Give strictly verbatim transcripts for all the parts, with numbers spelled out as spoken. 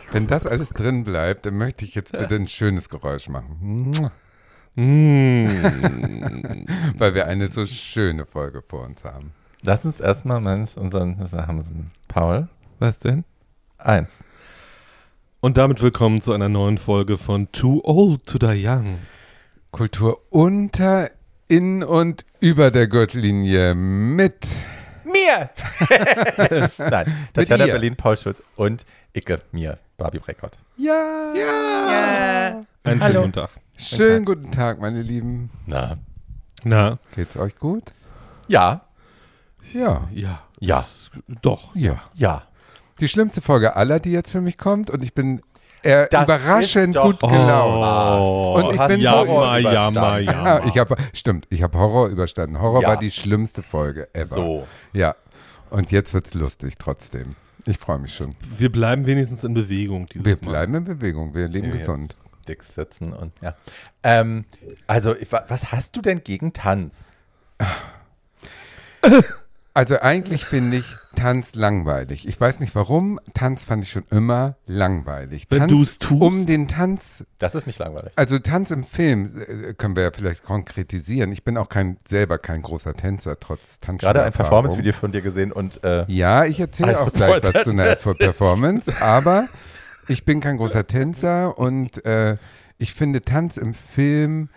Wenn das alles drin bleibt, dann möchte ich jetzt bitte ein schönes Geräusch machen. Mm. Weil wir eine so schöne Folge vor uns haben. Lass uns erstmal unseren, was haben wir, Paul? Was denn? Eins. Und damit willkommen zu einer neuen Folge von Too Old to Die Young. Kultur unter, in und über der Gürtellinie mit mir! Nein, Tatjana ihr. Berlin, Paul Schulz und Icke, mir, Barbie Breckert. Ja. Ja. Einen Hallo. schönen guten Tag. Schönen guten Tag, meine Lieben. Na. Na? Geht's euch gut? Ja. Ja. Ja. Ja. Doch. Ja. Ja. Die schlimmste Folge aller, die jetzt für mich kommt, und ich bin äh, Das überraschend ist doch- gut gelaunt. Oh, Und ich hast bin du so jammer, überstanden? jammer, Ja, jammer. ich habe, stimmt, ich habe Horror überstanden. Horror Ja. war die schlimmste Folge ever. So. Ja, und jetzt wird's lustig trotzdem. Ich freue mich schon. Wir bleiben wenigstens in Bewegung dieses Wir Mal. bleiben in Bewegung, wir leben Ja, gesund. jetzt Dick sitzen und ja. Ähm, also, ich- wa- was hast du denn gegen Tanz? Also eigentlich finde ich Tanz langweilig. Ich weiß nicht warum, Tanz fand ich schon immer langweilig. Wenn Tanz du's tust. um den Tanz, Das ist nicht langweilig. also Tanz im Film äh, können wir ja vielleicht konkretisieren. Ich bin auch kein selber kein großer Tänzer, trotz Tanz. Gerade ein Performance-Video von dir gesehen und äh, Ja, ich erzähle I auch gleich support was zu einer that message. Performance, aber ich bin kein großer Tänzer und äh, ich finde Tanz im Film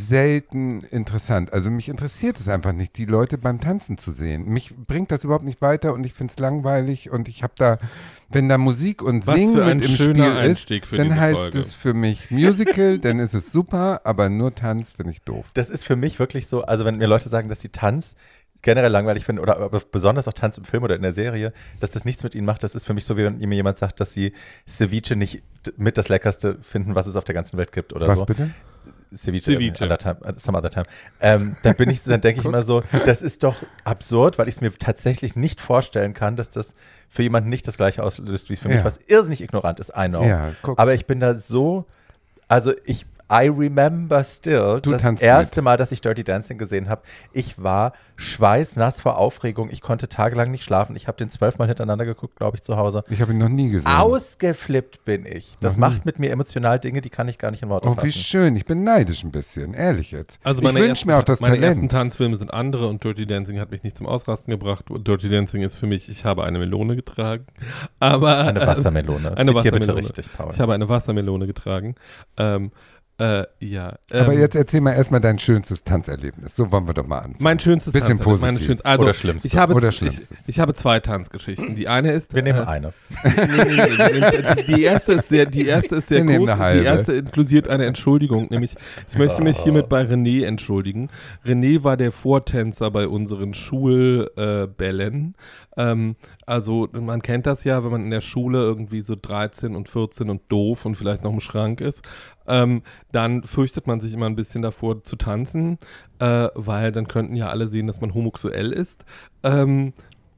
selten interessant. Also mich interessiert es einfach nicht, die Leute beim Tanzen zu sehen. Mich bringt das überhaupt nicht weiter und ich finde es langweilig und ich habe da, wenn da Musik und Was Singen für ein mit im schöner Spiel Einstieg ist, für dann diese heißt Folge. es für mich Musical, dann ist es super, aber nur Tanz finde ich doof. das ist für mich wirklich so, also wenn mir Leute sagen, dass sie Tanz generell langweilig finden oder aber besonders auch Tanz im Film oder in der Serie, dass das nichts mit ihnen macht, das ist für mich so, wie wenn mir jemand sagt, dass sie Ceviche nicht d- mit das Leckerste finden, was es auf der ganzen Welt gibt oder Was so. bitte? Ceviche, Ceviche. Other time, some other time. Ähm, dann bin ich, dann denke ich immer so, das ist doch absurd, weil ich es mir tatsächlich nicht vorstellen kann, dass das für jemanden nicht das gleiche auslöst, wie es für Ja. mich, was irrsinnig ignorant ist, I know. Ja, guck. Aber ich bin da so, also ich, I remember still, Du das tanzt erste mit. Mal, dass ich Dirty Dancing gesehen habe, ich war schweißnass vor Aufregung, ich konnte tagelang nicht schlafen, ich habe den zwölfmal hintereinander geguckt, glaube ich, zu Hause. Ich habe ihn noch nie gesehen. Ausgeflippt bin ich. Das Noch nie. macht mit mir emotional Dinge, die kann ich gar nicht in Worte Oh, fassen. wie schön. Ich bin neidisch ein bisschen, ehrlich jetzt. Also ich meine wünsche ersten, mir auch das meine ersten Talent. Tanzfilme sind andere und Dirty Dancing hat mich nicht zum Ausrasten gebracht. Und Dirty Dancing ist für mich, ich habe eine Melone getragen. Aber Eine äh, Wassermelone. Eine Zitiere bitte Wassermelone. richtig, Paul. Ich habe eine Wassermelone getragen. Ähm, äh, ja. Ähm, Aber jetzt erzähl mal erstmal dein schönstes Tanzerlebnis. So wollen wir doch mal anfangen. mein schönstes Bisschen Tanzerlebnis, meine positiv. schönste, also Oder Schlimmstes. Ich habe, Oder ich, Schlimmstes. ich habe zwei Tanzgeschichten. Die eine ist, Wir nehmen äh, eine. nee, nee, nee, nee, nee, die erste ist sehr, die erste ist sehr Wir nehmen kurz. eine halbe. Die erste inkludiert eine Entschuldigung, nämlich ich möchte mich hiermit bei René entschuldigen. René war der Vortänzer bei unseren Schulbällen. Äh, Bällen. ähm, also man kennt das ja, wenn man in der Schule irgendwie so dreizehn und vierzehn und doof und vielleicht noch im Schrank ist, ähm, dann fürchtet man sich immer ein bisschen davor zu tanzen, äh, weil dann könnten ja alle sehen, dass man homosexuell ist. Ähm,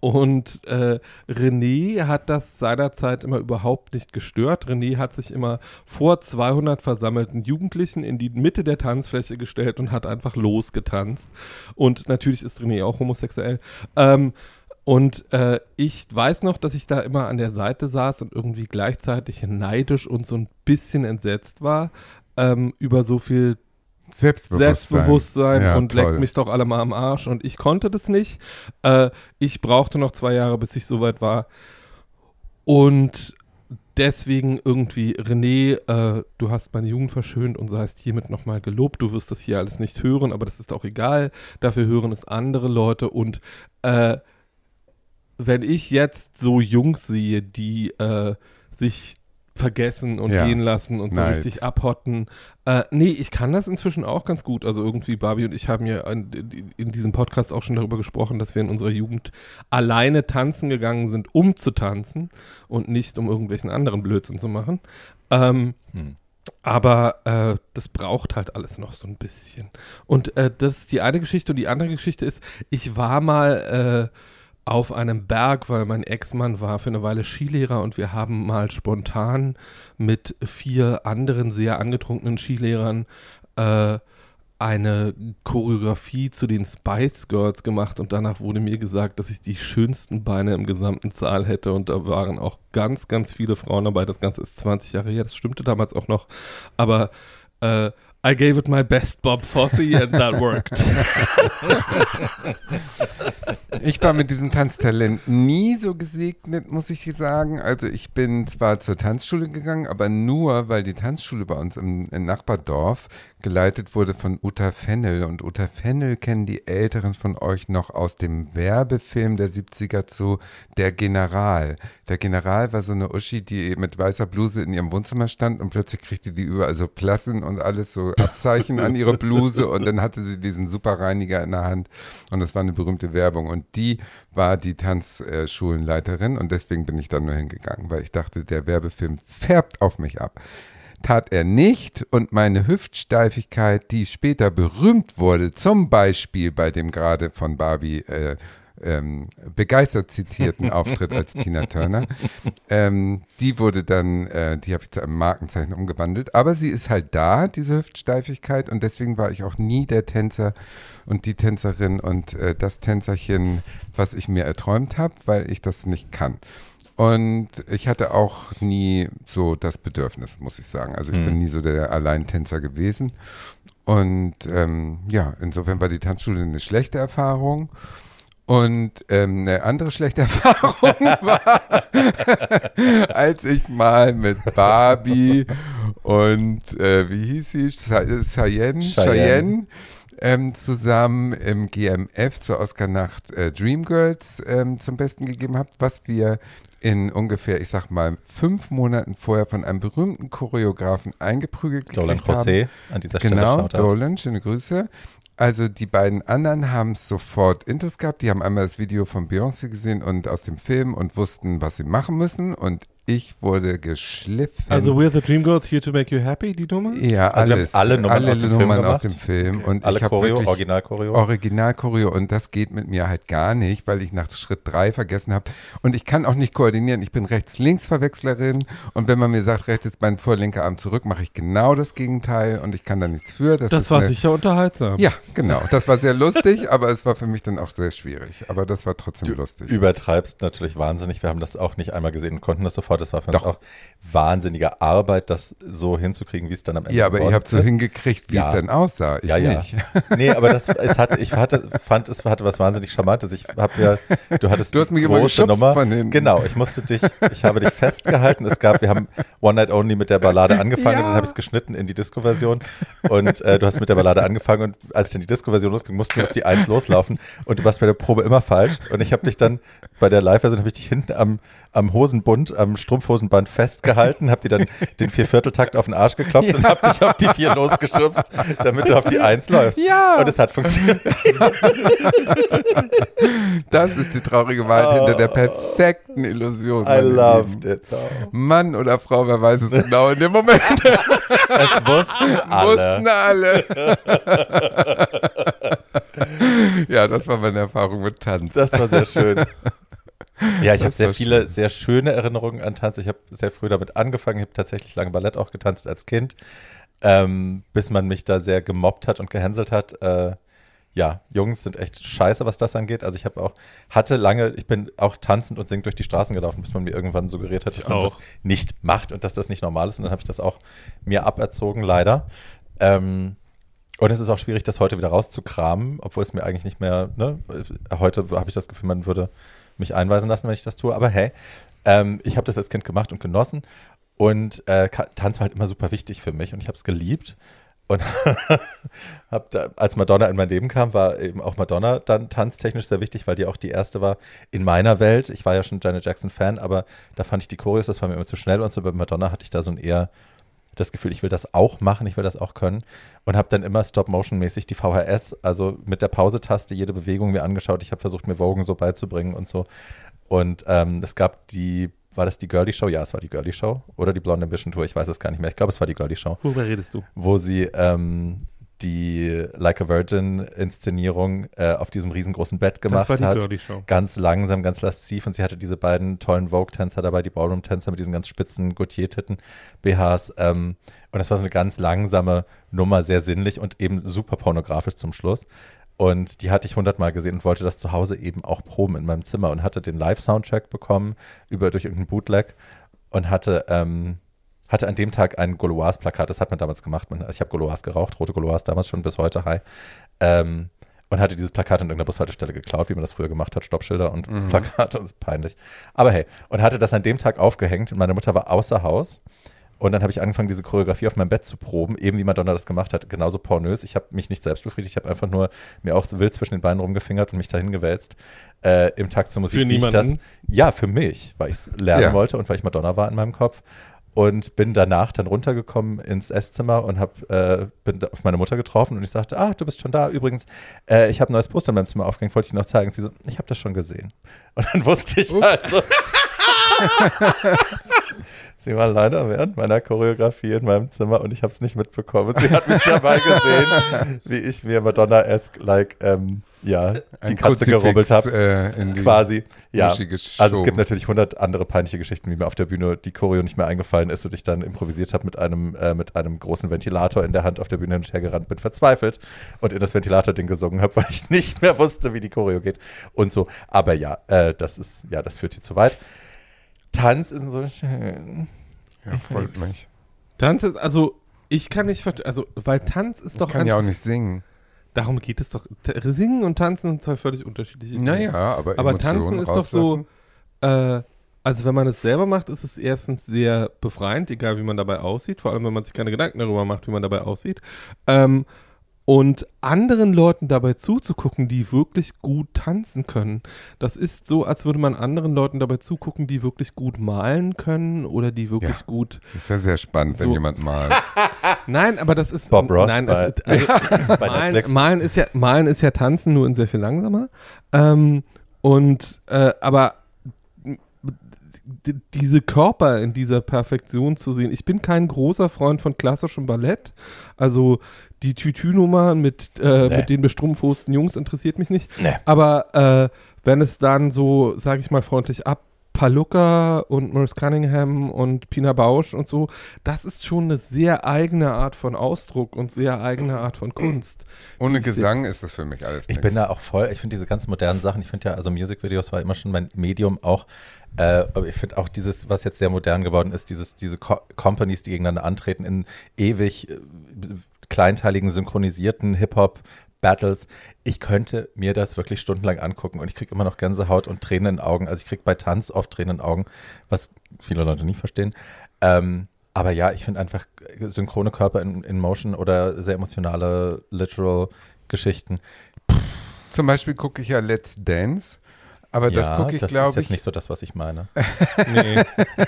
Und äh, René hat das seinerzeit immer überhaupt nicht gestört. René hat sich immer vor zweihundert versammelten Jugendlichen in die Mitte der Tanzfläche gestellt und hat einfach losgetanzt. Und natürlich ist René auch homosexuell. Ähm, und äh, ich weiß noch, dass ich da immer an der Seite saß und irgendwie gleichzeitig neidisch und so ein bisschen entsetzt war ähm, über so viel Selbstbewusstsein. Selbstbewusstsein Ja, und toll. leckt mich doch alle mal am Arsch. Und ich konnte das nicht. Äh, ich brauchte noch zwei Jahre, bis ich soweit war. Und deswegen irgendwie, René, äh, du hast meine Jugend verschönt und seist hiermit nochmal gelobt. Du wirst das hier alles nicht hören, aber das ist auch egal. Dafür hören es andere Leute. Und äh, wenn ich jetzt so Jungs sehe, die äh, sich vergessen und Ja. gehen lassen und so Neid. richtig abhotten. Äh, nee, ich kann das inzwischen auch ganz gut. Also irgendwie, Barbie und ich haben ja in, in diesem Podcast auch schon darüber gesprochen, dass wir in unserer Jugend alleine tanzen gegangen sind, um zu tanzen und nicht um irgendwelchen anderen Blödsinn zu machen. Ähm, Hm. aber äh, das braucht halt alles noch so ein bisschen. Und äh, das ist die eine Geschichte. Und die andere Geschichte ist, ich war mal äh, auf einem Berg, weil mein Ex-Mann war für eine Weile Skilehrer und wir haben mal spontan mit vier anderen sehr angetrunkenen Skilehrern äh, eine Choreografie zu den Spice Girls gemacht und danach wurde mir gesagt, dass ich die schönsten Beine im gesamten Saal hätte und da waren auch ganz, ganz viele Frauen dabei. Das Ganze ist zwanzig Jahre her, das stimmte damals auch noch, aber äh, I gave it my best, Bob Fosse, and that worked. Ich war mit diesem Tanztalent nie so gesegnet, muss ich dir sagen. Also ich bin zwar zur Tanzschule gegangen, aber nur, weil die Tanzschule bei uns im, im Nachbardorf geleitet wurde von Uta Fennel. Und Uta Fennel kennen die Älteren von euch noch aus dem Werbefilm der siebziger zu Der General. Der General war so eine Uschi, die mit weißer Bluse in ihrem Wohnzimmer stand und plötzlich kriegte die überall so Plassen und alles, so Abzeichen an ihre Bluse und dann hatte sie diesen Superreiniger in der Hand und das war eine berühmte Werbung und die war die Tanzschulenleiterin und deswegen bin ich da nur hingegangen, weil ich dachte, der Werbefilm färbt auf mich ab. Tat er nicht und meine Hüftsteifigkeit, die später berühmt wurde, zum Beispiel bei dem gerade von Barbie äh, ähm, begeistert zitierten Auftritt als Tina Turner, ähm, die wurde dann, äh, die habe ich zu einem Markenzeichen umgewandelt, aber sie ist halt da, diese Hüftsteifigkeit und deswegen war ich auch nie der Tänzer und die Tänzerin und äh, das Tänzerchen, was ich mir erträumt habe, weil ich das nicht kann. Und ich hatte auch nie so das Bedürfnis, muss ich sagen. Also ich mhm. bin nie so der Alleintänzer gewesen. Und ähm, ja, insofern war die Tanzschule eine schlechte Erfahrung. Und ähm, eine andere schlechte Erfahrung war, als ich mal mit Barbie und äh, wie hieß sie? Cheyenne, Cheyenne, Cheyenne ähm, zusammen im G M F zur Oscar-Nacht äh, Dreamgirls ähm, zum Besten gegeben habt, was wir in ungefähr, ich sag mal, fünf Monaten vorher von einem berühmten Choreografen eingeprügelt gekriegt Dolan haben. José, an dieser Stelle Genau, Shoutout. Dolan, schöne Grüße. Also die beiden anderen haben es sofort Intus gehabt. Die haben einmal das Video von Beyoncé gesehen und aus dem Film und wussten, was sie machen müssen. Und ich wurde geschliffen. Also We're the Dreamgirls Here to Make You Happy, die Nummer? Ja, Also alles. wir haben alle Nummern alle aus dem Nummern Film aus gemacht. dem Film. Und Alle ich habe Choreo, wirklich Original-Choreo. Original-Choreo. Und das geht mit mir halt gar nicht, weil ich nach Schritt drei vergessen habe. Und ich kann auch nicht koordinieren. Ich bin Rechts-Links-Verwechslerin. Und wenn man mir sagt, rechtes Bein vor, linker Arm zurück, mache ich genau das Gegenteil. Und ich kann da nichts für. Das, Das ist war eine, sicher unterhaltsam. Ja, genau. Das war sehr lustig, aber es war für mich dann auch sehr schwierig. Aber das war trotzdem Du lustig. übertreibst natürlich wahnsinnig. Wir haben das auch nicht einmal gesehen und konnten das sofort. Das war für Doch. uns auch wahnsinnige Arbeit, das so hinzukriegen, wie es dann am Ende Ja, aber ihr geworden habt so ist. hingekriegt, wie Ja. es denn aussah. Ich Ja, ja. nicht. Nee, aber das, es hatte, ich hatte, fand, es hatte was wahnsinnig Charmantes. Ich habe ja, du hattest Du hast die mich immer große geschubst Nummer. von hinten. Genau, ich musste dich, ich habe dich festgehalten. Es gab, wir haben One Night Only mit der Ballade angefangen Ja. und dann habe ich es geschnitten in die Disco-Version und äh, du hast mit der Ballade angefangen und als ich in die Disco-Version losging, mussten wir auf die Eins loslaufen und du warst bei der Probe immer falsch und ich habe dich dann bei der Live-Version habe ich dich hinten am, am Hosenbund, am Strumpfhosenband festgehalten, habe dir dann den Viervierteltakt auf den Arsch geklopft Ja. und habe dich auf die Vier losgeschubst, damit du auf die Eins läufst. Ja. Und es hat funktioniert. Das ist die traurige Wahrheit hinter der perfekten Illusion. I meine loved Lieben. it. though. Mann oder Frau, wer weiß es genau in dem Moment. Es wussten Wussten alle. alle. Ja, das war meine Erfahrung mit Tanz. Das war sehr schön. Ja, ich habe Das sehr war viele, schön. sehr schöne Erinnerungen an Tanz. Ich habe sehr früh damit angefangen. Ich habe tatsächlich lange Ballett auch getanzt als Kind, ähm, bis man mich da sehr gemobbt hat und gehänselt hat. Äh, ja, Jungs sind echt scheiße, was das angeht. Also ich habe auch, hatte lange, ich bin auch tanzend und singend durch die Straßen gelaufen, bis man mir irgendwann suggeriert hat, dass Ich man auch. das nicht macht und dass das nicht normal ist. Und dann habe ich das auch mir aberzogen, leider. Ähm, und es ist auch schwierig, das heute wieder rauszukramen, obwohl es mir eigentlich nicht mehr, ne, heute habe ich das Gefühl, man würde mich einweisen lassen, wenn ich das tue. Aber hey, ähm, ich habe das als Kind gemacht und genossen. Und äh, Ka- Tanz war halt immer super wichtig für mich und ich habe es geliebt. Und hab da, als Madonna in mein Leben kam, war eben auch Madonna dann tanztechnisch sehr wichtig, weil die auch die erste war in meiner Welt. Ich war ja schon Janet Jackson-Fan, aber da fand ich die Choreos, das war mir immer zu schnell und so. Bei Madonna hatte ich da so ein eher das Gefühl, ich will das auch machen, ich will das auch können und habe dann immer Stop-Motion-mäßig die V H S, also mit der Pause-Taste jede Bewegung mir angeschaut. Ich habe versucht, mir Vogue so beizubringen und so. Und ähm, es gab die, war das die Girlie Show? Ja, es war die Girlie Show oder die Blonde Ambition Tour, ich weiß es gar nicht mehr. Ich glaube, es war die Girlie Show, Worüber redest du? wo sie ähm, die Like a Virgin-Inszenierung äh, auf diesem riesengroßen Bett gemacht das war die hat. Birdie Show. Ganz langsam, ganz lasziv. Und sie hatte diese beiden tollen Vogue-Tänzer dabei, die Ballroom-Tänzer mit diesen ganz spitzen Gautier-Titten-B Hs. Ähm, und das war so eine ganz langsame Nummer, sehr sinnlich und eben super pornografisch zum Schluss. Und die hatte ich hundertmal gesehen und wollte das zu Hause eben auch proben in meinem Zimmer und hatte den Live-Soundtrack bekommen über durch irgendeinen Bootleg und hatte ähm, hatte an dem Tag ein Gauloise-Plakat, das hat man damals gemacht. Man, ich habe Gauloise geraucht, rote Gauloise, damals schon bis heute, hi. Ähm, und hatte dieses Plakat an irgendeiner Bushaltestelle geklaut, wie man das früher gemacht hat, Stoppschilder und mhm. Plakate, das ist peinlich. Aber hey, und hatte das an dem Tag aufgehängt und meine Mutter war außer Haus. Und dann habe ich angefangen, diese Choreografie auf meinem Bett zu proben, eben wie Madonna das gemacht hat, genauso pornös. Ich habe mich nicht selbst befriedigt, ich habe einfach nur mir auch wild zwischen den Beinen rumgefingert und mich dahin gewälzt äh, im Takt zur Musik. Für wie niemanden? Ich das, ja, für mich, weil ich es lernen Ja. wollte und weil ich Madonna war in meinem Kopf. Und bin danach dann runtergekommen ins Esszimmer und hab, äh, bin da auf meine Mutter getroffen und ich sagte, ah, du bist schon da. Übrigens, äh, ich habe ein neues Poster in meinem Zimmer aufgehängt, wollte ich dir noch zeigen. Und sie so, ich habe das schon gesehen. Und dann wusste ich also, sie war leider während meiner Choreografie in meinem Zimmer und ich habe es nicht mitbekommen. Und sie hat mich dabei gesehen, wie ich mir Madonna-esque, like, ähm, ja, die Ein Katze Kruzifix, gerubbelt habe. Äh, in die Quasi, ja. Muschi Also es geschoben. gibt natürlich hundert andere peinliche Geschichten, wie mir auf der Bühne die Choreo nicht mehr eingefallen ist und ich dann improvisiert habe mit einem, äh, mit einem großen Ventilator in der Hand auf der Bühne hin und her gerannt bin, verzweifelt und in das Ventilator-Ding gesungen habe, weil ich nicht mehr wusste, wie die Choreo geht und so. Aber ja, äh, das ist, ja, das führt hier zu weit. Tanz ist so schön. Ja, freut mich. Tanz ist, also, ich kann nicht verstehen, also, weil Tanz ist doch Ich kann ja auch nicht singen. darum geht es doch. T- Singen und Tanzen sind zwei völlig unterschiedliche Dinge. Naja, aber Aber Emotionen Tanzen ist doch so, rauslassen. äh, also wenn man es selber macht, ist es erstens sehr befreiend, egal wie man dabei aussieht, vor allem wenn man sich keine Gedanken darüber macht, wie man dabei aussieht. Ähm, und anderen Leuten dabei zuzugucken, die wirklich gut tanzen können. Das ist so, als würde man anderen Leuten dabei zugucken, die wirklich gut malen können oder die wirklich Ja. gut. Ist ja sehr spannend, wenn So. jemand malt. Nein, aber das ist. Bob Ross nein, bei- es ist, also, bei malen, Netflix. malen, ist ja, malen ist ja Tanzen, nur in sehr viel langsamer. Ähm, und, äh, aber d- diese Körper in dieser Perfektion zu sehen. Ich bin kein großer Freund von klassischem Ballett. Also die Tütü-Nummer mit, äh, Nee. mit den bestrumpfhosten Jungs interessiert mich nicht. Nee. Aber äh, wenn es dann so, sage ich mal freundlich ab, Palooka und Maurice Cunningham und Pina Bausch und so, das ist schon eine sehr eigene Art von Ausdruck und sehr eigene Art von Kunst. Ohne Ich seh- Gesang ist das für mich alles Ich nichts. bin da auch voll, ich finde diese ganz modernen Sachen, ich finde ja, also Musikvideos war immer schon mein Medium auch, äh, aber ich finde auch dieses, was jetzt sehr modern geworden ist, dieses, diese Co- Companies, die gegeneinander antreten in ewig äh, kleinteiligen, synchronisierten Hip-Hop Battles. Ich könnte mir das wirklich stundenlang angucken und ich kriege immer noch Gänsehaut und Tränen in den Augen. Also ich kriege bei Tanz oft Tränen in den Augen, was viele Leute nie verstehen. Ähm, aber ja, ich finde einfach synchrone Körper in, in Motion oder sehr emotionale, literal Geschichten. Zum Beispiel gucke ich ja Let's Dance, aber das Ja, gucke ich, das ist glaube jetzt ich, nicht so das, was ich meine. Nee.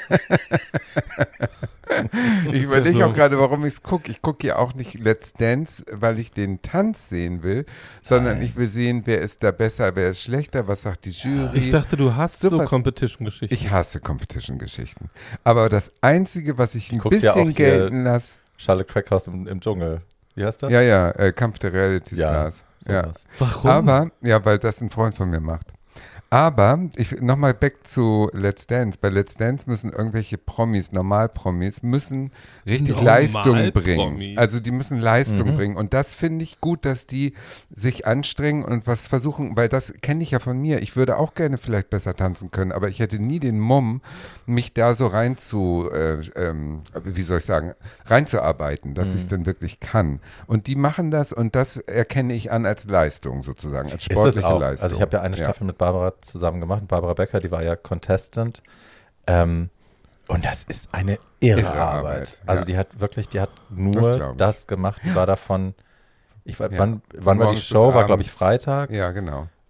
ich ja überlege so. auch gerade, warum ich es gucke. Ich gucke ja auch nicht Let's Dance, weil ich den Tanz sehen will, sondern Nein. ich will sehen, wer ist da besser, wer ist schlechter, was sagt die Jury. Ich dachte, du hast so, So was- Competition-Geschichten. Ich hasse Competition-Geschichten. Aber das Einzige, was ich ein guckst ja bisschen auch hier- gelten lasse, Charlotte Crackhouse im, im Dschungel. Wie heißt das? ja, ja, äh, Kampf der Reality Ja, Stars. Ja. sowas. Warum? Aber, ja, weil das ein Freund von mir macht. Aber, ich nochmal back zu Let's Dance. Bei Let's Dance müssen irgendwelche Promis, Normalpromis, müssen richtig Leistung bringen. Normalpromis. Also die müssen Leistung Mhm. bringen. Und das finde ich gut, dass die sich anstrengen und was versuchen, weil das kenne ich ja von mir. Ich würde auch gerne vielleicht besser tanzen können, aber ich hätte nie den Mumm, mich da so rein zu, äh, ähm, wie soll ich sagen, reinzuarbeiten, dass ich es dann wirklich kann. Und die machen das und das erkenne ich an als Leistung sozusagen, als Ist es sportliche auch. Leistung. Also ich habe ja eine Staffel mit Barbara zusammen gemacht. Barbara Becker, die war ja Contestant. Ähm, und das ist eine irre, Irre Arbeit. Arbeit, Also ja. die hat wirklich, die hat Das nur glaub das, ich. gemacht. Die war davon, ich, Ja. wann, Von wann war die morgens bis Show? War glaube ich abends. Freitag. Ja, genau.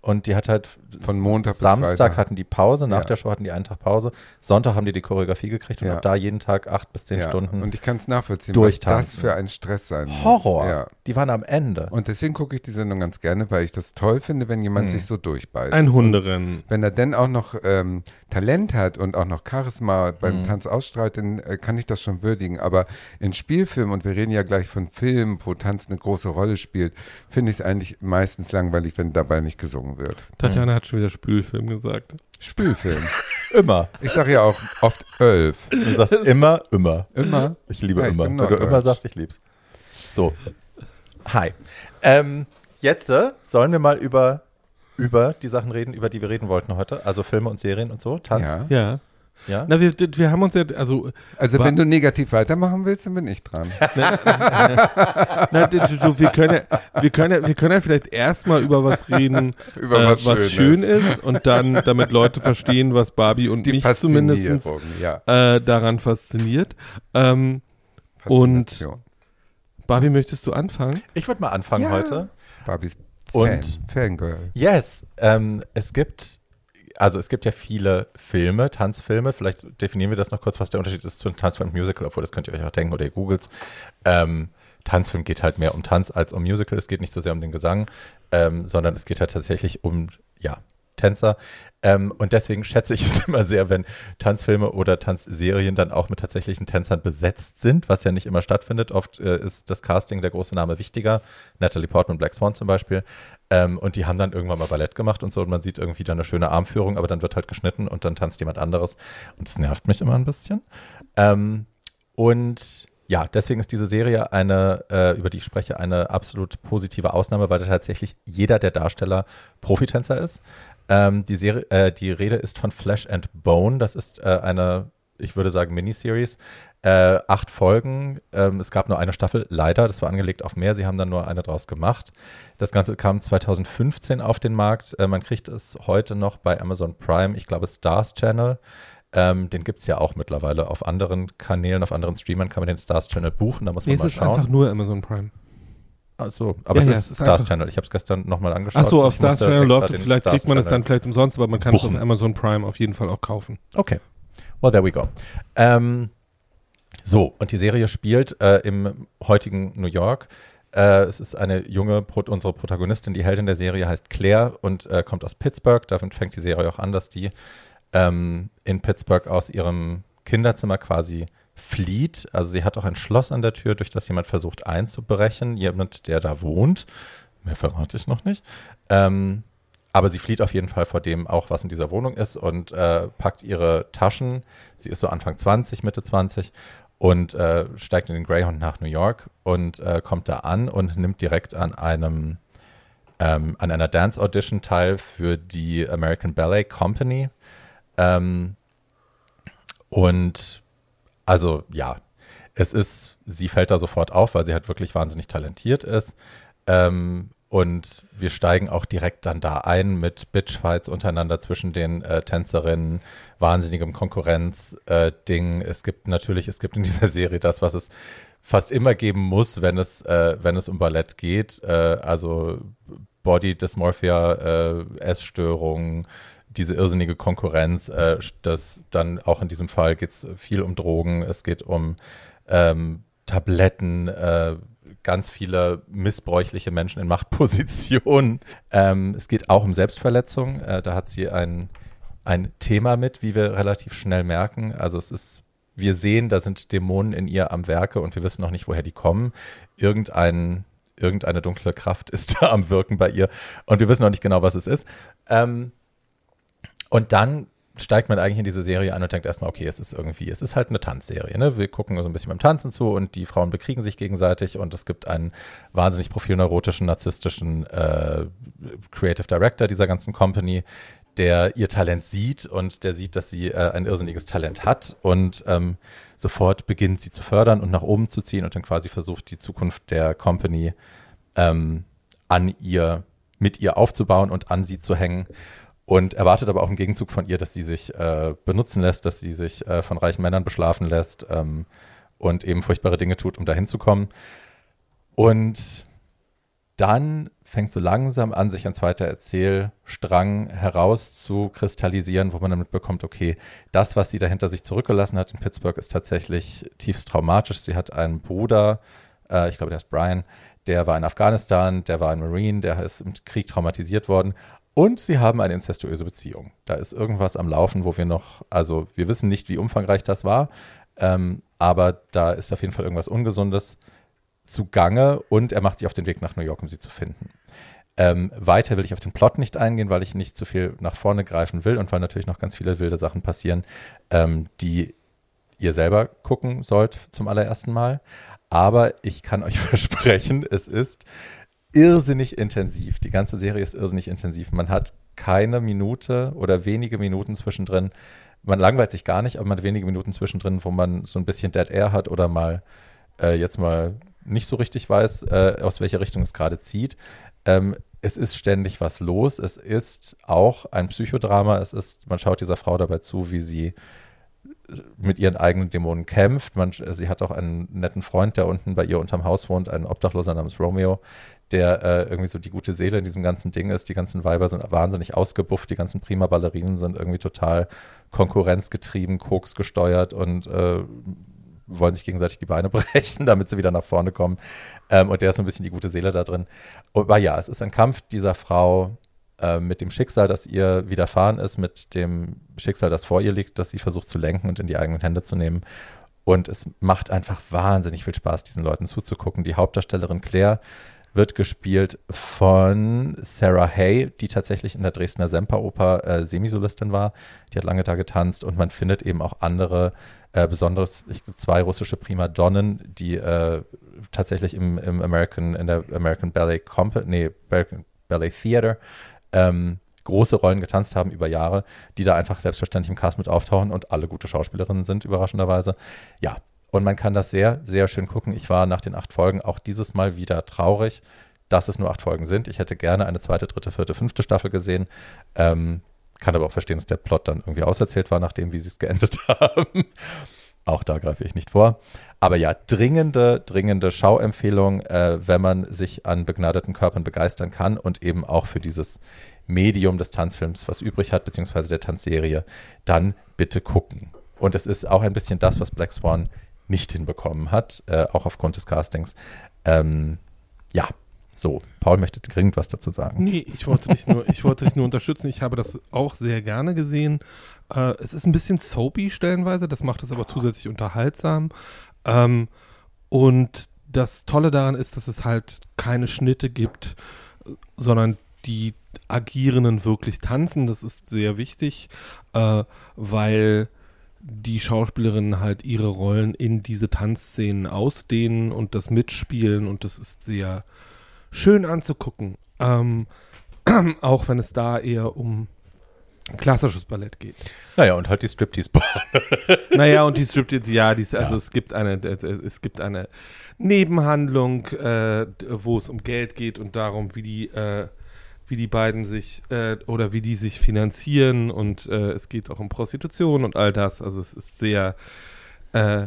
und die hat halt Von Montag bis Samstag Freitag. hatten die Pause, nach Ja. der Show hatten die einen Tag Pause, Sonntag haben die die Choreografie gekriegt und Ja. ab da jeden Tag acht bis zehn Ja, Stunden und ich kann es nachvollziehen, durchtanzen. was das für ein Stress sein muss. Horror. Ja. Die waren am Ende. Und deswegen gucke ich die Sendung ganz gerne, weil ich das toll finde, wenn jemand Mhm. sich so durchbeißt. Ein Hunderennen. Wenn er denn auch noch ähm, Talent hat und auch noch Charisma beim Mhm. Tanz ausstrahlt, dann äh, kann ich das schon würdigen. Aber in Spielfilmen, und wir reden ja gleich von Filmen, wo Tanz eine große Rolle spielt, finde ich es eigentlich meistens langweilig, wenn dabei nicht gesungen wird. Tatjana hat schon wieder Spülfilm gesagt. Spielfilm. Immer. Ich sage ja auch oft Elf. Du sagst immer, immer. Immer. Ich liebe Ja, ich immer. bin Wenn du norddeutsch. immer sagst, ich lieb's. So. Hi. Ähm, jetzt äh, sollen wir mal über, über die Sachen reden, über die wir reden wollten heute. Also Filme und Serien und so. Tanz. Ja. Ja. Ja? Na, wir, wir haben uns ja, also, Also Wa- wenn du negativ weitermachen willst, dann bin ich dran. na, d- so, wir, können ja, wir, können ja, wir können ja vielleicht erstmal über was reden, Über äh, was was, schön schön ist. und dann, damit Leute verstehen, was Barbie und Die mich zumindest Faszinierung, ja. äh, daran fasziniert. Ähm, Und- Faszination. Barbie, möchtest du anfangen? Ich würde mal anfangen Ja. heute. Barbies Und- Fan, Fangirl. Yes. Ähm, es gibt, also es gibt ja viele Filme, Tanzfilme. Vielleicht definieren wir das noch kurz, was der Unterschied ist zwischen Tanzfilm und Musical, obwohl das könnt ihr euch auch denken oder ihr googelt's. Ähm, Tanzfilm geht halt mehr um Tanz als um Musical. Es geht nicht so sehr um den Gesang, ähm, sondern es geht halt tatsächlich um, ja, Tänzer. Ähm, und deswegen schätze ich es immer sehr, wenn Tanzfilme oder Tanzserien dann auch mit tatsächlichen Tänzern besetzt sind, was ja nicht immer stattfindet. Oft äh, ist das Casting der große Name wichtiger. Natalie Portman, Black Swan zum Beispiel. Ähm, und die haben dann irgendwann mal Ballett gemacht und so. Und man sieht irgendwie dann eine schöne Armführung, aber dann wird halt geschnitten und dann tanzt jemand anderes. Und das nervt mich immer ein bisschen. Ähm, und ja, deswegen ist diese Serie eine, äh, über die ich spreche, eine absolut positive Ausnahme, weil da tatsächlich jeder der Darsteller Profitänzer ist. Ähm, die, Serie, äh, die Rede ist von Flesh and Bone. Das ist äh, eine, ich würde sagen, Miniseries. Äh, acht Folgen. Ähm, es gab nur eine Staffel, leider. Das war angelegt auf mehr. Sie haben dann nur eine draus gemacht. Das Ganze kam zwanzig fünfzehn auf den Markt. Äh, man kriegt es heute noch bei Amazon Prime. Ich glaube, Stars Channel. Ähm, den gibt es ja auch mittlerweile auf anderen Kanälen, auf anderen Streamern kann man den Stars Channel buchen. Da muss man Nee, es mal ist schauen. einfach nur Amazon Prime. Ach so, aber Ja, es ja, ist es ist Stars einfach- Channel. Ich habe es gestern nochmal angeschaut. Ach so, auf Ich Stars musste Channel extra läuft es. den Vielleicht Stars kriegt man es Channel- dann vielleicht umsonst, aber man kann es buchen. auf Amazon Prime auf jeden Fall auch kaufen. Okay. Well, there we go. Ähm, so, und die Serie spielt äh, im heutigen New York. Äh, es ist eine junge, Pro unsere Protagonistin, die Heldin der Serie heißt Claire und äh, kommt aus Pittsburgh. Damit fängt die Serie auch an, dass die ähm, in Pittsburgh aus ihrem Kinderzimmer quasi flieht. Also sie hat auch ein Schloss an der Tür, durch das jemand versucht einzubrechen. Jemand, der da wohnt. Mehr verrate ich noch nicht. Ähm, aber sie flieht auf jeden Fall vor dem auch, was in dieser Wohnung ist und äh, packt ihre Taschen. Sie ist so Anfang zwanzig, Mitte zwanzig und äh, steigt in den Greyhound nach New York und äh, kommt da an und nimmt direkt an einem ähm, an einer Dance Audition teil für die American Ballet Company. Ähm, und also ja, es ist, sie fällt da sofort auf, weil sie halt wirklich wahnsinnig talentiert ist. Ähm, und wir steigen auch direkt dann da ein mit Bitchfights untereinander zwischen den äh, Tänzerinnen, wahnsinnigem Konkurrenz-Ding. Äh, es gibt natürlich, es gibt in dieser Serie das, was es fast immer geben muss, wenn es, äh, wenn es um Ballett geht. Äh, also Body Dysmorphia, äh, Essstörungen, diese irrsinnige Konkurrenz, äh, das dann auch in diesem Fall geht es viel um Drogen, es geht um ähm, Tabletten, äh, ganz viele missbräuchliche Menschen in Machtpositionen. Ähm, es geht auch um Selbstverletzung, äh, da hat sie ein, ein Thema mit, wie wir relativ schnell merken. Also es ist, wir sehen, da sind Dämonen in ihr am Werke und wir wissen noch nicht, woher die kommen. Irgendein, irgendeine dunkle Kraft ist da am Wirken bei ihr und wir wissen noch nicht genau, was es ist. Ähm, Und dann steigt man eigentlich in diese Serie ein und denkt erstmal, okay, es ist irgendwie, es ist halt eine Tanzserie. Ne? Wir gucken so ein bisschen beim Tanzen zu und die Frauen bekriegen sich gegenseitig und es gibt einen wahnsinnig profilneurotischen, narzisstischen äh, Creative Director dieser ganzen Company, der ihr Talent sieht und der sieht, dass sie äh, ein irrsinniges Talent hat und ähm, sofort beginnt sie zu fördern und nach oben zu ziehen und dann quasi versucht, die Zukunft der Company ähm, an ihr, mit ihr aufzubauen und an sie zu hängen. Und erwartet aber auch im Gegenzug von ihr, dass sie sich äh, benutzen lässt, dass sie sich äh, von reichen Männern beschlafen lässt ähm, und eben furchtbare Dinge tut, um dahin zu kommen. Und dann fängt so langsam an, sich ein zweiter Erzählstrang herauszukristallisieren, wo man dann mitbekommt, okay, das, was sie da hinter sich zurückgelassen hat in Pittsburgh, ist tatsächlich tiefst traumatisch. Sie hat einen Bruder, äh, ich glaube, der ist Brian, der war in Afghanistan, der war ein Marine, der ist im Krieg traumatisiert worden. Und sie haben eine inzestuöse Beziehung. Da ist irgendwas am Laufen, wo wir noch, also wir wissen nicht, wie umfangreich das war, ähm, aber da ist auf jeden Fall irgendwas Ungesundes zugange und er macht sich auf den Weg nach New York, um sie zu finden. Ähm, weiter will ich auf den Plot nicht eingehen, weil ich nicht zu viel nach vorne greifen will und weil natürlich noch ganz viele wilde Sachen passieren, ähm, die ihr selber gucken sollt zum allerersten Mal. Aber ich kann euch versprechen, es ist irrsinnig intensiv. Die ganze Serie ist irrsinnig intensiv. Man hat keine Minute oder wenige Minuten zwischendrin. Man langweilt sich gar nicht, aber man hat wenige Minuten zwischendrin, wo man so ein bisschen Dead Air hat oder mal äh, jetzt mal nicht so richtig weiß, äh, aus welcher Richtung es gerade zieht. Ähm, es ist ständig was los. Es ist auch ein Psychodrama. Es ist, man schaut dieser Frau dabei zu, wie sie mit ihren eigenen Dämonen kämpft. Man, sie hat auch einen netten Freund, der unten bei ihr unterm Haus wohnt, ein Obdachloser namens Romeo, der äh, irgendwie so die gute Seele in diesem ganzen Ding ist. Die ganzen Weiber sind wahnsinnig ausgebufft, die ganzen Prima-Ballerinen sind irgendwie total konkurrenzgetrieben, Koks gesteuert und äh, wollen sich gegenseitig die Beine brechen, damit sie wieder nach vorne kommen. Ähm, und der ist so ein bisschen die gute Seele da drin. Aber ja, es ist ein Kampf dieser Frau äh, mit dem Schicksal, das ihr widerfahren ist, mit dem Schicksal, das vor ihr liegt, das sie versucht zu lenken und in die eigenen Hände zu nehmen. Und es macht einfach wahnsinnig viel Spaß, diesen Leuten zuzugucken. Die Hauptdarstellerin Claire wird gespielt von Sarah Hay, die tatsächlich in der Dresdner Semperoper äh, Semisolistin war. Die hat lange da getanzt und man findet eben auch andere, äh, besonders ich, zwei russische Primadonnen, die äh, tatsächlich im, im American, in der American Ballet Company, nee, American Ballet Theater ähm, große Rollen getanzt haben über Jahre, die da einfach selbstverständlich im Cast mit auftauchen und alle gute Schauspielerinnen sind, überraschenderweise. Ja, und man kann das sehr, sehr schön gucken. Ich war nach den acht Folgen auch dieses Mal wieder traurig, dass es nur acht Folgen sind. Ich hätte gerne eine zweite, dritte, vierte, fünfte Staffel gesehen. Ähm, kann aber auch verstehen, dass der Plot dann irgendwie auserzählt war, nachdem wie sie es geendet haben. Auch da greife ich nicht vor. Aber ja, dringende, dringende Schauempfehlung, äh, wenn man sich an begnadeten Körpern begeistern kann und eben auch für dieses Medium des Tanzfilms was übrig hat, beziehungsweise der Tanzserie, dann bitte gucken. Und es ist auch ein bisschen das, was Black Swan nicht hinbekommen hat, äh, auch aufgrund des Castings. Ähm, ja, so, Paul möchte dringend was dazu sagen. Nee, ich wollte dich nur, ich wollte dich nur unterstützen. Ich habe das auch sehr gerne gesehen. Äh, es ist ein bisschen soapy stellenweise, das macht es aber zusätzlich unterhaltsam. Ähm, und das Tolle daran ist, dass es halt keine Schnitte gibt, sondern die Agierenden wirklich tanzen. Das ist sehr wichtig, äh, weil die Schauspielerinnen halt ihre Rollen in diese Tanzszenen ausdehnen und das mitspielen und das ist sehr schön anzugucken. Ähm, auch wenn es da eher um klassisches Ballett geht. Naja, und halt die Striptease-Bahn. Naja, und die Striptease, ja, die, also ja. es gibt eine, es gibt eine Nebenhandlung, äh, wo es um Geld geht und darum, wie die äh, wie die beiden sich äh, oder wie die sich finanzieren und äh, es geht auch um Prostitution und all das. Also es ist sehr äh,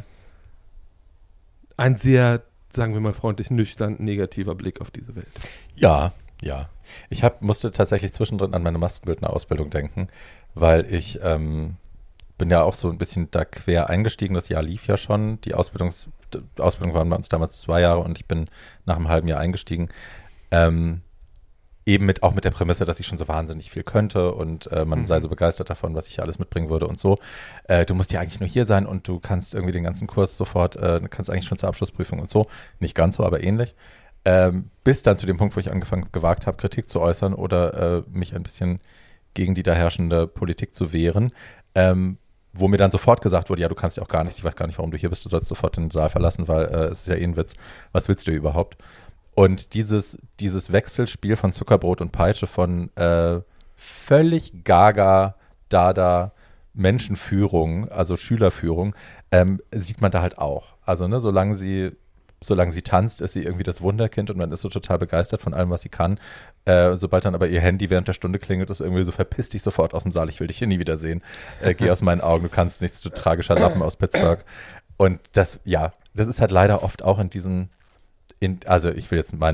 ein sehr, sagen wir mal freundlich, nüchtern negativer Blick auf diese Welt. Ja, ja. Ich hab, musste tatsächlich zwischendrin an meine Maskenbildner-Ausbildung denken, weil ich ähm, bin ja auch so ein bisschen da quer eingestiegen. Das Jahr lief ja schon. Die Ausbildungs, die Ausbildung waren bei uns damals zwei Jahre und ich bin nach einem halben Jahr eingestiegen. Ähm, Eben mit, auch mit der Prämisse, dass ich schon so wahnsinnig viel könnte und äh, man mhm. sei so begeistert davon, was ich alles mitbringen würde und so. Äh, du musst ja eigentlich nur hier sein und du kannst irgendwie den ganzen Kurs sofort, äh, kannst eigentlich schon zur Abschlussprüfung und so. Nicht ganz so, aber ähnlich. Ähm, bis dann zu dem Punkt, wo ich angefangen, gewagt habe, Kritik zu äußern oder äh, mich ein bisschen gegen die da herrschende Politik zu wehren, ähm, wo mir dann sofort gesagt wurde, ja, du kannst ja auch gar nichts, ich weiß gar nicht, warum du hier bist, du sollst sofort den Saal verlassen, weil äh, es ist ja eh ein Witz. Was willst du überhaupt? Und dieses, dieses Wechselspiel von Zuckerbrot und Peitsche, von äh, völlig gaga, dada Menschenführung, also Schülerführung, ähm, sieht man da halt auch. Also ne, solange sie, solange sie tanzt, ist sie irgendwie das Wunderkind und man ist so total begeistert von allem, was sie kann. Äh, sobald dann aber ihr Handy während der Stunde klingelt, ist irgendwie so, verpiss dich sofort aus dem Saal, ich will dich hier nie wiedersehen. Äh, geh aus meinen Augen, du kannst nichts, du tragischer Lappen aus Pittsburgh. Und das, ja, das ist halt leider oft auch in diesen In, also ich will jetzt meine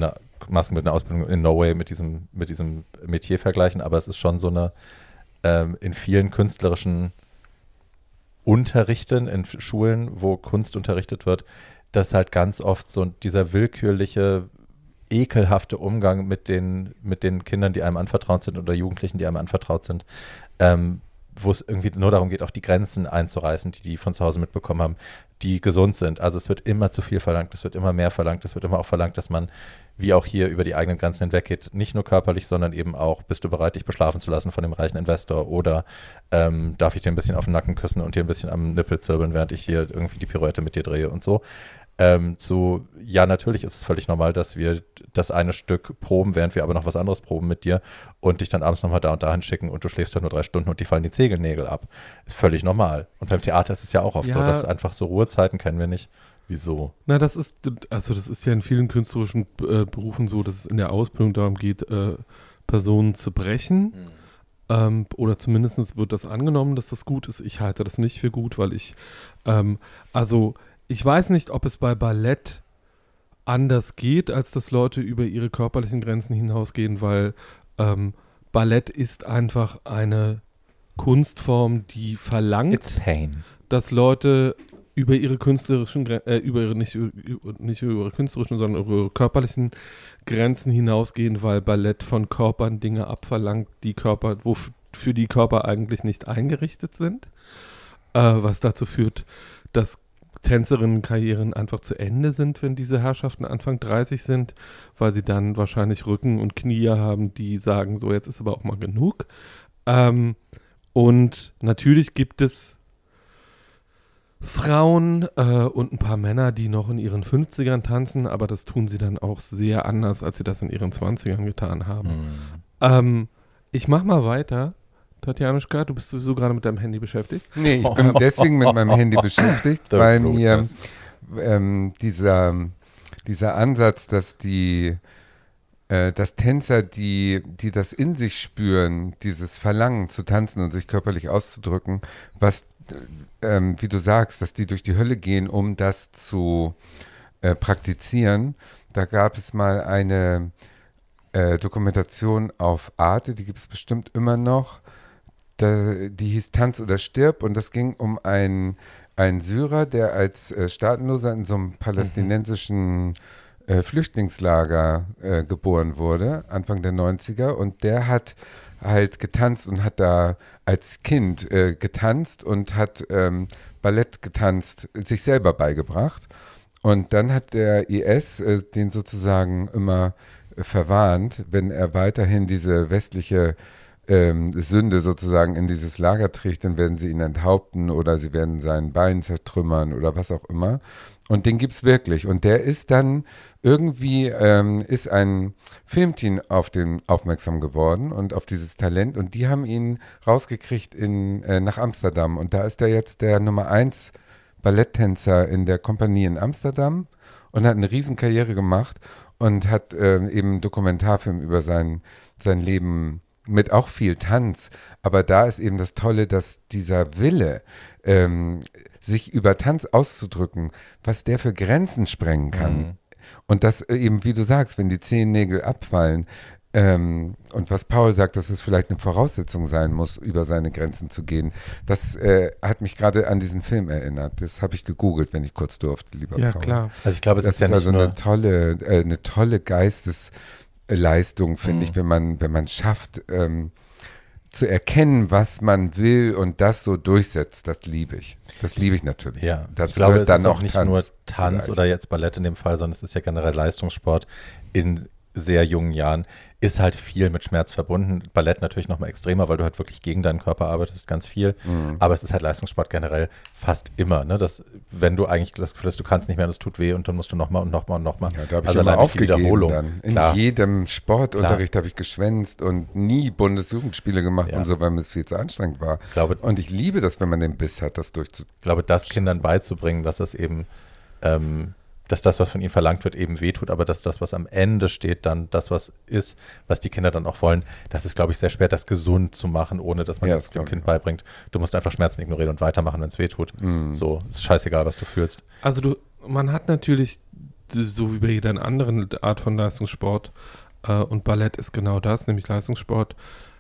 Masken mit einer Ausbildung in no way mit diesem, mit diesem Metier vergleichen, aber es ist schon so eine, ähm, in vielen künstlerischen Unterrichten, in Schulen, wo Kunst unterrichtet wird, dass halt ganz oft so dieser willkürliche, ekelhafte Umgang mit den, mit den Kindern, die einem anvertraut sind oder Jugendlichen, die einem anvertraut sind, ähm, wo es irgendwie nur darum geht, auch die Grenzen einzureißen, die die von zu Hause mitbekommen haben, die gesund sind. Also es wird immer zu viel verlangt, es wird immer mehr verlangt, es wird immer auch verlangt, dass man, wie auch hier, über die eigenen Grenzen hinweggeht, nicht nur körperlich, sondern eben auch, bist du bereit, dich beschlafen zu lassen von dem reichen Investor oder ähm, darf ich dir ein bisschen auf den Nacken küssen und dir ein bisschen am Nippel zirbeln, während ich hier irgendwie die Pirouette mit dir drehe und so. Ähm, zu, ja, natürlich ist es völlig normal, dass wir das eine Stück proben, während wir aber noch was anderes proben mit dir und dich dann abends nochmal da und dahin schicken und du schläfst dann nur drei Stunden und die fallen die Zehennägel ab. Ist völlig normal. Und beim Theater ist es ja auch oft Ja. so, dass einfach so Ruhezeiten kennen wir nicht. Wieso? Na, das ist, also das ist ja in vielen künstlerischen äh, Berufen so, dass es in der Ausbildung darum geht, äh, Personen zu brechen. Mhm. Ähm, oder zumindest wird das angenommen, dass das gut ist. Ich halte das nicht für gut, weil ich, ähm, also ich weiß nicht, ob es bei Ballett anders geht, als dass Leute über ihre körperlichen Grenzen hinausgehen, weil ähm, Ballett ist einfach eine Kunstform, die verlangt, It's pain. dass Leute über ihre künstlerischen, Gren- äh, über ihre, nicht, über, nicht über ihre künstlerischen, sondern über ihre körperlichen Grenzen hinausgehen, weil Ballett von Körpern Dinge abverlangt, die Körper, wofür die Körper eigentlich nicht eingerichtet sind, äh, was dazu führt, dass Tänzerinnenkarrieren einfach zu Ende sind, wenn diese Herrschaften Anfang dreißig sind, weil sie dann wahrscheinlich Rücken und Knie haben, die sagen, so jetzt ist aber auch mal genug. Ähm, und natürlich gibt es Frauen äh, und ein paar Männer, die noch in ihren fünfzigern tanzen, aber das tun sie dann auch sehr anders, als sie das in ihren zwanzigern getan haben. Mhm. Ähm, ich mach mal weiter. Tatjanuschka, du bist sowieso gerade mit deinem Handy beschäftigt. Nee, ich bin deswegen mit meinem Handy beschäftigt, The weil Road mir was. ähm, dieser, dieser Ansatz, dass die äh, dass Tänzer, die, die das in sich spüren, dieses Verlangen zu tanzen und sich körperlich auszudrücken, was, ähm, wie du sagst, dass die durch die Hölle gehen, um das zu äh, praktizieren. Da gab es mal eine äh, Dokumentation auf Arte, die gibt es bestimmt immer noch. Da, die hieß Tanz oder Stirb und das ging um einen, einen Syrer, der als äh, Staatenloser in so einem palästinensischen äh, Flüchtlingslager äh, geboren wurde, Anfang der neunziger, und der hat halt getanzt und hat da als Kind äh, getanzt und hat ähm, Ballett getanzt, sich selber beigebracht. Und dann hat der I S äh, den sozusagen immer äh, verwarnt, wenn er weiterhin diese westliche Ähm, Sünde sozusagen in dieses Lager trägt, dann werden sie ihn enthaupten oder sie werden sein Bein zertrümmern oder was auch immer. Und den gibt es wirklich. Und der ist dann irgendwie, ähm, ist ein Filmteam auf den aufmerksam geworden und auf dieses Talent. Und die haben ihn rausgekriegt in, äh, nach Amsterdam. Und da ist er jetzt der Nummer eins Balletttänzer in der Kompanie in Amsterdam und hat eine riesen Karriere gemacht und hat äh, eben einen Dokumentarfilm über sein, sein Leben mit auch viel Tanz, aber da ist eben das Tolle, dass dieser Wille, ähm, sich über Tanz auszudrücken, was der für Grenzen sprengen kann. Mhm. Und das eben, wie du sagst, wenn die Zehennägel abfallen, ähm, und was Paul sagt, dass es vielleicht eine Voraussetzung sein muss, über seine Grenzen zu gehen, das äh, hat mich gerade an diesen Film erinnert. Das habe ich gegoogelt, wenn ich kurz durfte, lieber Ja, Paul. klar. Also ich glaube, es Das ist ja ist nicht also nur eine tolle, äh, eine tolle Geistes Leistung, finde Mhm. ich, wenn man, wenn man schafft, ähm, zu erkennen, was man will und das so durchsetzt. Das liebe ich. Das liebe ich natürlich. Ja, Dazu ich glaube, gehört es dann ist auch noch nicht Tanz nur Tanz vielleicht. oder jetzt Ballett in dem Fall, sondern es ist ja generell Leistungssport in sehr jungen Jahren, ist halt viel mit Schmerz verbunden. Ballett natürlich nochmal extremer, weil du halt wirklich gegen deinen Körper arbeitest, ganz viel. Mhm. Aber es ist halt Leistungssport generell fast immer, ne? Dass, wenn du eigentlich das Gefühl hast, du kannst nicht mehr, das tut weh und dann musst du nochmal und nochmal und nochmal. Ja, da habe ich Also immer allein durch die aufgegeben Wiederholung. dann. In Klar. jedem Sportunterricht habe ich geschwänzt und nie Bundesjugendspiele gemacht Ja. und so, weil mir es viel zu anstrengend war. Ich glaube, Und ich liebe das, wenn man den Biss hat, das durchzuziehen. Ich glaube, das Kindern beizubringen, dass es eben, ähm, dass das, was von ihnen verlangt wird, eben wehtut, aber dass das, was am Ende steht, dann das, was ist, was die Kinder dann auch wollen, das ist, glaube ich, sehr schwer, das gesund zu machen, ohne dass man Ja, jetzt das dem glaub ich Kind auch. beibringt, du musst einfach Schmerzen ignorieren und weitermachen, wenn es wehtut. Mhm. So, ist scheißegal, was du fühlst. Also du, man hat natürlich so wie bei jeder anderen Art von Leistungssport. Äh, und Ballett ist genau das, nämlich Leistungssport.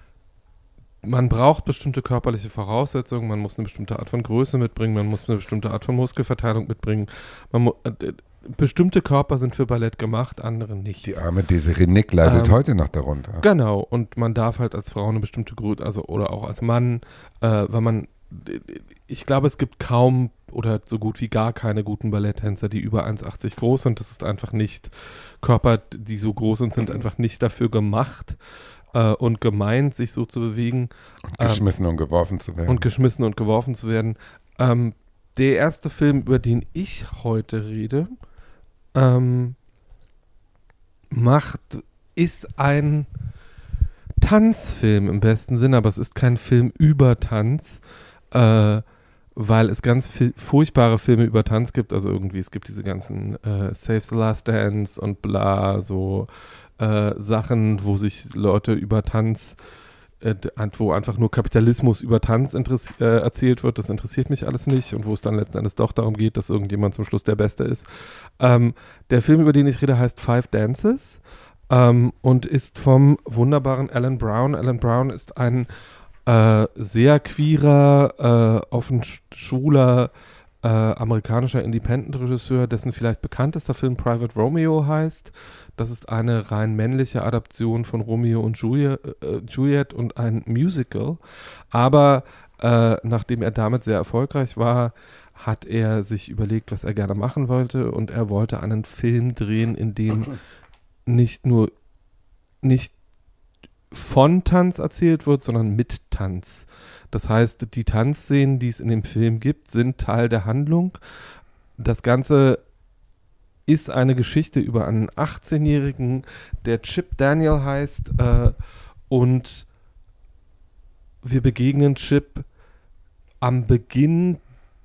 Man braucht bestimmte körperliche Voraussetzungen, man muss eine bestimmte Art von Größe mitbringen, man muss eine bestimmte Art von Muskelverteilung mitbringen. Man mu- äh, bestimmte Körper sind für Ballett gemacht, andere nicht. Die arme Desiree Nick leidet Ähm, heute noch darunter. Genau, und man darf halt als Frau eine bestimmte Größe, also oder auch als Mann, äh, weil man, ich glaube, es gibt kaum oder so gut wie gar keine guten Balletttänzer, die über eins Komma achtzig groß sind. Das ist einfach nicht, Körper, die so groß sind, sind einfach nicht dafür gemacht äh, und gemeint, sich so zu bewegen. Und geschmissen ähm, und geworfen zu werden. Und geschmissen und geworfen zu werden. Ähm, der erste Film, über den ich heute rede, ähm, macht, ist ein Tanzfilm im besten Sinne, aber es ist kein Film über Tanz, äh, weil es ganz viel, furchtbare Filme über Tanz gibt, also irgendwie, es gibt diese ganzen äh, Save the Last Dance und bla, so äh, Sachen, wo sich Leute über Tanz, äh, wo einfach nur Kapitalismus über Tanz interess- äh, erzählt wird, das interessiert mich alles nicht und wo es dann letzten Endes doch darum geht, dass irgendjemand zum Schluss der Beste ist. Ähm, der Film, über den ich rede, heißt Five Dances ähm, und ist vom wunderbaren Alan Brown. Alan Brown ist ein Äh, sehr queerer, äh, offen schwuler äh, amerikanischer Independent-Regisseur, dessen vielleicht bekanntester Film Private Romeo heißt. Das ist eine rein männliche Adaption von Romeo und Juliet, äh, Juliet und ein Musical. Aber äh, nachdem er damit sehr erfolgreich war, hat er sich überlegt, was er gerne machen wollte, und er wollte einen Film drehen, in dem nicht nur nicht von Tanz erzählt wird, sondern mit Tanz. Das heißt, die Tanzszenen, die es in dem Film gibt, sind Teil der Handlung. Das Ganze ist eine Geschichte über einen achtzehnjährigen, der Chip Daniel heißt, äh, und wir begegnen Chip am Beginn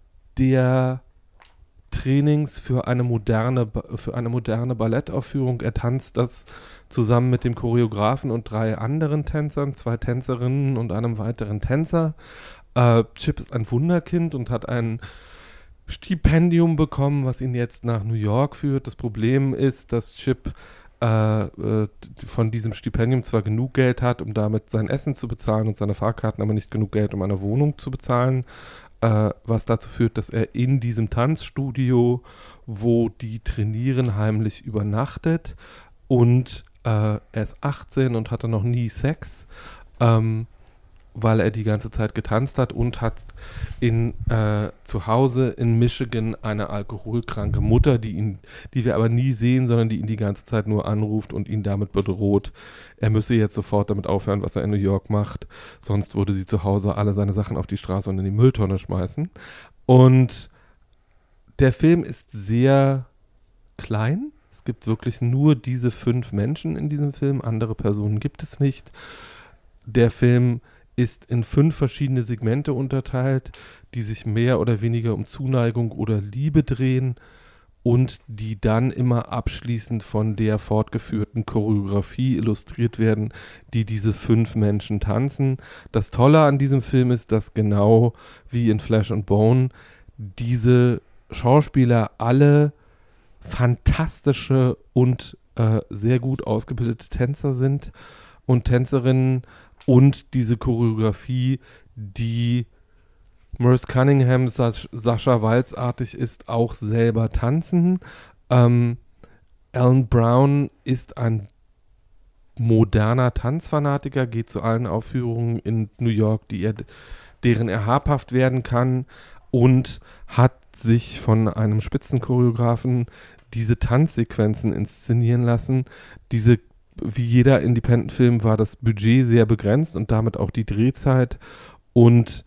der Trainings für eine moderne, für eine moderne Ballettaufführung. Er tanzt das zusammen mit dem Choreografen und drei anderen Tänzern, zwei Tänzerinnen und einem weiteren Tänzer. Äh, Chip ist ein Wunderkind und hat ein Stipendium bekommen, was ihn jetzt nach New York führt. Das Problem ist, dass Chip äh, äh, von diesem Stipendium zwar genug Geld hat, um damit sein Essen zu bezahlen und seine Fahrkarten, aber nicht genug Geld, um eine Wohnung zu bezahlen. Uh, was dazu führt, dass er in diesem Tanzstudio, wo die trainieren, heimlich übernachtet, und uh, er ist achtzehn und hatte noch nie Sex, ähm, weil er die ganze Zeit getanzt hat, und hat in äh, zu Hause in Michigan eine alkoholkranke Mutter, die ihn, die wir aber nie sehen, sondern die ihn die ganze Zeit nur anruft und ihn damit bedroht, er müsse jetzt sofort damit aufhören, was er in New York macht, sonst würde sie zu Hause alle seine Sachen auf die Straße und in die Mülltonne schmeißen. Und der Film ist sehr klein. Es gibt wirklich nur diese fünf Menschen in diesem Film, andere Personen gibt es nicht. Der Film ist in fünf verschiedene Segmente unterteilt, die sich mehr oder weniger um Zuneigung oder Liebe drehen und die dann immer abschließend von der fortgeführten Choreografie illustriert werden, die diese fünf Menschen tanzen. Das Tolle an diesem Film ist, dass genau wie in Flesh and Bone diese Schauspieler alle fantastische und äh, sehr gut ausgebildete Tänzer sind und Tänzerinnen, und diese Choreografie, die Merce Cunningham, Sas- Sascha Walz-artig ist, auch selber tanzen. Ähm, Alan Brown ist ein moderner Tanzfanatiker, geht zu allen Aufführungen in New York, die er, deren er habhaft werden kann, und hat sich von einem Spitzenchoreografen diese Tanzsequenzen inszenieren lassen. Diese Wie jeder Independent-Film war das Budget sehr begrenzt und damit auch die Drehzeit, und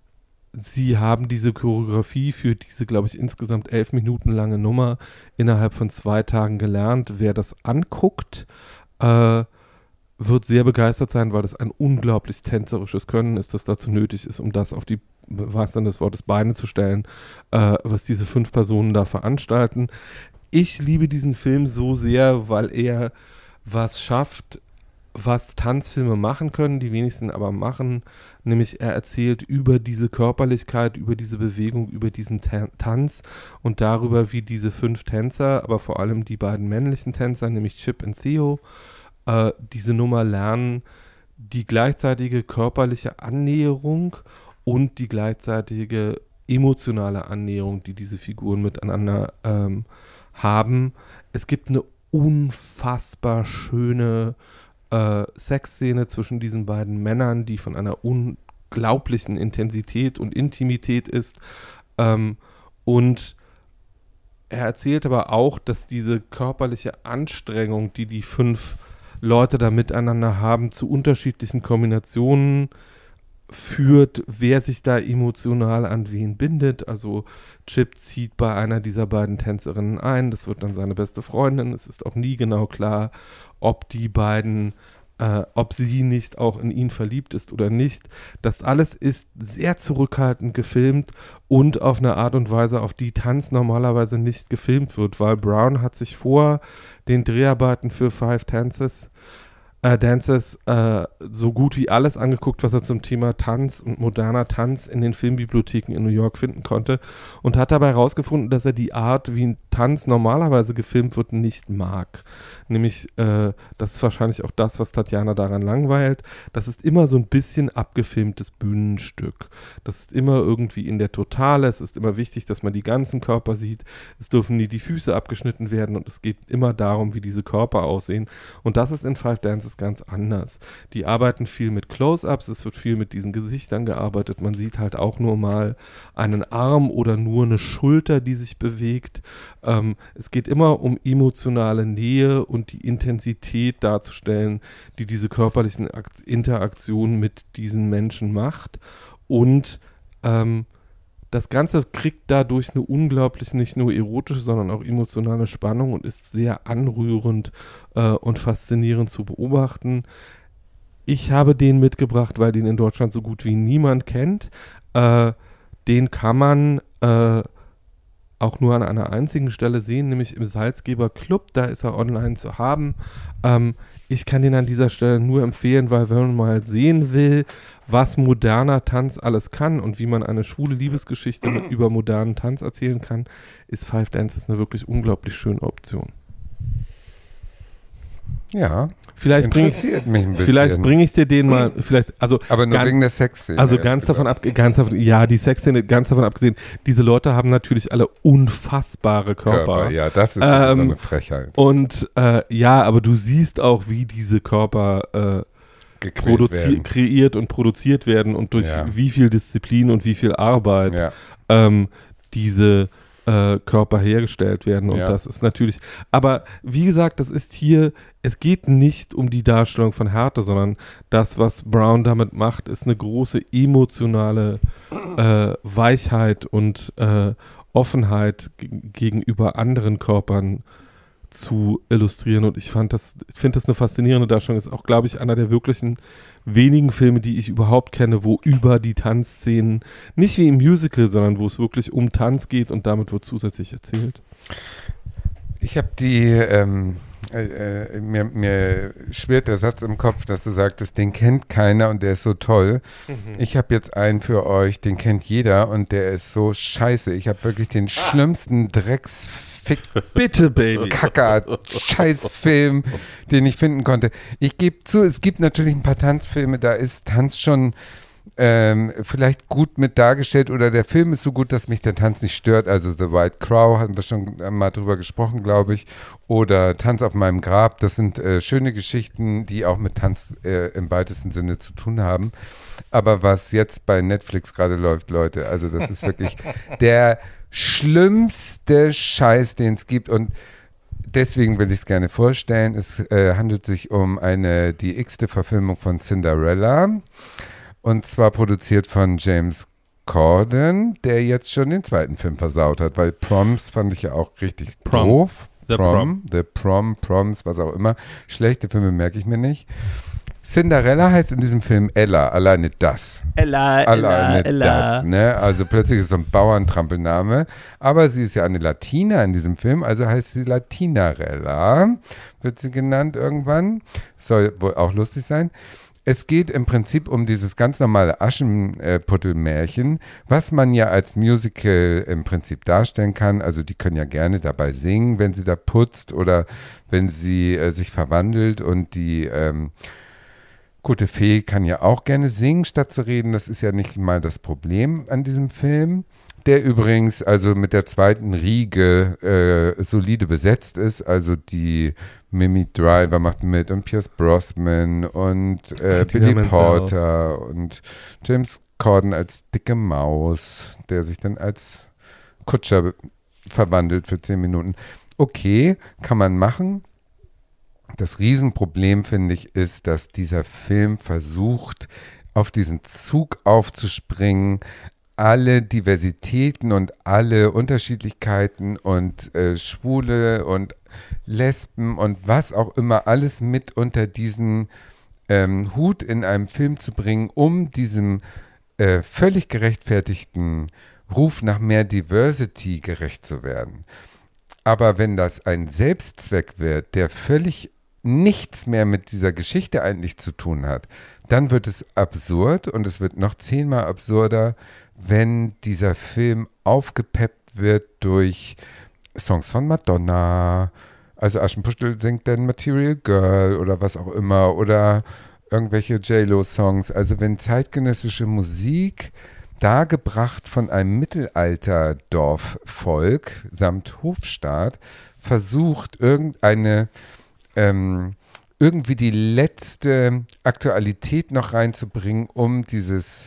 sie haben diese Choreografie für diese, glaube ich, insgesamt elf Minuten lange Nummer innerhalb von zwei Tagen gelernt. Wer das anguckt, äh, wird sehr begeistert sein, weil das ein unglaublich tänzerisches Können ist, das dazu nötig ist, um das auf die, was dann des Wortes, Beine zu stellen, äh, was diese fünf Personen da veranstalten. Ich liebe diesen Film so sehr, weil er was schafft, was Tanzfilme machen können, die wenigsten aber machen, nämlich er erzählt über diese Körperlichkeit, über diese Bewegung, über diesen Ta- Tanz und darüber, wie diese fünf Tänzer, aber vor allem die beiden männlichen Tänzer, nämlich Chip und Theo, äh, diese Nummer lernen, die gleichzeitige körperliche Annäherung und die gleichzeitige emotionale Annäherung, die diese Figuren miteinander ähm, haben. Es gibt eine unfassbar schöne äh, Sexszene zwischen diesen beiden Männern, die von einer unglaublichen Intensität und Intimität ist. Ähm, und er erzählt aber auch, dass diese körperliche Anstrengung, die die fünf Leute da miteinander haben, zu unterschiedlichen Kombinationen führt, wer sich da emotional an wen bindet. Also Chip zieht bei einer dieser beiden Tänzerinnen ein, das wird dann seine beste Freundin. Es ist auch nie genau klar, ob die beiden, äh, ob sie nicht auch in ihn verliebt ist oder nicht. Das alles ist sehr zurückhaltend gefilmt und auf eine Art und Weise, auf die Tanz normalerweise nicht gefilmt wird, weil Brown hat sich vor den Dreharbeiten für Five Dances Äh, Dances äh, so gut wie alles angeguckt, was er zum Thema Tanz und moderner Tanz in den Filmbibliotheken in New York finden konnte und hat dabei herausgefunden, dass er die Art, wie ein Tanz normalerweise gefilmt wird, nicht mag. Nämlich, äh, das ist wahrscheinlich auch das, was Tatjana daran langweilt. Das ist immer so ein bisschen abgefilmtes Bühnenstück. Das ist immer irgendwie in der Totale. Es ist immer wichtig, dass man die ganzen Körper sieht. Es dürfen nie die Füße abgeschnitten werden und es geht immer darum, wie diese Körper aussehen. Und das ist in Five Dances ganz anders. Die arbeiten viel mit Close-Ups, es wird viel mit diesen Gesichtern gearbeitet. Man sieht halt auch nur mal einen Arm oder nur eine Schulter, die sich bewegt. Ähm, es geht immer um emotionale Nähe und die Intensität darzustellen, die diese körperlichen Akt- Interaktionen mit diesen Menschen macht. Und ähm, das Ganze kriegt dadurch eine unglaublich, nicht nur erotische, sondern auch emotionale Spannung und ist sehr anrührend äh, und faszinierend zu beobachten. Ich habe den mitgebracht, weil den in Deutschland so gut wie niemand kennt. Äh, den kann man äh, auch nur an einer einzigen Stelle sehen, nämlich im Salzgeber Club. Da ist er online zu haben. Ähm, ich kann den an dieser Stelle nur empfehlen, weil wenn man mal sehen will, was moderner Tanz alles kann und wie man eine schwule Liebesgeschichte mit über modernen Tanz erzählen kann, ist Five Dances eine wirklich unglaublich schöne Option. Ja, Vielleicht bringe ich, interessiert mich ein bisschen. vielleicht bringe ich dir den mal, vielleicht, also Aber nur ganz, wegen der Sexszene. also ganz davon ab, ganz davon, ja, die Sexszene, ganz davon abgesehen, diese Leute haben natürlich alle unfassbare Körper. Körper. Ja, das ist Ähm, so eine Frechheit. Und äh, ja, aber du siehst auch, wie diese Körper äh, Gequält produzi- werden. kreiert und produziert werden und durch Ja. wie viel Disziplin und wie viel Arbeit Ja. ähm, diese äh, Körper hergestellt werden. Und Ja. das ist natürlich, aber wie gesagt, das ist hier, es geht nicht um die Darstellung von Härte, sondern das, was Brown damit macht, ist eine große emotionale äh, Weichheit und äh, Offenheit g- gegenüber anderen Körpern zu illustrieren. Und ich fand das, ich finde das eine faszinierende Darstellung. Ist auch, glaube ich, einer der wirklichen wenigen Filme, die ich überhaupt kenne, wo über die Tanzszenen, nicht wie im Musical, sondern wo es wirklich um Tanz geht und damit wird zusätzlich erzählt. Ich habe die, ähm, äh, äh, mir, mir schwirrt der Satz im Kopf, dass du sagtest, den kennt keiner und der ist so toll. Mhm. Ich habe jetzt einen für euch, den kennt jeder und der ist so scheiße. Ich habe wirklich den schlimmsten Drecks Fick, Bitte, Baby. Kacker, Scheißfilm, den ich finden konnte. Ich gebe zu, es gibt natürlich ein paar Tanzfilme, da ist Tanz schon ähm, vielleicht gut mit dargestellt oder der Film ist so gut, dass mich der Tanz nicht stört. Also The White Crow, hatten wir schon mal drüber gesprochen, glaube ich. Oder Tanz auf meinem Grab. Das sind äh, schöne Geschichten, die auch mit Tanz äh, im weitesten Sinne zu tun haben. Aber was jetzt bei Netflix gerade läuft, Leute, also das ist wirklich der schlimmste Scheiß, den es gibt und deswegen will ich es gerne vorstellen. Es äh, handelt sich um eine, die x-te Verfilmung von Cinderella und zwar produziert von James Corden, der jetzt schon den zweiten Film versaut hat, weil Proms fand ich ja auch richtig Prom. doof. The Prom, Prom. The Prom, Proms, was auch immer. Schlechte Filme merke ich mir nicht. Cinderella heißt in diesem Film Ella, alleine das. Ella, Alleine Ella, Ella. das, ne? Also plötzlich ist so ein Bauerntrampelname, aber sie ist ja eine Latina in diesem Film, also heißt sie Latinarella, wird sie genannt irgendwann. Soll wohl auch lustig sein. Es geht im Prinzip um dieses ganz normale Aschenputtel-Märchen, was man ja als Musical im Prinzip darstellen kann. Also die können ja gerne dabei singen, wenn sie da putzt oder wenn sie äh, sich verwandelt, und die ähm, gute Fee kann ja auch gerne singen, statt zu reden. Das ist ja nicht mal das Problem an diesem Film, der übrigens also mit der zweiten Riege äh, solide besetzt ist. Also die Mimi Driver macht mit und Pierce Brosnan und äh, Billy Porter und James Corden als dicke Maus, der sich dann als Kutscher verwandelt für zehn Minuten. Okay, kann man machen. Das Riesenproblem, finde ich, ist, dass dieser Film versucht, auf diesen Zug aufzuspringen, alle Diversitäten und alle Unterschiedlichkeiten und äh, Schwule und Lesben und was auch immer alles mit unter diesen ähm, Hut in einem Film zu bringen, um diesem äh, völlig gerechtfertigten Ruf nach mehr Diversity gerecht zu werden. Aber wenn das ein Selbstzweck wird, der völlig nichts mehr mit dieser Geschichte eigentlich zu tun hat, dann wird es absurd, und es wird noch zehnmal absurder, wenn dieser Film aufgepeppt wird durch Songs von Madonna, also Aschenputtel singt dann Material Girl oder was auch immer, oder irgendwelche J-Lo-Songs. Also wenn zeitgenössische Musik, dargebracht von einem Mittelalterdorfvolk samt Hofstaat, versucht, irgendeine ähm, irgendwie die letzte Aktualität noch reinzubringen, um dieses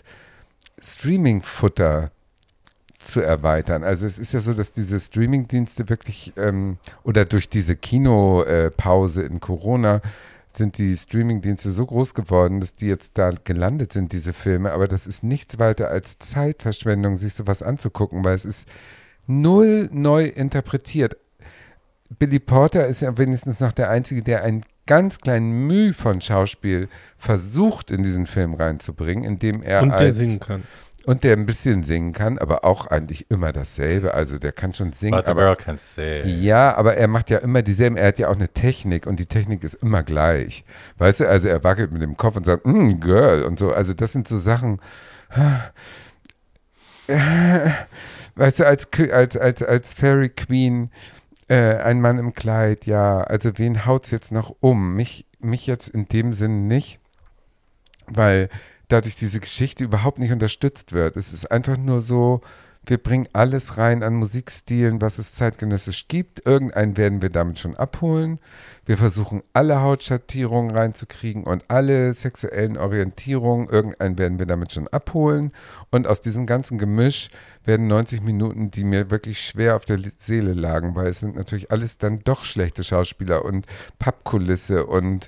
Streaming-Futter zu erweitern. Also es ist ja so, dass diese Streaming-Dienste wirklich, ähm, oder durch diese Kinopause in Corona, sind die Streaming-Dienste so groß geworden, dass die jetzt da gelandet sind, diese Filme. Aber das ist nichts weiter als Zeitverschwendung, sich sowas anzugucken, weil es ist null neu interpretiert. Billy Porter ist ja wenigstens noch der Einzige, der einen ganz kleinen Mühe von Schauspiel versucht, in diesen Film reinzubringen, indem er Und der als, singen kann. Und der ein bisschen singen kann, aber auch eigentlich immer dasselbe. Also der kann schon singen. But the aber, girl can sing. Ja, aber er macht ja immer dieselben. Er hat ja auch eine Technik, und die Technik ist immer gleich. Weißt du, also er wackelt mit dem Kopf und sagt, mm, Girl und so. Also das sind so Sachen. Weißt du, als, als, als, als Fairy Queen, äh, ein Mann im Kleid, ja, also wen haut's jetzt noch um? Mich, mich jetzt in dem Sinn nicht, weil dadurch diese Geschichte überhaupt nicht unterstützt wird. Es ist einfach nur so, wir bringen alles rein an Musikstilen, was es zeitgenössisch gibt. Irgendeinen werden wir damit schon abholen. Wir versuchen, alle Hautschattierungen reinzukriegen und alle sexuellen Orientierungen. Irgendeinen werden wir damit schon abholen. Und aus diesem ganzen Gemisch werden neunzig Minuten, die mir wirklich schwer auf der Seele lagen, weil es sind natürlich alles dann doch schlechte Schauspieler und Pappkulisse und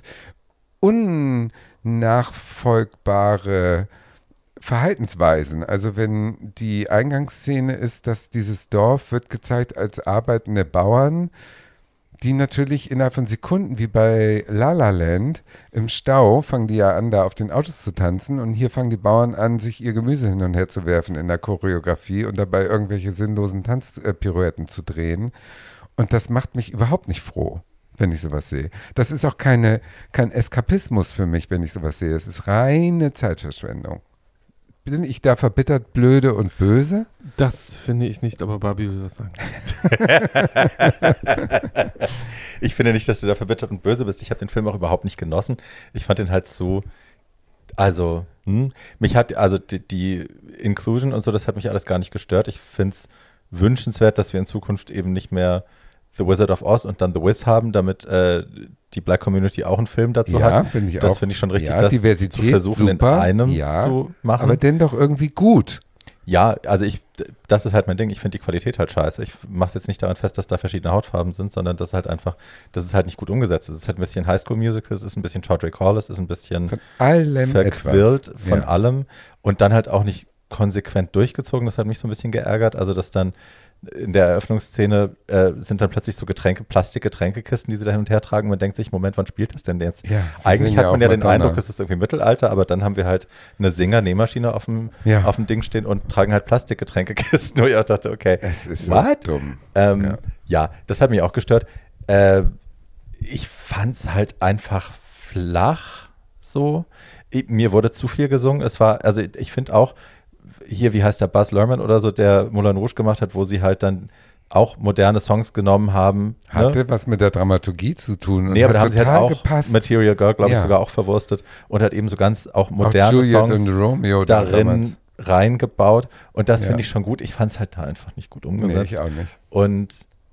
unnachfolgbare Verhaltensweisen. Also wenn die Eingangsszene ist, dass dieses Dorf wird gezeigt als arbeitende Bauern, die natürlich innerhalb von Sekunden, wie bei La La Land, im Stau fangen die ja an, da auf den Autos zu tanzen, und hier fangen die Bauern an, sich ihr Gemüse hin und her zu werfen in der Choreografie und dabei irgendwelche sinnlosen Tanzpirouetten zu drehen. Und das macht mich überhaupt nicht froh, wenn ich sowas sehe. Das ist auch keine, kein Eskapismus für mich, wenn ich sowas sehe. Es ist reine Zeitverschwendung. Bin ich da verbittert, blöde und böse? Das finde ich nicht, aber Barbie will was sagen. Ich finde nicht, dass du da verbittert und böse bist. Ich habe den Film auch überhaupt nicht genossen. Ich fand den halt so, also, hm, mich hat, also die, die Inclusion und so, das hat mich alles gar nicht gestört. Ich finde es wünschenswert, dass wir in Zukunft eben nicht mehr The Wizard of Oz und dann The Wiz haben, damit äh, die Black Community auch einen Film dazu Ja, hat. finde ich Das auch. finde ich schon richtig, Ja, das Diversität, zu versuchen super, in einem ja, zu machen. aber denn doch irgendwie gut. Ja, also ich, das ist halt mein Ding. Ich finde die Qualität halt scheiße. Ich mache es jetzt nicht daran fest, dass da verschiedene Hautfarben sind, sondern das ist halt einfach, das ist halt nicht gut umgesetzt. Es ist halt ein bisschen Highschool-Musical, es ist ein bisschen Tawdry Hall, es ist ein bisschen Von allem verquirlt etwas. von Ja. allem und dann halt auch nicht konsequent durchgezogen. Das hat mich so ein bisschen geärgert. Also, dass dann in der Eröffnungsszene äh, sind dann plötzlich so Getränke, Plastikgetränkekisten, die sie da hin und her tragen. Man denkt sich, Moment, wann spielt das denn jetzt? Ja, Eigentlich hat ja man ja den Madonna. Eindruck, es ist irgendwie Mittelalter, aber dann haben wir halt eine Singer-Nähmaschine auf dem, Ja. auf dem Ding stehen und tragen halt Plastikgetränkekisten. Wo ich auch dachte, okay, Es ist so what? dumm. Ähm, Ja. ja. das hat mich auch gestört. Äh, ich fand es halt einfach flach so. Ich, mir wurde zu viel gesungen. Es war, also ich finde auch, hier, wie heißt der, Buzz Lerman oder so, der Moulin Rouge gemacht hat, wo sie halt dann auch moderne Songs genommen haben. Hatte Ne? was mit der Dramaturgie zu tun. Und Nee, aber da hat haben sie halt total auch gepasst. Material Girl, glaube ich, Ja. sogar auch verwurstet und hat eben so ganz auch Auch moderne Juliet Songs und Romeo da darin damals. reingebaut. Und das Ja. finde ich schon gut. Ich fand es halt da einfach nicht gut Nee, umgesetzt. ich auch nicht. Und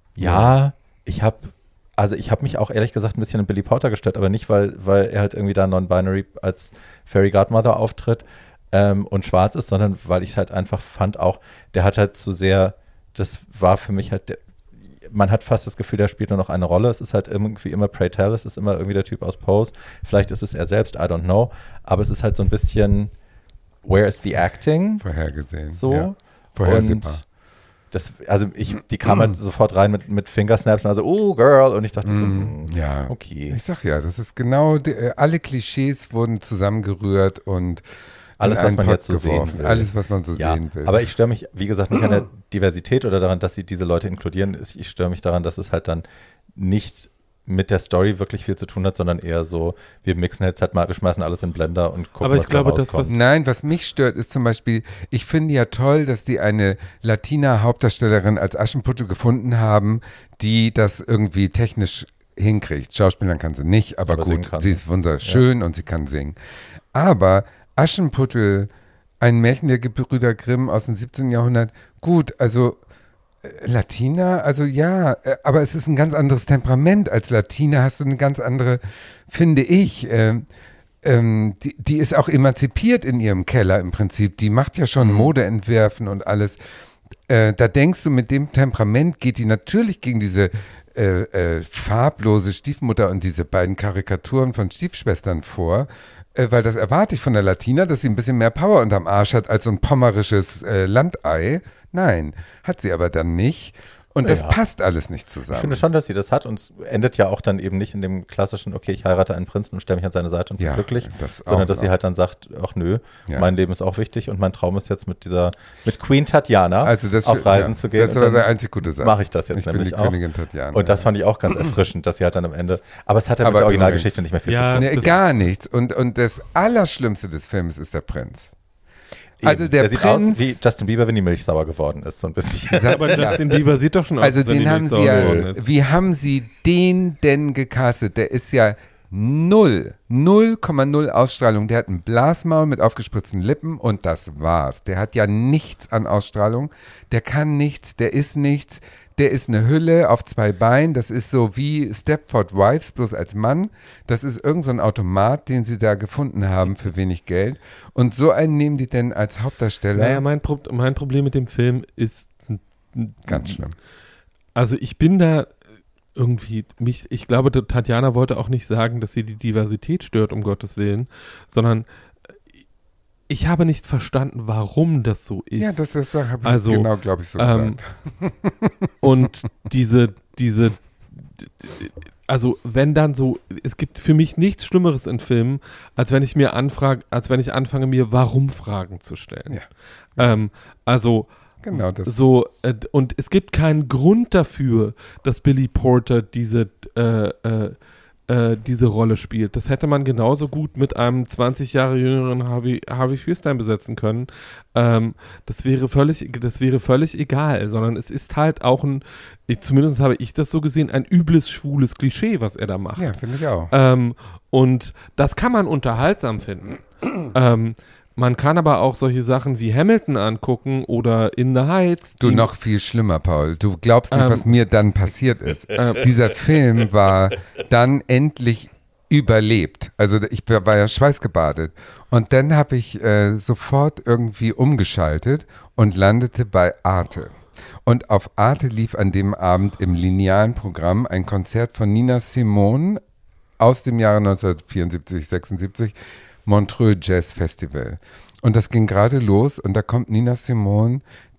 ja, ich habe also ich habe mich auch ehrlich gesagt ein bisschen an Billy Porter gestört, aber nicht, weil, weil er halt irgendwie da non-binary als Fairy Godmother auftritt ähm, und schwarz ist, sondern weil ich es halt einfach fand auch, der hat halt zu sehr, das war für mich halt, der, man hat fast das Gefühl, der spielt nur noch eine Rolle. Es ist halt irgendwie immer Pray Tell, es ist immer irgendwie der Typ aus Pose. Vielleicht ist es er selbst, I don't know. Aber es ist halt so ein bisschen, where is the acting? Vorhergesehen. So. Ja. Vorhersehbar. Und das, also ich, die kam halt sofort rein mit, mit Fingersnaps und also, oh, Girl. Und ich dachte so, Mm, mm, ja. okay. Ich sag ja, das ist genau, die, äh, alle Klischees wurden zusammengerührt und Alles, in was einen man Pott jetzt so sehen geworfen. will. Alles, was man so Ja, sehen will. aber ich störe mich, wie gesagt, nicht an der Diversität oder daran, dass sie diese Leute inkludieren. Ich störe mich daran, dass es halt dann nicht mit der Story wirklich viel zu tun hat, sondern eher so, wir mixen jetzt halt mal, wir schmeißen alles in Blender und gucken, Aber ich was glaube, da das, rauskommt. was- Nein, was mich stört, ist zum Beispiel, ich finde ja toll, dass die eine Latina-Hauptdarstellerin als Aschenputtel gefunden haben, die das irgendwie technisch hinkriegt. Schauspielern kann sie nicht, aber, Aber singen gut, kann sie sie. ist wunderschön und sie kann singen. Aber Aschenputtel, ein Märchen der Gebrüder Grimm aus dem siebzehnten. Jahrhundert, gut, also äh, Latina, also ja, äh, aber es ist ein ganz anderes Temperament. Als Latina hast du eine ganz andere, finde ich, ähm, ähm, die, die ist auch emanzipiert in ihrem Keller im Prinzip. Die macht ja schon Modeentwerfen und alles. Äh, da denkst du, mit dem Temperament geht die natürlich gegen diese äh, äh, farblose Stiefmutter und diese beiden Karikaturen von Stiefschwestern vor, äh, weil das erwarte ich von der Latina, dass sie ein bisschen mehr Power unterm Arsch hat als so ein pommerisches äh, Landei. Nein, hat sie aber dann nicht. Und das Ja. passt alles nicht zusammen. Ich finde schon, dass sie das hat und es endet ja auch dann eben nicht in dem klassischen, okay, ich heirate einen Prinzen und stelle mich an seine Seite und bin Ja, glücklich, das auch sondern dass sie noch. halt dann sagt, ach nö, Ja. mein Leben ist auch wichtig und mein Traum ist jetzt mit dieser, mit Queen Tatjana also das, auf Reisen ja, zu gehen. Das und war dann der einzig gute Satz. mache ich das jetzt ich nämlich bin die auch. Königin Tatjana. Und das fand ich auch ganz erfrischend, dass sie halt dann am Ende, aber es hat ja mit Aber der Originalgeschichte übrigens- nicht mehr viel Ja, zu tun. Nee, das- gar nichts. Und, und das Allerschlimmste des Films ist der Prinz. Eben, also der sieht Prinz- aus wie Justin Bieber, wenn die Milch sauer geworden ist, so ein bisschen. Aber Justin Bieber sieht doch schon aus, Also als wenn den die haben Milch sie sauer ja, geworden ist. wie haben sie den denn gecastet? Der ist ja null, null Komma null Ausstrahlung. Der hat ein Blasmaul mit aufgespritzten Lippen und das war's. Der hat ja nichts an Ausstrahlung. Der kann nichts, der ist nichts. Der ist eine Hülle auf zwei Beinen. Das ist so wie Stepford Wives, bloß als Mann. Das ist irgend so ein Automat, den sie da gefunden haben für wenig Geld. Und so einen nehmen die denn als Hauptdarsteller. Naja, mein, Pro mein Problem mit dem Film ist Ganz schlimm. Also ich bin da irgendwie, mich, ich glaube, Tatjana wollte auch nicht sagen, dass sie die Diversität stört, um Gottes Willen, sondern ich habe nicht verstanden, warum das so ist. Ja, das ist, habe ich Also, genau, glaube ich, so ähm, gesagt. Und diese, diese, also wenn dann so, es gibt für mich nichts Schlimmeres in Filmen, als wenn ich mir anfrage, als wenn ich anfange, mir Warum-Fragen zu stellen. Ja. Ähm, also Genau, das so, äh, und es gibt keinen Grund dafür, dass Billy Porter diese, äh, äh, äh, diese Rolle spielt. Das hätte man genauso gut mit einem zwanzig Jahre jüngeren Harvey, Harvey Fierstein besetzen können. Ähm, das wäre völlig, das wäre völlig egal, sondern es ist halt auch ein, ich, zumindest habe ich das so gesehen, ein übles, schwules Klischee, was er da macht. Ja, finde ich auch. Ähm, und das kann man unterhaltsam finden. ähm, Man kann aber auch solche Sachen wie Hamilton angucken oder In the Heights. Du, die- noch viel schlimmer, Paul. Du glaubst nicht, Ähm, was mir dann passiert ist. Dieser Film war dann endlich überlebt. Also ich war ja schweißgebadet. Und dann habe ich äh, sofort irgendwie umgeschaltet und landete bei Arte. Und auf Arte lief an dem Abend im linearen Programm ein Konzert von Nina Simone aus dem Jahre neunzehnhundertvierundsiebzig, sechsundsiebzig, Montreux Jazz Festival. Und das ging gerade los und da kommt Nina Simone,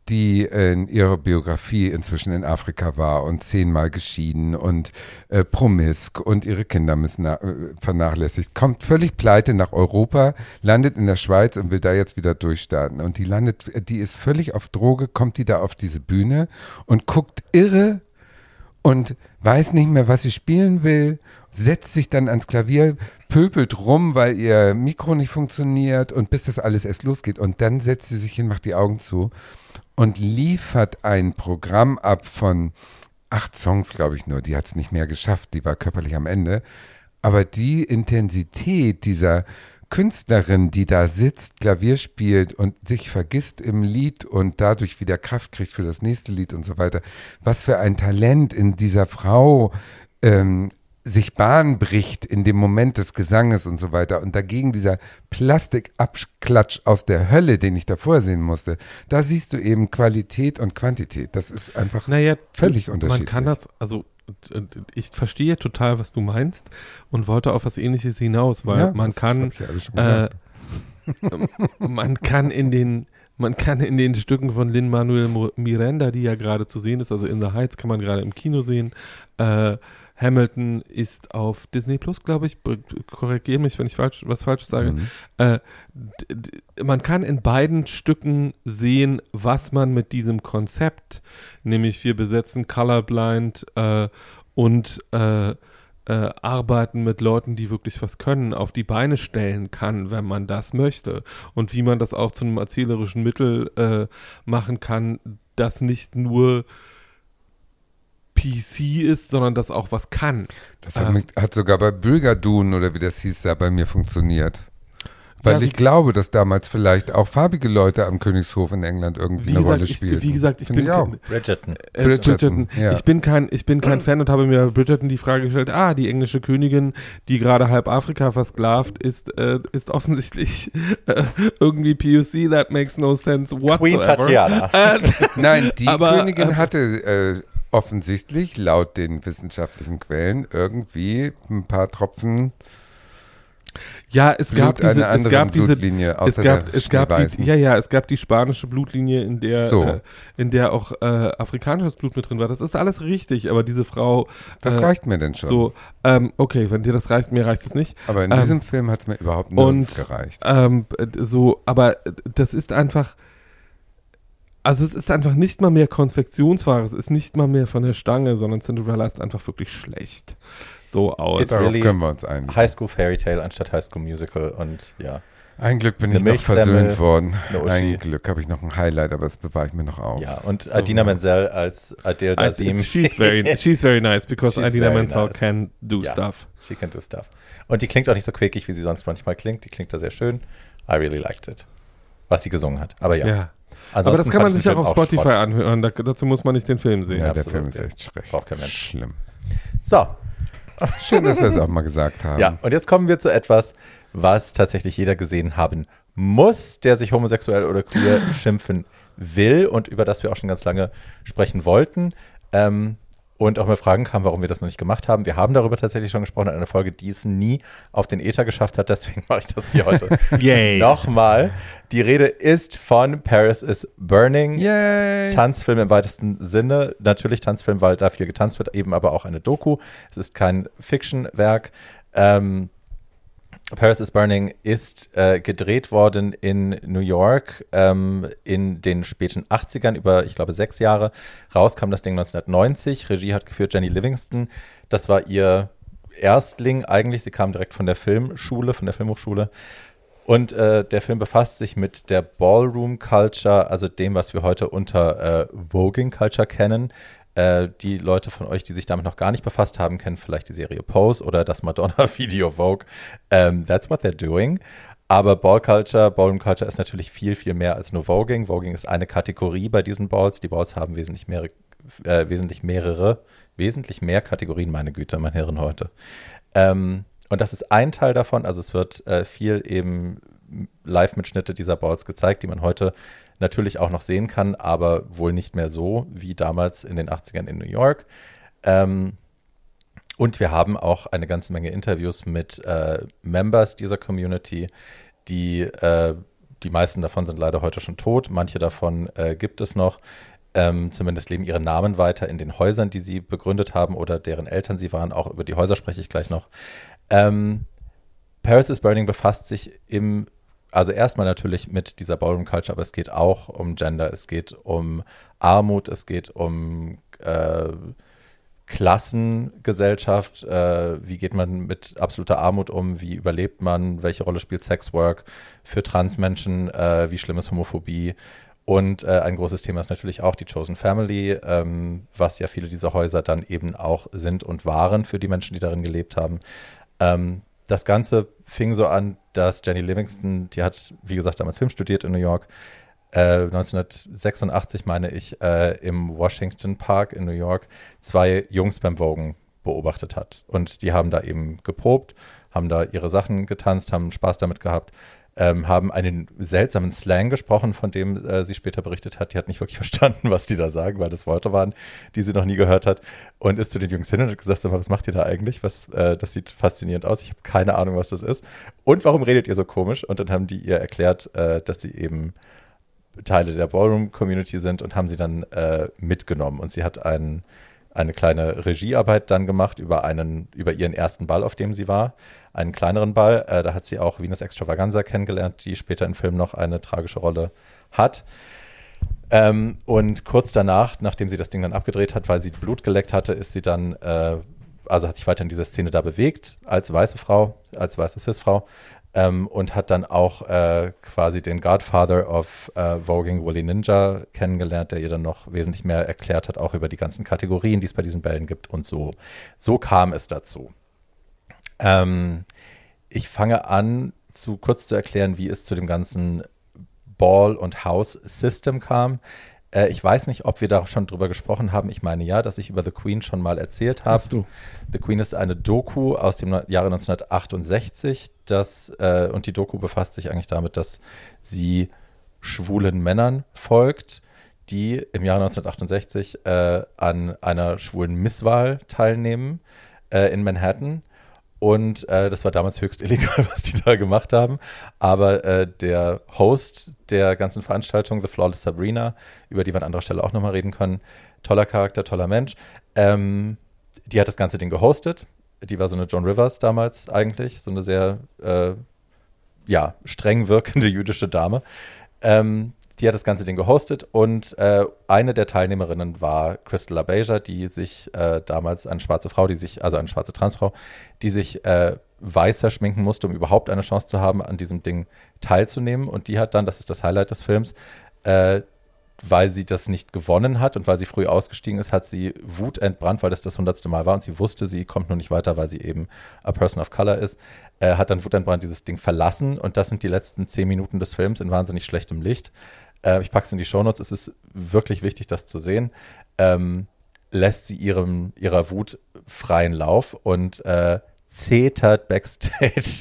die in ihrer Biografie inzwischen in Afrika war und zehnmal geschieden und äh, promisk und ihre Kinder müssen na- äh, vernachlässigt, kommt völlig pleite nach Europa, landet in der Schweiz und will da jetzt wieder durchstarten. Und die landet, die ist völlig auf Droge, kommt die da auf diese Bühne und guckt irre und weiß nicht mehr, was sie spielen will, setzt sich dann ans Klavier, pöbelt rum, weil ihr Mikro nicht funktioniert und bis das alles erst losgeht. Und dann setzt sie sich hin, macht die Augen zu und liefert ein Programm ab von acht Songs, glaube ich nur. Die hat es nicht mehr geschafft, die war körperlich am Ende. Aber die Intensität dieser Künstlerin, die da sitzt, Klavier spielt und sich vergisst im Lied und dadurch wieder Kraft kriegt für das nächste Lied und so weiter. Was für ein Talent in dieser Frau ähm, sich Bahn bricht in dem Moment des Gesanges und so weiter. Und dagegen dieser Plastikabklatsch aus der Hölle, den ich davor sehen musste, da siehst du eben Qualität und Quantität. Das ist einfach naja, völlig unterschiedlich. Man kann das, also ich verstehe total, was du meinst und wollte auf was Ähnliches hinaus, weil Ja, man das kann, hab ich ja alles schon äh, gesagt. man kann in den, man kann in den Stücken von Lin-Manuel Miranda, die ja gerade zu sehen ist, also In the Heights kann man gerade im Kino sehen, äh, Hamilton ist auf Disney Plus, glaube ich, korrigiere mich, wenn ich falsch, was Falsches sage. Mhm. Äh, d- d- man kann in beiden Stücken sehen, was man mit diesem Konzept, nämlich wir besetzen Colorblind äh, und äh, äh, arbeiten mit Leuten, die wirklich was können, auf die Beine stellen kann, wenn man das möchte. Und wie man das auch zu einem erzählerischen Mittel äh, machen kann, das nicht nur P C ist, sondern das auch was kann. Das hat, Ähm, mich, hat sogar bei Brigadoon oder wie das hieß, da bei mir funktioniert. Weil Ja, ich wie- glaube, dass damals vielleicht auch farbige Leute am Königshof in England irgendwie Wie eine gesagt, Rolle ich, spielen. wie gesagt, ich Finde bin ich auch. kein, Bridgerton. äh, Bridgerton, Bridgerton. ja. Ich bin kein, ich bin kein Fan und habe mir bei Bridgerton die Frage gestellt, ah, die englische Königin, die gerade halb Afrika versklavt ist, äh, ist offensichtlich äh, irgendwie P O C, that makes no sense whatsoever. Queen Tatiana. Äh, Nein, die Aber, Königin ähm, hatte äh, offensichtlich laut den wissenschaftlichen Quellen irgendwie ein paar Tropfen ja, es gab Blut einer diese, es anderen gab diese, Blutlinie es außer gab, der es gab die, schneeweißen. ja, ja, es gab die spanische Blutlinie, in der, So. äh, in der auch äh, afrikanisches Blut mit drin war. Das ist alles richtig, aber diese Frau, Das äh, reicht mir denn schon. so, ähm, okay, wenn dir das reicht, mir reicht es nicht. Aber in ähm, diesem Film hat es mir überhaupt nirgends und, gereicht. Ähm, äh, so, aber äh, das ist einfach, also es ist einfach nicht mal mehr Konfektionsware, es ist nicht mal mehr von der Stange, sondern Cinderella ist einfach wirklich schlecht. So aus. It's Darauf really können wir uns einigen. High School Fairy Tale anstatt High School Musical und ja. Ein Glück bin Eine ich noch Milchsemmel, versöhnt worden. eine Uschi. Ein Glück habe ich noch ein Highlight, aber das bewahre ich mir noch auf. Ja, und So. Adina Menzel als Adele I- Dazeem. she's very, she's very nice because She's Idina very Menzel nice. can do Ja. stuff. She can do stuff. Und die klingt auch nicht so quäkig, wie sie sonst manchmal klingt. Die klingt da sehr schön. I really liked it. Was sie gesungen hat. Aber ja. Ja. Ansonsten Aber das kann man fand ich sich den auch auf Film Spotify Schrott. anhören. Da, dazu muss man nicht den Film sehen. Ja, der absolut, Film ist ja. echt schlecht. Braucht kein Mensch. Schlimm. So, Schön, dass wir es auch mal gesagt haben. ja. Und jetzt kommen wir zu etwas, was tatsächlich jeder gesehen haben muss, der sich homosexuell oder queer schimpfen will und über das wir auch schon ganz lange sprechen wollten. Ähm, und auch mal Fragen kamen, warum wir das noch nicht gemacht haben. Wir haben darüber tatsächlich schon gesprochen in einer Folge, die es nie auf den Äther geschafft hat. Deswegen mache ich das hier heute Yay. nochmal. Die Rede ist von Paris is Burning. Yay! Tanzfilm im weitesten Sinne. Natürlich Tanzfilm, weil da viel getanzt wird, eben aber auch eine Doku. Es ist kein Fiction-Werk. Ähm, Paris is Burning ist äh, gedreht worden in New York ähm, in den späten achtzigern, über, ich glaube, sechs Jahre. Rauskam das Ding neunzehnhundertneunzig. Regie hat geführt Jenny Livingston. Das war ihr Erstling eigentlich. Sie kam direkt von der Filmschule, von der Filmhochschule. Und äh, der Film befasst sich mit der Ballroom-Culture, also dem, was wir heute unter äh, Voging-Culture kennen. Äh, die Leute von euch, die sich damit noch gar nicht befasst haben, kennen vielleicht die Serie Pose oder das Madonna-Video Vogue. Ähm, that's what they're doing. Aber Ball Culture, Ballroom Culture ist natürlich viel, viel mehr als nur Voging. Voging ist eine Kategorie bei diesen Balls. Die Balls haben wesentlich mehrere, äh, wesentlich mehrere, wesentlich mehr Kategorien, meine Güte, mein Hirn heute. Ähm, und das ist ein Teil davon. Also es wird äh, viel eben Live-Mitschnitte dieser Balls gezeigt, die man heute natürlich auch noch sehen kann, aber wohl nicht mehr so wie damals in den achtzigern in New York. Ähm, und wir haben auch eine ganze Menge Interviews mit äh, Members dieser Community, die äh, die meisten davon sind leider heute schon tot, manche davon äh, gibt es noch. Ähm, zumindest leben ihre Namen weiter in den Häusern, die sie begründet haben oder deren Eltern sie waren. Auch über die Häuser spreche ich gleich noch. Ähm, Paris is Burning befasst sich im, also erstmal natürlich mit dieser Ballroom Culture, aber es geht auch um Gender, es geht um Armut, es geht um äh, Klassengesellschaft, äh, wie geht man mit absoluter Armut um, wie überlebt man, welche Rolle spielt Sexwork für Transmenschen, äh, wie schlimm ist Homophobie. Und äh, ein großes Thema ist natürlich auch die Chosen Family, ähm, was ja viele dieser Häuser dann eben auch sind und waren für die Menschen, die darin gelebt haben. Ähm, das Ganze fing so an, dass Jenny Livingston, die hat, wie gesagt, damals Film studiert in New York, äh, neunzehnhundertsechsundachtzig, meine ich, äh, im Washington Park in New York zwei Jungs beim Vogen beobachtet hat. Und die haben da eben geprobt, haben da ihre Sachen getanzt, haben Spaß damit gehabt. Ähm, haben einen seltsamen Slang gesprochen, von dem äh, sie später berichtet hat. Die hat nicht wirklich verstanden, was die da sagen, weil das Worte waren, die sie noch nie gehört hat. Und ist zu den Jungs hin und hat gesagt, was macht ihr da eigentlich? Was, äh, das sieht faszinierend aus. Ich habe keine Ahnung, was das ist. Und warum redet ihr so komisch? Und dann haben die ihr erklärt, äh, dass sie eben Teile der Ballroom-Community sind und haben sie dann äh, mitgenommen. Und sie hat einen, eine kleine Regiearbeit dann gemacht über, einen, über ihren ersten Ball, auf dem sie war. Einen kleineren Ball. Äh, da hat sie auch Venus Extravaganza kennengelernt, die später im Film noch eine tragische Rolle hat. Ähm, und kurz danach, nachdem sie das Ding dann abgedreht hat, weil sie Blut geleckt hatte, ist sie dann, äh, also hat sich weiter in dieser Szene da bewegt, als weiße Frau, als weiße Cis-Frau. Ähm, und hat dann auch äh, quasi den Godfather of äh, Voguing, Willie Ninja, kennengelernt, der ihr dann noch wesentlich mehr erklärt hat, auch über die ganzen Kategorien, die es bei diesen Bällen gibt und so. So kam es dazu. Ähm, ich fange an, zu kurz zu erklären, wie es zu dem ganzen Ball- und House-System kam. Äh, ich weiß nicht, ob wir da schon drüber gesprochen haben. Ich meine ja, dass ich über The Queen schon mal erzählt habe. Hast du. The Queen ist eine Doku aus dem Jahre neunzehnhundertachtundsechzig. Das, äh, und die Doku befasst sich eigentlich damit, dass sie schwulen Männern folgt, die im Jahre neunzehnhundertachtundsechzig äh, an einer schwulen Misswahl teilnehmen äh, in Manhattan. Und äh, das war damals höchst illegal, was die da gemacht haben. Aber äh, der Host der ganzen Veranstaltung, The Flawless Sabrina, über die wir an anderer Stelle auch nochmal reden können, toller Charakter, toller Mensch, ähm, die hat das ganze Ding gehostet. Die war so eine Joan Rivers damals eigentlich, so eine sehr äh, ja, streng wirkende jüdische Dame. Ähm, Die hat das ganze Ding gehostet und äh, eine der Teilnehmerinnen war Crystal LaBeija, die sich äh, damals, eine schwarze Frau, die sich, also eine schwarze Transfrau, die sich äh, weißer schminken musste, um überhaupt eine Chance zu haben, an diesem Ding teilzunehmen. Und die hat dann, das ist das Highlight des Films, äh, weil sie das nicht gewonnen hat und weil sie früh ausgestiegen ist, hat sie Wut entbrannt, weil das das hundertste Mal war und sie wusste, sie kommt nur nicht weiter, weil sie eben a person of color ist, äh, hat dann Wut entbrannt dieses Ding verlassen und das sind die letzten zehn Minuten des Films in wahnsinnig schlechtem Licht. Äh, ich packe es in die Shownotes, es ist wirklich wichtig, das zu sehen. Ähm, lässt sie ihrem, ihrer Wut freien Lauf und äh, zetert backstage,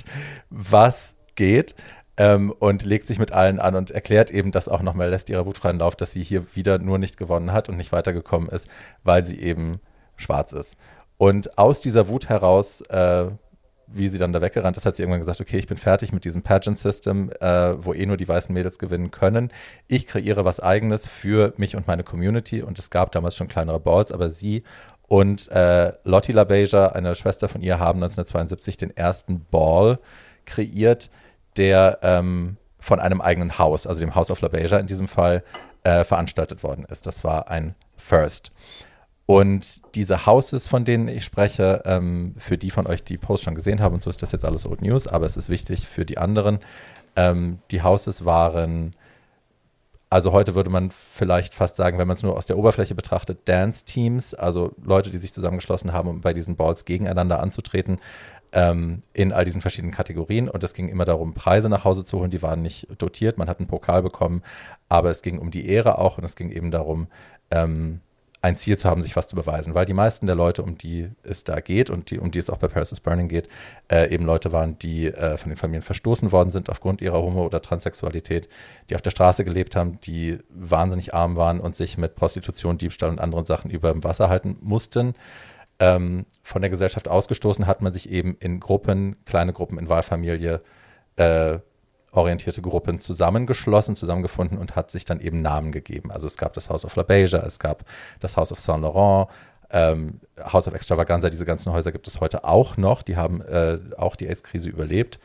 was geht. Ähm, und legt sich mit allen an und erklärt eben das auch nochmal, lässt ihrer Wut freien Lauf, dass sie hier wieder nur nicht gewonnen hat und nicht weitergekommen ist, weil sie eben schwarz ist. Und aus dieser Wut heraus, äh, wie sie dann da weggerannt ist, hat sie irgendwann gesagt, okay, ich bin fertig mit diesem Pageant-System, äh, wo eh nur die weißen Mädels gewinnen können. Ich kreiere was Eigenes für mich und meine Community. Und es gab damals schon kleinere Balls, aber sie und äh, Lottie LaBeija, eine Schwester von ihr, haben neunzehnhundertzweiundsiebzig den ersten Ball kreiert, der ähm, von einem eigenen Haus, also dem House of LaBeija in diesem Fall, äh, veranstaltet worden ist. Das war ein First. Und diese Houses, von denen ich spreche, ähm, für die von euch, die Post schon gesehen haben, und so ist das jetzt alles Old News, aber es ist wichtig für die anderen. Ähm, die Houses waren, also heute würde man vielleicht fast sagen, wenn man es nur aus der Oberfläche betrachtet, Dance-Teams, also Leute, die sich zusammengeschlossen haben, um bei diesen Balls gegeneinander anzutreten, ähm, in all diesen verschiedenen Kategorien. Und es ging immer darum, Preise nach Hause zu holen, die waren nicht dotiert, man hat einen Pokal bekommen, aber es ging um die Ehre auch und es ging eben darum, ähm, ein Ziel zu haben, sich was zu beweisen, weil die meisten der Leute, um die es da geht und die, um die es auch bei Paris is Burning geht, äh, eben Leute waren, die äh, von den Familien verstoßen worden sind aufgrund ihrer Homo- oder Transsexualität, die auf der Straße gelebt haben, die wahnsinnig arm waren und sich mit Prostitution, Diebstahl und anderen Sachen über dem Wasser halten mussten. Ähm, von der Gesellschaft ausgestoßen hat man sich eben in Gruppen, kleine Gruppen in Wahlfamilie äh, orientierte Gruppen zusammengeschlossen, zusammengefunden und hat sich dann eben Namen gegeben. Also es gab das House of La Beija, es gab das House of Saint Laurent, ähm, House of Extravaganza, diese ganzen Häuser gibt es heute auch noch, die haben äh, auch die AIDS-Krise überlebt.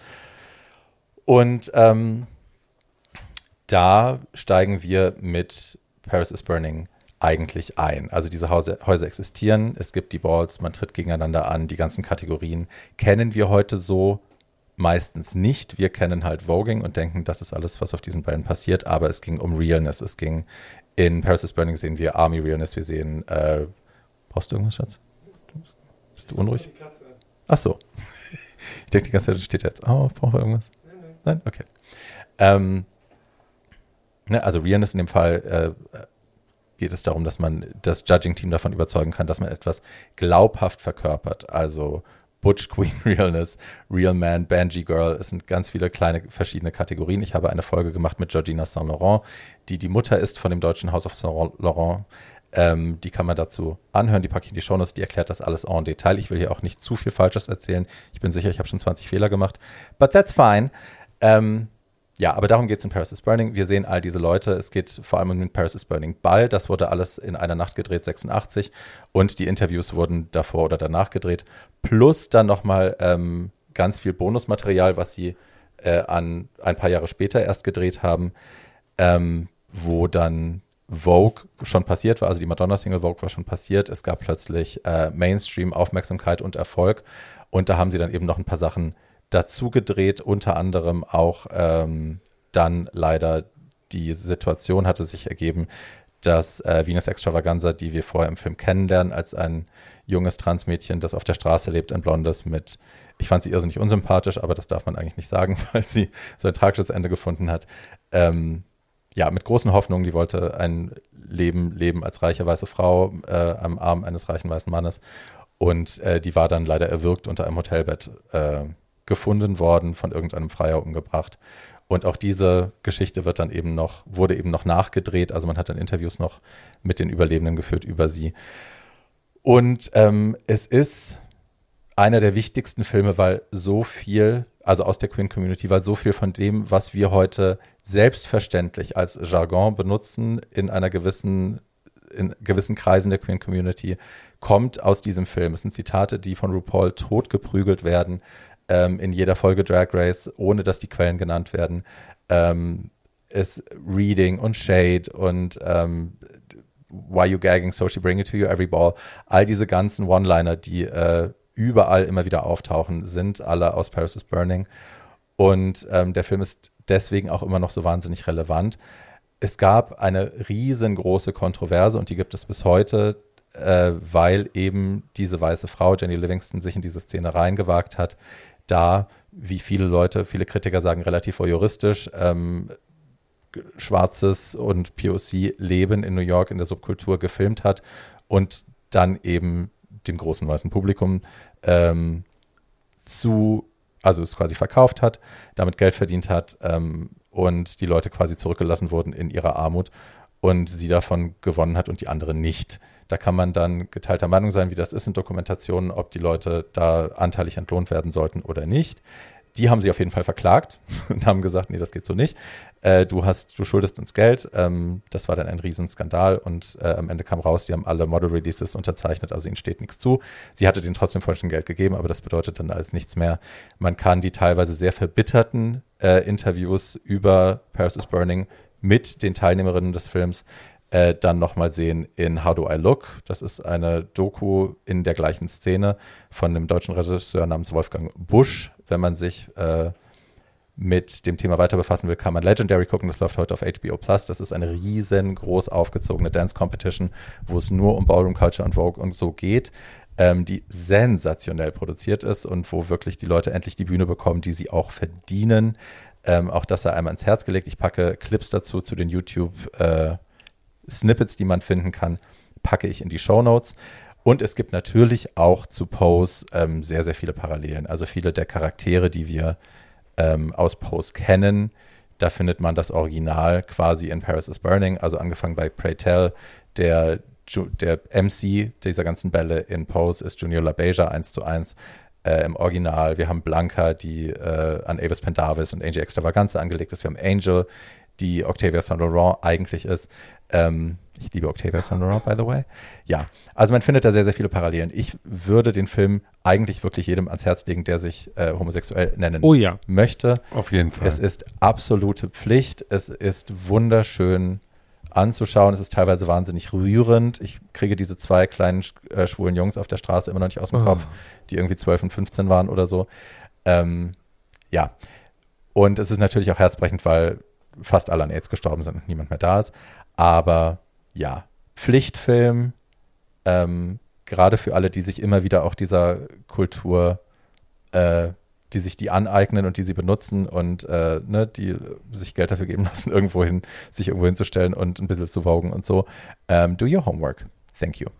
Und ähm, da steigen wir mit Paris is Burning eigentlich ein. Also diese Häuser, Häuser existieren, es gibt die Balls, man tritt gegeneinander an, die ganzen Kategorien kennen wir heute so meistens nicht. Wir kennen halt Voguing und denken, das ist alles, was auf diesen Ballen passiert, aber es ging um Realness. Es ging, in Paris is Burning sehen wir Army Realness, wir sehen, äh, brauchst du irgendwas, Schatz? Bist du unruhig? Ach so. Ich denke die ganze Zeit, steht jetzt auf, braucht er irgendwas? Nein, nein. Okay. Ähm, ne, also Realness in dem Fall äh, geht es darum, dass man das Judging-Team davon überzeugen kann, dass man etwas glaubhaft verkörpert. Also Butch Queen Realness, Real Man, Banji Girl. Es sind ganz viele kleine verschiedene Kategorien. Ich habe eine Folge gemacht mit Georgina Saint Laurent, die die Mutter ist von dem deutschen House of Saint Laurent. Ähm, die kann man dazu anhören, die packe ich in die Shownotes, die erklärt das alles en Detail. Ich will hier auch nicht zu viel Falsches erzählen. Ich bin sicher, ich habe schon zwanzig Fehler gemacht. But that's fine. Ähm, Ja, aber darum geht es in Paris is Burning. Wir sehen all diese Leute. Es geht vor allem um den Paris is Burning Ball. Das wurde alles in einer Nacht gedreht, sechsundachtzig. Und die Interviews wurden davor oder danach gedreht. Plus dann nochmal ähm, ganz viel Bonusmaterial, was sie äh, an ein paar Jahre später erst gedreht haben, ähm, wo dann Vogue schon passiert war. Also die Madonna-Single Vogue war schon passiert. Es gab plötzlich äh, Mainstream-Aufmerksamkeit und Erfolg. Und da haben sie dann eben noch ein paar Sachen dazu gedreht, unter anderem auch ähm, dann leider die Situation hatte sich ergeben, dass äh, Venus Extravaganza, die wir vorher im Film kennenlernen, als ein junges Transmädchen, das auf der Straße lebt, ein Blondes mit, ich fand sie irrsinnig unsympathisch, aber das darf man eigentlich nicht sagen, weil sie so ein tragisches Ende gefunden hat. Ähm, ja, mit großen Hoffnungen, die wollte ein Leben leben als reiche weiße Frau äh, am Arm eines reichen weißen Mannes und äh, die war dann leider erwürgt unter einem Hotelbett äh, gefunden worden, von irgendeinem Freier umgebracht. Und auch diese Geschichte wird dann eben noch, wurde eben noch nachgedreht. Also man hat dann Interviews noch mit den Überlebenden geführt über sie. Und ähm, es ist einer der wichtigsten Filme, weil so viel, also aus der Queer-Community, weil so viel von dem, was wir heute selbstverständlich als Jargon benutzen, in einer gewissen, in gewissen Kreisen der Queer-Community, kommt aus diesem Film. Es sind Zitate, die von RuPaul totgeprügelt werden, in jeder Folge Drag Race, ohne dass die Quellen genannt werden, ähm, ist Reading und Shade und ähm, Why You Gagging, So She Bring It To You Every Ball. All diese ganzen One-Liner, die äh, überall immer wieder auftauchen, sind alle aus Paris is Burning. Und ähm, der Film ist deswegen auch immer noch so wahnsinnig relevant. Es gab eine riesengroße Kontroverse und die gibt es bis heute, äh, weil eben diese weiße Frau, Jenny Livingston, sich in diese Szene reingewagt hat, da, wie viele Leute, viele Kritiker sagen, relativ voyeuristisch, ähm, schwarzes und P O C-Leben in New York in der Subkultur gefilmt hat und dann eben dem großen weißen Publikum ähm, zu, also es quasi verkauft hat, damit Geld verdient hat ähm, und die Leute quasi zurückgelassen wurden in ihrer Armut und sie davon gewonnen hat und die anderen nicht. Da kann man dann geteilter Meinung sein, wie das ist in Dokumentationen, ob die Leute da anteilig entlohnt werden sollten oder nicht. Die haben sie auf jeden Fall verklagt und haben gesagt, nee, das geht so nicht. Äh, du hast, du schuldest uns Geld. Ähm, das war dann ein Riesenskandal und äh, am Ende kam raus, die haben alle Model Releases unterzeichnet, also ihnen steht nichts zu. Sie hatte denen trotzdem vorhin schon Geld gegeben, aber das bedeutet dann alles nichts mehr. Man kann die teilweise sehr verbitterten äh, Interviews über Paris is Burning mit den Teilnehmerinnen des Films Äh, dann nochmal sehen in How Do I Look? Das ist eine Doku in der gleichen Szene von einem deutschen Regisseur namens Wolfgang Busch. Wenn man sich äh, mit dem Thema weiter befassen will, kann man Legendary gucken. Das läuft heute auf H B O Plus. Das ist eine riesengroß aufgezogene Dance Competition, wo es nur um Ballroom Culture und Vogue und so geht, ähm, die sensationell produziert ist und wo wirklich die Leute endlich die Bühne bekommen, die sie auch verdienen. Ähm, auch das sei einmal ins Herz gelegt. Ich packe Clips dazu zu den YouTube äh, Snippets, die man finden kann, packe ich in die Shownotes. Und es gibt natürlich auch zu Pose ähm, sehr, sehr viele Parallelen. Also viele der Charaktere, die wir ähm, aus Pose kennen, da findet man das Original quasi in Paris is Burning. Also angefangen bei Pray Tell, der, der M C dieser ganzen Bälle in Pose ist Junior La Beija eins zu eins. äh, im Original. Wir haben Blanca, die äh, an Avis Pendarvis und Angie Extravaganza angelegt ist. Wir haben Angel, die Octavia Saint-Laurent eigentlich ist. Ähm, ich liebe Octavia Saint-Laurent, by the way. Ja, also man findet da sehr, sehr viele Parallelen. Ich würde den Film eigentlich wirklich jedem ans Herz legen, der sich äh, homosexuell nennen oh, ja. möchte. Auf jeden Fall. Es ist absolute Pflicht. Es ist wunderschön anzuschauen. Es ist teilweise wahnsinnig rührend. Ich kriege diese zwei kleinen äh, schwulen Jungs auf der Straße immer noch nicht aus dem oh. Kopf, die irgendwie zwölf und fünfzehn waren oder so. Ähm, ja. Und es ist natürlich auch herzbrechend, weil fast alle an AIDS gestorben sind und niemand mehr da ist. Aber ja, Pflichtfilm, ähm, gerade für alle, die sich immer wieder auch dieser Kultur, äh, die sich die aneignen und die sie benutzen und äh, ne, die sich Geld dafür geben lassen, irgendwohin, sich irgendwo hinzustellen und ein bisschen zu vogen und so. Um, do your homework. Thank you.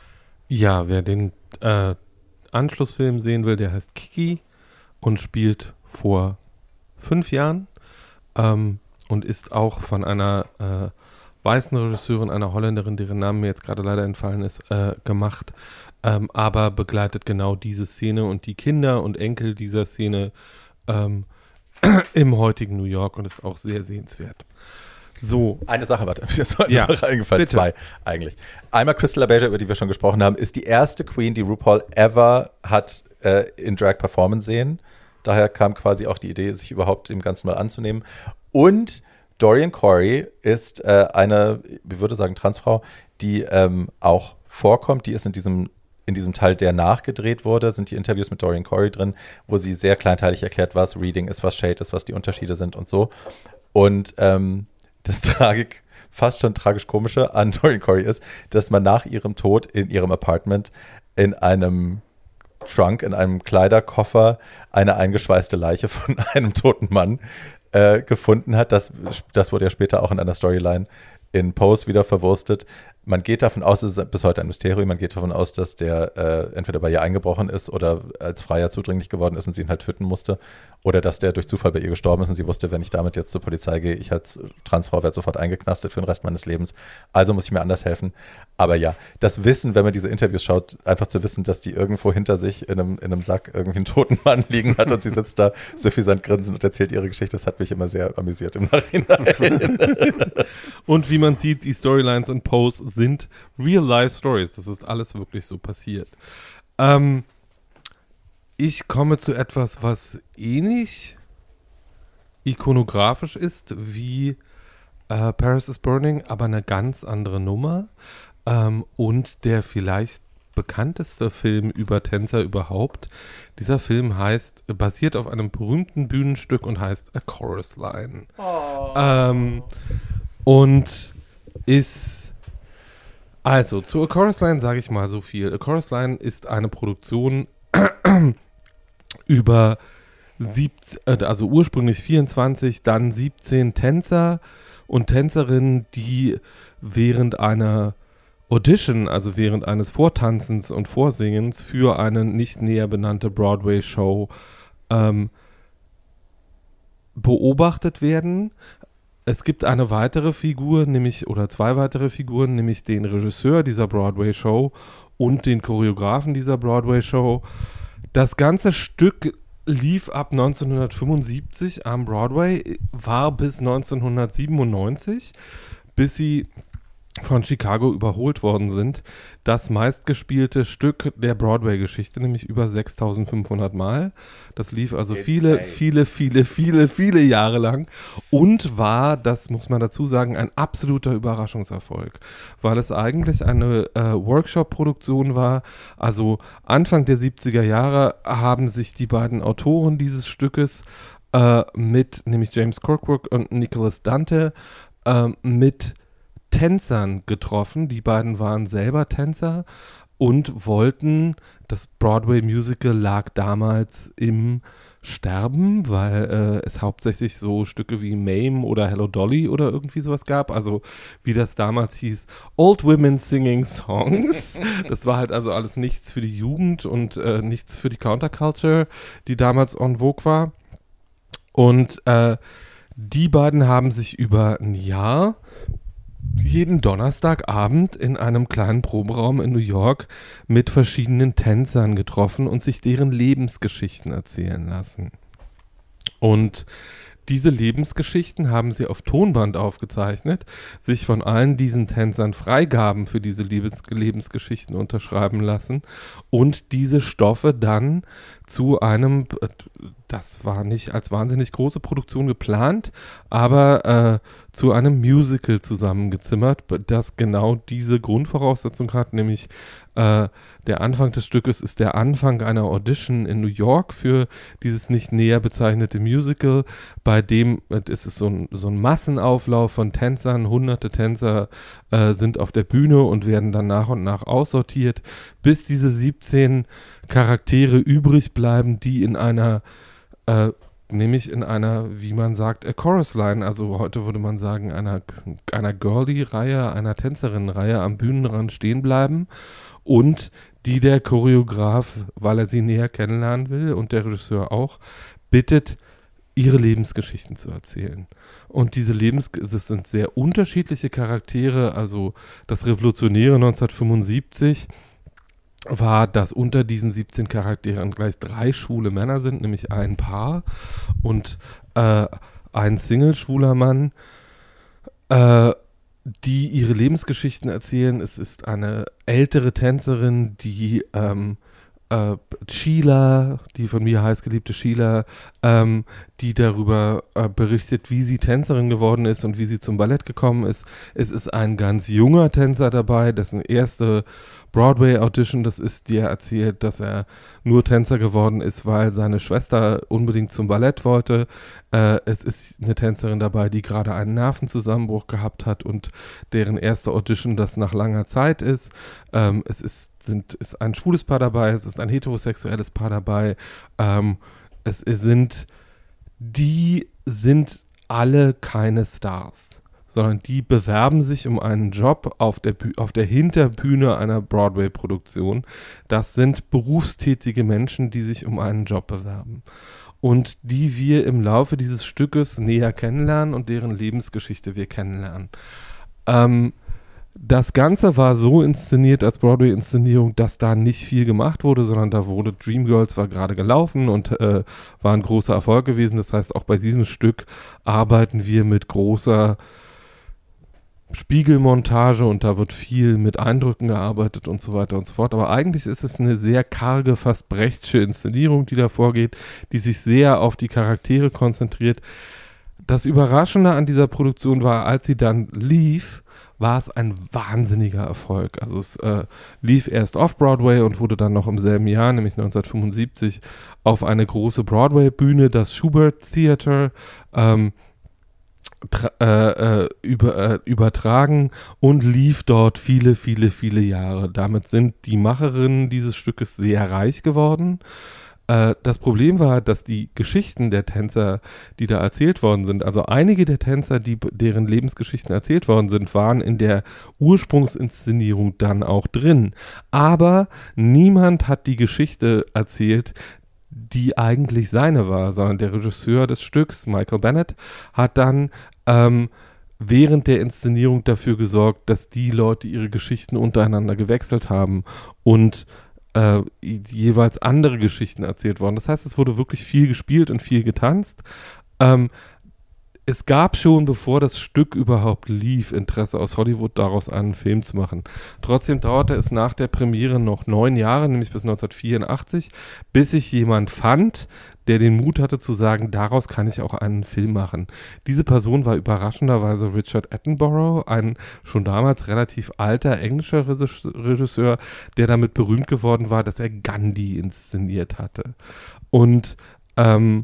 Ja, wer den äh, Anschlussfilm sehen will, der heißt Kiki und spielt vor fünf Jahren ähm, und ist auch von einer äh, weißen Regisseurin, einer Holländerin, deren Name mir jetzt gerade leider entfallen ist, äh, gemacht, ähm, aber begleitet genau diese Szene und die Kinder und Enkel dieser Szene ähm, im heutigen New York und ist auch sehr sehenswert. So. Eine Sache, warte, mir ist eine ja, Sache eingefallen, bitte. zwei eigentlich. Einmal Crystal LaBeija, über die wir schon gesprochen haben, ist die erste Queen, die RuPaul ever hat äh, in Drag performen sehen. Daher kam quasi auch die Idee, sich überhaupt dem Ganzen mal anzunehmen. Und Dorian Corey ist äh, eine, ich würde sagen, Transfrau, die ähm, auch vorkommt. Die ist in diesem, in diesem Teil, der nachgedreht wurde, sind die Interviews mit Dorian Corey drin, wo sie sehr kleinteilig erklärt, was Reading ist, was Shade ist, was die Unterschiede sind und so. Und ähm, das Tragik, fast schon tragisch-komische an Dorian Corey ist, dass man nach ihrem Tod in ihrem Apartment in einem Trunk, in einem Kleiderkoffer eine eingeschweißte Leiche von einem toten Mann Äh, gefunden hat. Das, das wurde ja später auch in einer Storyline in Pose wieder verwurstet. Man geht davon aus, es ist bis heute ein Mysterium, man geht davon aus, dass der äh, entweder bei ihr eingebrochen ist oder als Freier zudringlich geworden ist und sie ihn halt töten musste oder dass der durch Zufall bei ihr gestorben ist und sie wusste, wenn ich damit jetzt zur Polizei gehe, ich als Transfrau werde sofort eingeknastet für den Rest meines Lebens. Also muss ich mir anders helfen. Aber ja, das Wissen, wenn man diese Interviews schaut, einfach zu wissen, dass die irgendwo hinter sich in einem, in einem Sack irgendwie einen toten Mann liegen hat und sie sitzt da suffisant grinsend und erzählt ihre Geschichte, das hat mich immer sehr amüsiert im Nachhinein. Und wie man sieht, die Storylines in Pose sind Real-Life-Stories. Das ist alles wirklich so passiert. Ähm, ich komme zu etwas, was ähnlich ikonografisch ist wie äh, Paris is Burning, aber eine ganz andere Nummer. Ähm, und der vielleicht bekannteste Film über Tänzer überhaupt. Dieser Film heißt, basiert auf einem berühmten Bühnenstück und heißt A Chorus Line. Oh. Ähm, und ist, also zu A Chorus Line sage ich mal so viel. A Chorus Line ist eine Produktion über siebzehn, also ursprünglich vierundzwanzig, dann siebzehn Tänzer und Tänzerinnen, die während einer Audition, also während eines Vortanzens und Vorsingens für eine nicht näher benannte Broadway-Show ähm, beobachtet werden. Es gibt eine weitere Figur, nämlich, oder zwei weitere Figuren, nämlich den Regisseur dieser Broadway-Show und den Choreografen dieser Broadway-Show. Das ganze Stück lief ab neunzehnhundertfünfundsiebzig am Broadway, war bis neunzehnhundertsiebenundneunzig, bis sie von Chicago überholt worden sind. Das meistgespielte Stück der Broadway-Geschichte, nämlich über sechstausendfünfhundert Mal. Das lief also viele, viele, viele, viele, viele Jahre lang und war, das muss man dazu sagen, ein absoluter Überraschungserfolg, weil es eigentlich eine äh, Workshop-Produktion war. Also Anfang der siebziger Jahre haben sich die beiden Autoren dieses Stückes äh, mit, nämlich James Corkrook und Nicholas Dante, äh, mit Tänzern getroffen. Die beiden waren selber Tänzer und wollten, das Broadway-Musical lag damals im Sterben, weil äh, es hauptsächlich so Stücke wie Mame oder Hello Dolly oder irgendwie sowas gab. Also wie das damals hieß, Old Women Singing Songs. Das war halt also alles nichts für die Jugend und äh, nichts für die Counterculture, die damals en vogue war. Und äh, die beiden haben sich über ein Jahr jeden Donnerstagabend in einem kleinen Proberaum in New York mit verschiedenen Tänzern getroffen und sich deren Lebensgeschichten erzählen lassen. Und diese Lebensgeschichten haben sie auf Tonband aufgezeichnet, sich von allen diesen Tänzern Freigaben für diese Lebens- Lebensgeschichten unterschreiben lassen und diese Stoffe dann zu einem, das war nicht als wahnsinnig große Produktion geplant, aber äh, zu einem Musical zusammengezimmert, das genau diese Grundvoraussetzung hat, nämlich äh, der Anfang des Stückes ist der Anfang einer Audition in New York für dieses nicht näher bezeichnete Musical, bei dem äh, es ist so ein, so ein Massenauflauf von Tänzern, hunderte Tänzer äh, sind auf der Bühne und werden dann nach und nach aussortiert, bis diese siebzehn Charaktere übrig bleiben, die in einer äh, nämlich in einer, wie man sagt, a Chorus Line, also heute würde man sagen, einer, einer Girlie-Reihe, einer Tänzerinnen-Reihe am Bühnenrand stehen bleiben und die der Choreograf, weil er sie näher kennenlernen will und der Regisseur auch, bittet, ihre Lebensgeschichten zu erzählen. Und diese Lebens, das sind sehr unterschiedliche Charaktere, also das Revolutionäre neunzehnhundertfünfundsiebzig war, dass unter diesen siebzehn Charakteren gleich drei schwule Männer sind, nämlich ein Paar und äh, ein Single-schwuler Mann, äh, die ihre Lebensgeschichten erzählen. Es ist eine ältere Tänzerin, die ähm, äh, Sheila, die von mir heißgeliebte Sheila, ähm, die darüber äh, berichtet, wie sie Tänzerin geworden ist und wie sie zum Ballett gekommen ist. Es ist ein ganz junger Tänzer dabei, dessen erste Broadway-Audition, das ist, die er erzählt, dass er nur Tänzer geworden ist, weil seine Schwester unbedingt zum Ballett wollte. Äh, es ist eine Tänzerin dabei, die gerade einen Nervenzusammenbruch gehabt hat und deren erste Audition das nach langer Zeit ist. Ähm, es ist, sind, ist ein schwules Paar dabei, es ist ein heterosexuelles Paar dabei. Ähm, es, es sind, die sind alle keine Stars, sondern die bewerben sich um einen Job auf der, Bü- auf der Hinterbühne einer Broadway-Produktion. Das sind berufstätige Menschen, die sich um einen Job bewerben und die wir im Laufe dieses Stückes näher kennenlernen und deren Lebensgeschichte wir kennenlernen. Ähm, das Ganze war so inszeniert als Broadway-Inszenierung, dass da nicht viel gemacht wurde, sondern da wurde Dreamgirls war gerade gelaufen und äh, war ein großer Erfolg gewesen. Das heißt, auch bei diesem Stück arbeiten wir mit großer Spiegelmontage und da wird viel mit Eindrücken gearbeitet und so weiter und so fort. Aber eigentlich ist es eine sehr karge, fast Brechtsche Inszenierung, die da vorgeht, die sich sehr auf die Charaktere konzentriert. Das Überraschende an dieser Produktion war, als sie dann lief, war es ein wahnsinniger Erfolg. Also es äh, lief erst Off-Broadway und wurde dann noch im selben Jahr, nämlich neunzehnhundertfünfundsiebzig, auf eine große Broadway-Bühne, das Schubert Theater, ähm, Tra- äh, äh, über, äh, übertragen und lief dort viele, viele, viele Jahre. Damit sind die Macherinnen dieses Stückes sehr reich geworden. Äh, das Problem war, dass die Geschichten der Tänzer, die da erzählt worden sind, also einige der Tänzer, die, deren Lebensgeschichten erzählt worden sind, waren in der Ursprungsinszenierung dann auch drin. Aber niemand hat die Geschichte erzählt, die eigentlich seine war, sondern der Regisseur des Stücks, Michael Bennett, hat dann ähm, während der Inszenierung dafür gesorgt, dass die Leute ihre Geschichten untereinander gewechselt haben und äh, jeweils andere Geschichten erzählt worden. Das heißt, es wurde wirklich viel gespielt und viel getanzt. Ähm, Es gab schon, bevor das Stück überhaupt lief, Interesse aus Hollywood, daraus einen Film zu machen. Trotzdem dauerte es nach der Premiere noch neun Jahre, nämlich bis neunzehnhundertvierundachtzig, bis sich jemand fand, der den Mut hatte zu sagen, daraus kann ich auch einen Film machen. Diese Person war überraschenderweise Richard Attenborough, ein schon damals relativ alter englischer Regisseur, der damit berühmt geworden war, dass er Gandhi inszeniert hatte. Und ähm,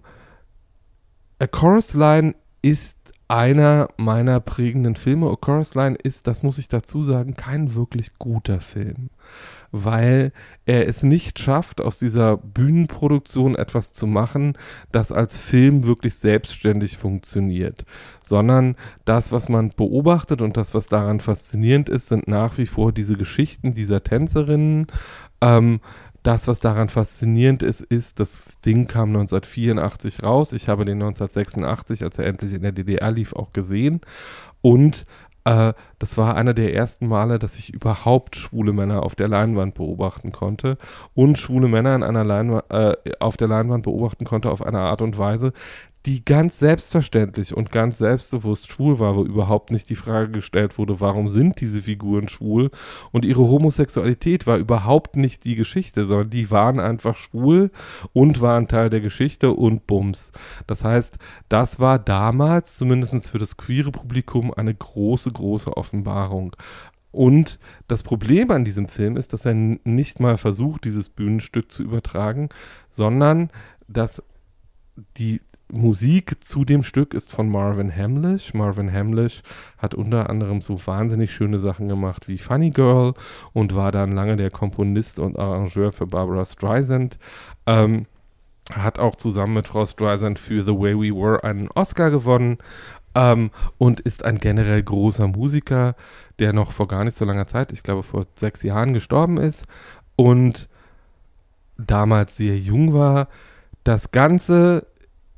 A Chorus Line ist einer meiner prägenden Filme. A Chorus Line ist, das muss ich dazu sagen, kein wirklich guter Film, weil er es nicht schafft, aus dieser Bühnenproduktion etwas zu machen, das als Film wirklich selbstständig funktioniert, sondern das, was man beobachtet und das, was daran faszinierend ist, sind nach wie vor diese Geschichten dieser Tänzerinnen. Ähm, Das, was daran faszinierend ist, ist, das Ding kam neunzehnhundertvierundachtzig raus. Ich habe den neunzehnhundertsechsundachtzig, als er endlich in der D D R lief, auch gesehen. Und Äh, das war einer der ersten Male, dass ich überhaupt schwule Männer auf der Leinwand beobachten konnte und schwule Männer in einer Leinwand, äh, auf der Leinwand beobachten konnte auf eine Art und Weise, die ganz selbstverständlich und ganz selbstbewusst schwul war, wo überhaupt nicht die Frage gestellt wurde, warum sind diese Figuren schwul, und ihre Homosexualität war überhaupt nicht die Geschichte, sondern die waren einfach schwul und waren Teil der Geschichte und Bums. Das heißt, das war damals, zumindest für das queere Publikum, eine große, große Offenbarung. Und das Problem an diesem Film ist, dass er n- nicht mal versucht, dieses Bühnenstück zu übertragen, sondern dass die Musik zu dem Stück ist von Marvin Hamlisch. Marvin Hamlisch hat unter anderem so wahnsinnig schöne Sachen gemacht wie Funny Girl und war dann lange der Komponist und Arrangeur für Barbra Streisand. Ähm, hat auch zusammen mit Frau Streisand für The Way We Were einen Oscar gewonnen ähm, und ist ein generell großer Musiker, der noch vor gar nicht so langer Zeit, ich glaube vor sechs Jahren gestorben ist und damals sehr jung war. Das Ganze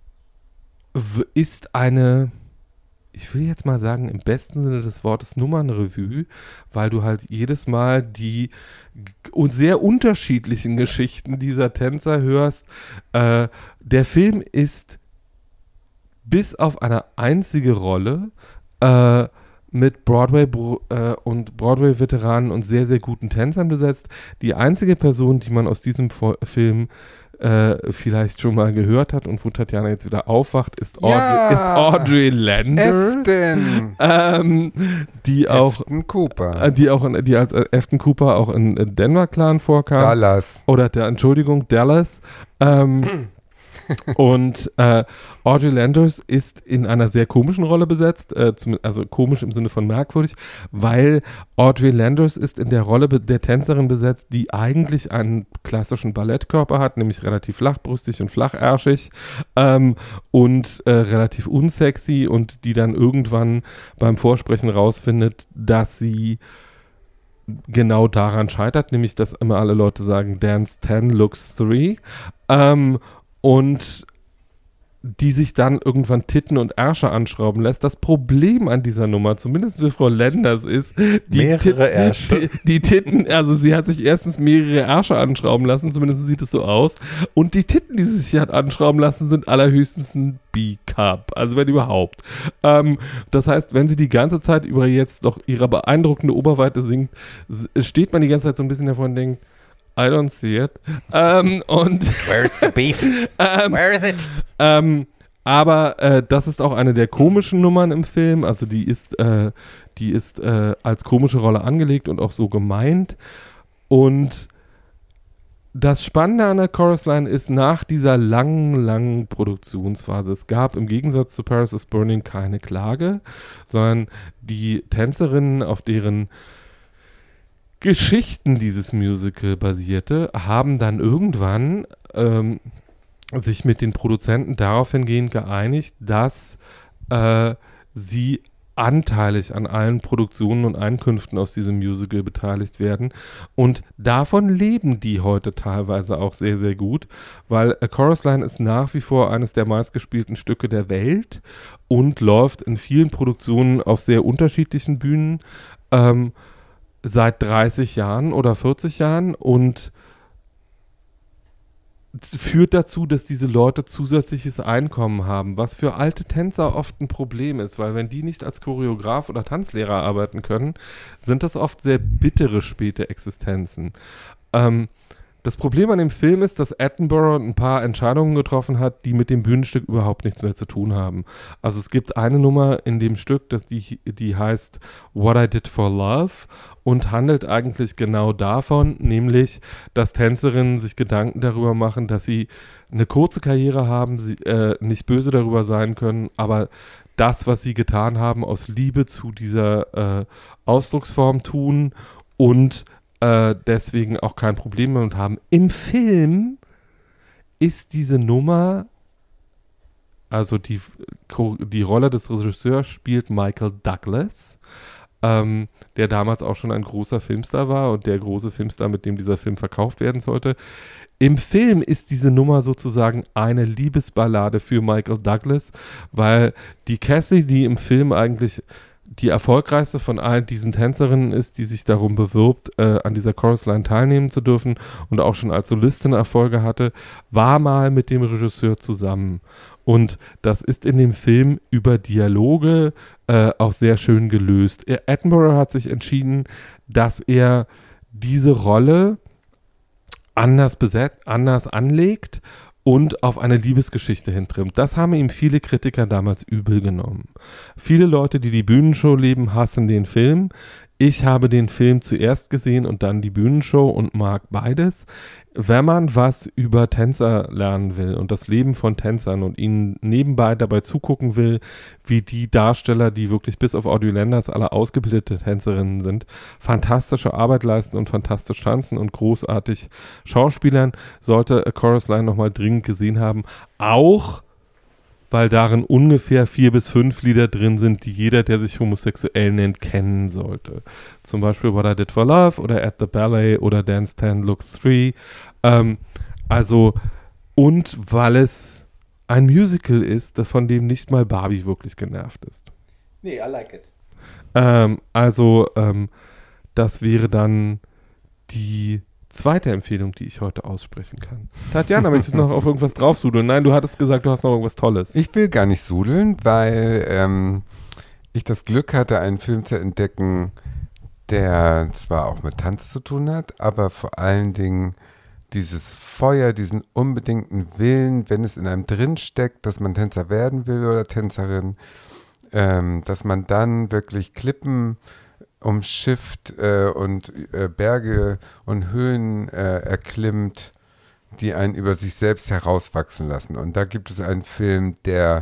ist eine, ich will jetzt mal sagen, im besten Sinne des Wortes Nummernrevue, weil du halt jedes Mal die g- sehr unterschiedlichen Geschichten dieser Tänzer hörst. Äh, der Film ist bis auf eine einzige Rolle äh, mit Broadway Bro- äh, und Broadway-Veteranen und sehr, sehr guten Tänzern besetzt. Die einzige Person, die man aus diesem Fo- Film Äh, vielleicht schon mal gehört hat und wo Tatjana jetzt wieder aufwacht, ist Audrey, Ja. ist Audrey Landers, Efton. ähm, die auch, Efton Cooper. äh, die auch, in, die als äh, Efton Cooper auch in äh, Denver Clan vorkam. Dallas. Oder der, Entschuldigung, Dallas. Ähm, und äh, Audrey Landers ist in einer sehr komischen Rolle besetzt, äh, zum, also komisch im Sinne von merkwürdig, weil Audrey Landers ist in der Rolle be- der Tänzerin besetzt, die eigentlich einen klassischen Ballettkörper hat, nämlich relativ flachbrüstig und flachärschig ähm, und äh, relativ unsexy, und die dann irgendwann beim Vorsprechen rausfindet, dass sie genau daran scheitert, nämlich dass immer alle Leute sagen, Dance ten, Looks three. Ähm, und die sich dann irgendwann Titten und Ärsche anschrauben lässt. Das Problem an dieser Nummer, zumindest für Frau Lenders, ist, die, Mehrere Titten, Ärsche. die, die Titten, also sie hat sich erstens mehrere Ärsche anschrauben lassen, zumindest sieht es so aus, und die Titten, die sie sich hat anschrauben lassen, sind allerhöchstens ein B-Cup, also wenn überhaupt. Ähm, das heißt, wenn sie die ganze Zeit über jetzt doch ihre beeindruckende Oberweite singt, s- steht man die ganze Zeit so ein bisschen davor und denkt, I don't see it. Ähm, und Where's the beef? ähm, Where is it? ähm, aber äh, das ist auch eine der komischen Nummern im Film. Also die ist, äh, die ist äh, als komische Rolle angelegt und auch so gemeint. Und das Spannende an der Chorus Line ist, nach dieser langen, langen Produktionsphase, es gab im Gegensatz zu Paris is Burning keine Klage, sondern die Tänzerinnen, auf deren Geschichten dieses Musical basierte, haben dann irgendwann ähm, sich mit den Produzenten darauf hingehend geeinigt, dass äh, sie anteilig an allen Produktionen und Einkünften aus diesem Musical beteiligt werden. Und davon leben die heute teilweise auch sehr, sehr gut, weil A Chorus Line ist nach wie vor eines der meistgespielten Stücke der Welt und läuft in vielen Produktionen auf sehr unterschiedlichen Bühnen ähm, seit dreißig Jahren oder vierzig Jahren und führt dazu, dass diese Leute zusätzliches Einkommen haben, was für alte Tänzer oft ein Problem ist, weil wenn die nicht als Choreograf oder Tanzlehrer arbeiten können, sind das oft sehr bittere späte Existenzen. Ähm, das Problem an dem Film ist, dass Attenborough ein paar Entscheidungen getroffen hat, die mit dem Bühnenstück überhaupt nichts mehr zu tun haben. Also es gibt eine Nummer in dem Stück, das die, die heißt What I Did for Love und handelt eigentlich genau davon, nämlich, dass Tänzerinnen sich Gedanken darüber machen, dass sie eine kurze Karriere haben, sie äh, nicht böse darüber sein können, aber das, was sie getan haben, aus Liebe zu dieser äh, Ausdrucksform tun und äh, deswegen auch kein Problem damit haben. Im Film ist diese Nummer, also die, die Rolle des Regisseurs spielt Michael Douglas, ähm, der damals auch schon ein großer Filmstar war und der große Filmstar, mit dem dieser Film verkauft werden sollte. Im Film ist diese Nummer sozusagen eine Liebesballade für Michael Douglas, weil die Cassie, die im Film eigentlich die erfolgreichste von all diesen Tänzerinnen ist, die sich darum bewirbt, äh, an dieser Chorus-Line teilnehmen zu dürfen und auch schon als Solistin Erfolge hatte, war mal mit dem Regisseur zusammen. Und das ist in dem Film über Dialoge äh, auch sehr schön gelöst. Attenborough hat sich entschieden, dass er diese Rolle anders besetzt, anders anlegt und auf eine Liebesgeschichte hintrimmt. Das haben ihm viele Kritiker damals übel genommen. Viele Leute, die die Bühnenshow leben, hassen den Film. Ich habe den Film zuerst gesehen und dann die Bühnenshow und mag beides. Wenn man was über Tänzer lernen will und das Leben von Tänzern und ihnen nebenbei dabei zugucken will, wie die Darsteller, die wirklich bis auf Audrey Landers alle ausgebildete Tänzerinnen sind, fantastische Arbeit leisten und fantastisch tanzen und großartig schauspielern, sollte A Chorus Line nochmal dringend gesehen haben. Auch weil darin ungefähr vier bis fünf Lieder drin sind, die jeder, der sich homosexuell nennt, kennen sollte. Zum Beispiel What I Did for Love oder At the Ballet oder Dance ten Looks three. Ähm, also, und weil es ein Musical ist, von dem nicht mal Barbie wirklich genervt ist. Nee, I like it. Ähm, also, ähm, das wäre dann die zweite Empfehlung, die ich heute aussprechen kann. Tatjana, möchtest du noch auf irgendwas draufsudeln? Nein, du hattest gesagt, du hast noch irgendwas Tolles. Ich will gar nicht sudeln, weil ähm, ich das Glück hatte, einen Film zu entdecken, der zwar auch mit Tanz zu tun hat, aber vor allen Dingen dieses Feuer, diesen unbedingten Willen, wenn es in einem drin steckt, dass man Tänzer werden will oder Tänzerin, ähm, dass man dann wirklich Klippen umschifft äh, und äh, Berge und Höhen äh, erklimmt, die einen über sich selbst herauswachsen lassen. Und da gibt es einen Film, der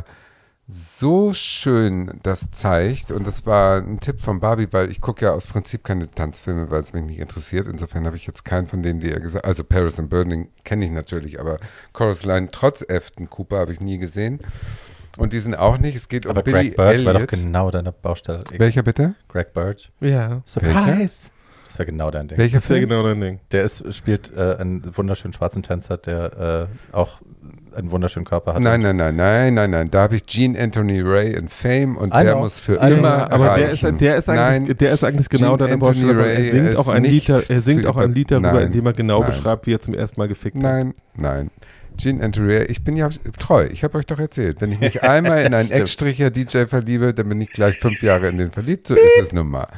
so schön das zeigt, und das war ein Tipp von Barbie, weil ich gucke ja aus Prinzip keine Tanzfilme, weil es mich nicht interessiert. Insofern habe ich jetzt keinen von denen, die er gesagt hat. Also Paris and Burning kenne ich natürlich, aber Chorus Line trotz Afton Cooper habe ich nie gesehen. Und die sind auch nicht. Es geht Aber um Billy Greg Birch Elliot. war doch genau deine Baustelle. Welcher bitte? Greg Birch. Ja. Surprise! Das wäre genau dein Ding. Welcher Das wäre Film? genau dein Ding. Der ist, spielt äh, einen wunderschönen schwarzen Tänzer, der äh, auch einen wunderschönen Körper hat. Nein, nein, nein, nein, nein, nein. Da habe ich Gene Anthony Ray in Fame und I der know. muss für I know. immer Aber reichen. der ist, der, ist eigentlich, Nein, der ist eigentlich genau Gene deine Anthony Baustelle. weil Ray Er singt ist auch ein nicht Lied, er singt zu auch ein Lied darüber, über- in dem er genau Nein. beschreibt, wie er zum ersten Mal gefickt hat. nein, nein. Gene Anthony Ray, ich bin ja treu. Ich habe euch doch erzählt, wenn ich mich einmal in einen Stimmt. Ex-Stricher-D J verliebe, dann bin ich gleich fünf Jahre in den verliebt. So ist es nun mal.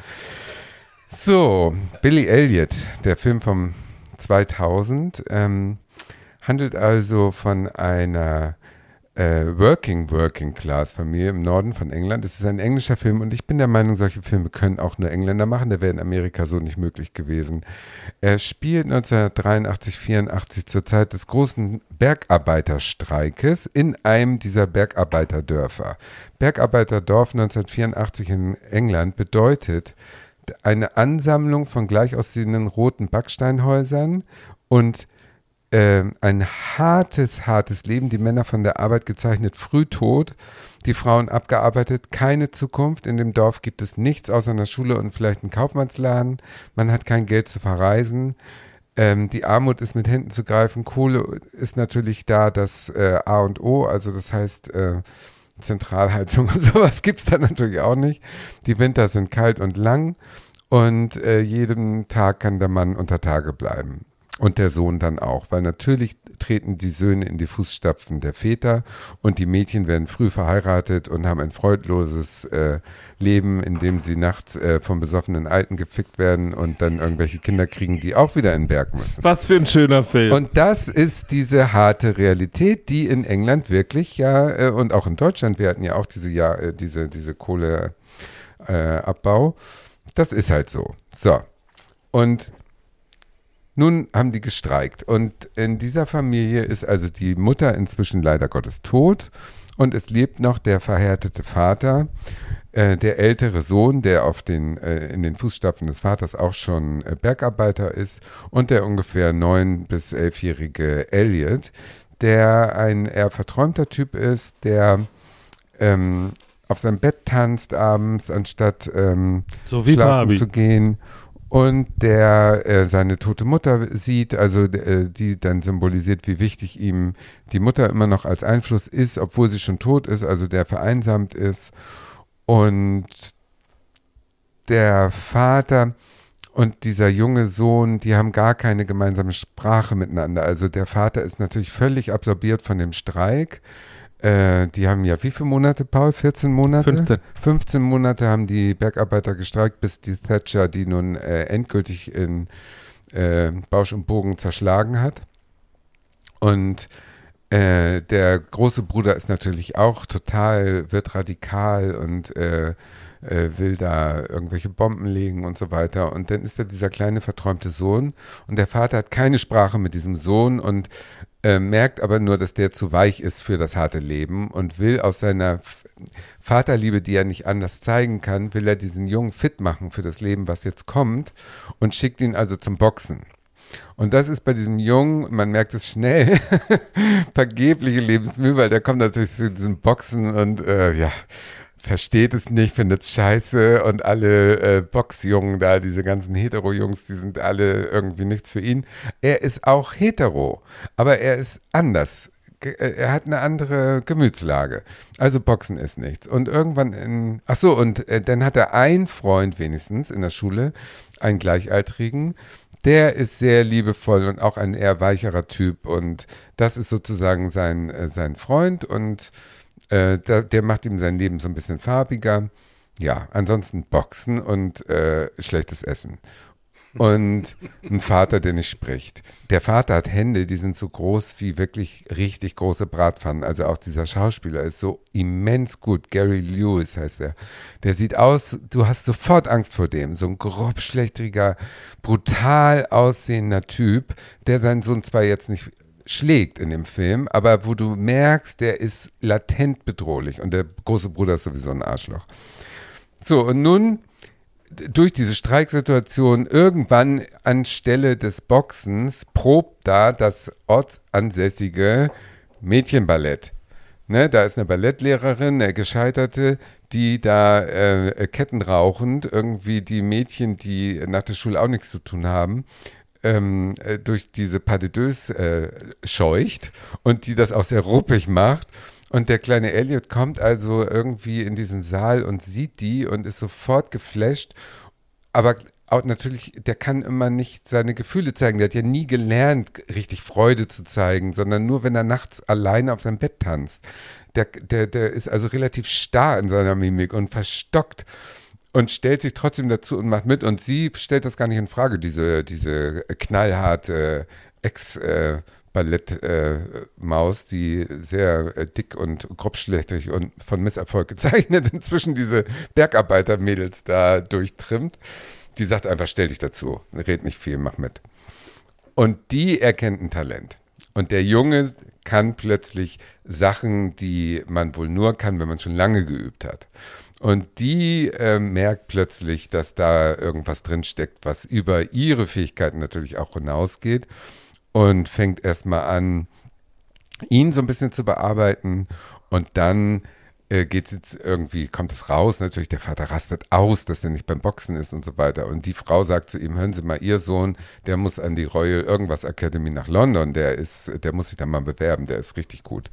So, Billy Elliot, der Film vom zweitausend, ähm, handelt also von einer äh, Working, Working Class Familie im Norden von England. Es ist ein englischer Film und ich bin der Meinung, solche Filme können auch nur Engländer machen. Der wäre in Amerika so nicht möglich gewesen. Er spielt neunzehnhundertdreiundachtzig, vierundachtzig zur Zeit des großen Bergarbeiterstreikes in einem dieser Bergarbeiterdörfer. Bergarbeiterdorf neunzehnhundertvierundachtzig in England bedeutet eine Ansammlung von gleich aussehenden roten Backsteinhäusern und äh, ein hartes, hartes Leben. Die Männer von der Arbeit gezeichnet, früh tot, die Frauen abgearbeitet, keine Zukunft. In dem Dorf gibt es nichts außer einer Schule und vielleicht einen Kaufmannsladen. Man hat kein Geld zu verreisen. Ähm, die Armut ist mit Händen zu greifen. Kohle ist natürlich da das äh, A und O, also das heißt äh, Zentralheizung und sowas gibt es da natürlich auch nicht. Die Winter sind kalt und lang und äh, jeden Tag kann der Mann unter Tage bleiben. Und der Sohn dann auch, weil natürlich treten die Söhne in die Fußstapfen der Väter und die Mädchen werden früh verheiratet und haben ein freudloses äh, Leben, in dem sie nachts äh, von besoffenen Alten gefickt werden und dann irgendwelche Kinder kriegen, die auch wieder in den Berg müssen. Was für ein schöner Film. Und das ist diese harte Realität, die in England wirklich ja, äh, und auch in Deutschland, wir hatten ja auch diese, ja, äh, diese, diese Kohleabbau, äh, Abbau. Das ist halt so. So. Und nun haben die gestreikt und in dieser Familie ist also die Mutter inzwischen leider Gottes tot und es lebt noch der verhärtete Vater, äh, der ältere Sohn, der auf den, äh, in den Fußstapfen des Vaters auch schon äh, Bergarbeiter ist und der ungefähr neun- bis elfjährige Elliot, der ein eher verträumter Typ ist, der ähm, auf seinem Bett tanzt abends, anstatt ähm, So wie schlafen Barbie. zu gehen. Und der äh, seine tote Mutter sieht, also äh, die dann symbolisiert, wie wichtig ihm die Mutter immer noch als Einfluss ist, obwohl sie schon tot ist, also der vereinsamt ist. Und der Vater und dieser junge Sohn, die haben gar keine gemeinsame Sprache miteinander. Also der Vater ist natürlich völlig absorbiert von dem Streik. Äh, die haben ja wie viele Monate, Paul? vierzehn Monate? fünfzehn. fünfzehn Monate haben die Bergarbeiter gestreikt, bis die Thatcher die nun äh, endgültig in äh, Bausch und Bogen zerschlagen hat. Und äh, der große Bruder ist natürlich auch total, wird radikal und äh, äh, will da irgendwelche Bomben legen und so weiter. Und dann ist da dieser kleine verträumte Sohn und der Vater hat keine Sprache mit diesem Sohn und äh, merkt aber nur, dass der zu weich ist für das harte Leben und will aus seiner F- Vaterliebe, die er nicht anders zeigen kann, will er diesen Jungen fit machen für das Leben, was jetzt kommt und schickt ihn also zum Boxen. Und das ist bei diesem Jungen, man merkt es schnell, vergebliche Lebensmühe, weil der kommt natürlich zu diesem Boxen und äh, ja, versteht es nicht, findet es scheiße und alle äh, Boxjungen da, diese ganzen Hetero-Jungs, die sind alle irgendwie nichts für ihn. Er ist auch hetero, aber er ist anders. Ge- äh, Er hat eine andere Gemütslage. Also Boxen ist nichts. Und irgendwann in, ach so, und äh, dann hat er einen Freund wenigstens in der Schule, einen Gleichaltrigen. Der ist sehr liebevoll und auch ein eher weicherer Typ und das ist sozusagen sein, äh, sein Freund und äh, der, der macht ihm sein Leben so ein bisschen farbiger. Ja, ansonsten Boxen und äh, schlechtes Essen. Und ein Vater, der nicht spricht. Der Vater hat Hände, die sind so groß wie wirklich richtig große Bratpfannen. Also auch dieser Schauspieler ist so immens gut. Gary Lewis heißt er. Der sieht aus, du hast sofort Angst vor dem. So ein grobschlächtiger, brutal aussehender Typ, der seinen Sohn zwar jetzt nicht schlägt in dem Film, aber wo du merkst, der ist latent bedrohlich. Und der große Bruder ist sowieso ein Arschloch. So, und nun durch diese Streiksituation irgendwann anstelle des Boxens probt da das ortsansässige Mädchenballett. Ne, da ist eine Ballettlehrerin, eine Gescheiterte, die da äh, kettenrauchend irgendwie die Mädchen, die nach der Schule auch nichts zu tun haben, ähm, äh, durch diese Pas de Deux äh, scheucht und die das auch sehr ruppig macht. Und der kleine Elliot kommt also irgendwie in diesen Saal und sieht die und ist sofort geflasht. Aber auch natürlich, der kann immer nicht seine Gefühle zeigen. Der hat ja nie gelernt, richtig Freude zu zeigen, sondern nur, wenn er nachts alleine auf seinem Bett tanzt. Der, der, der ist also relativ starr in seiner Mimik und verstockt und stellt sich trotzdem dazu und macht mit. Und sie stellt das gar nicht in Frage, diese, diese knallharte Ex- äh, Ballettmaus, äh, die sehr äh, dick und grobschlächtig und von Misserfolg gezeichnet inzwischen diese Bergarbeitermädels da durchtrimmt. Die sagt einfach, stell dich dazu, red nicht viel, mach mit. Und die erkennt ein Talent. Und der Junge kann plötzlich Sachen, die man wohl nur kann, wenn man schon lange geübt hat. Und die äh, merkt plötzlich, dass da irgendwas drinsteckt, was über ihre Fähigkeiten natürlich auch hinausgeht. Und fängt erstmal an, ihn so ein bisschen zu bearbeiten und dann äh, geht's jetzt irgendwie, kommt es raus, natürlich der Vater rastet aus, dass er nicht beim Boxen ist und so weiter und die Frau sagt zu ihm, hören Sie mal, Ihr Sohn, der muss an die Royal irgendwas Academy nach London, der ist, der muss sich da mal bewerben, der ist richtig gut.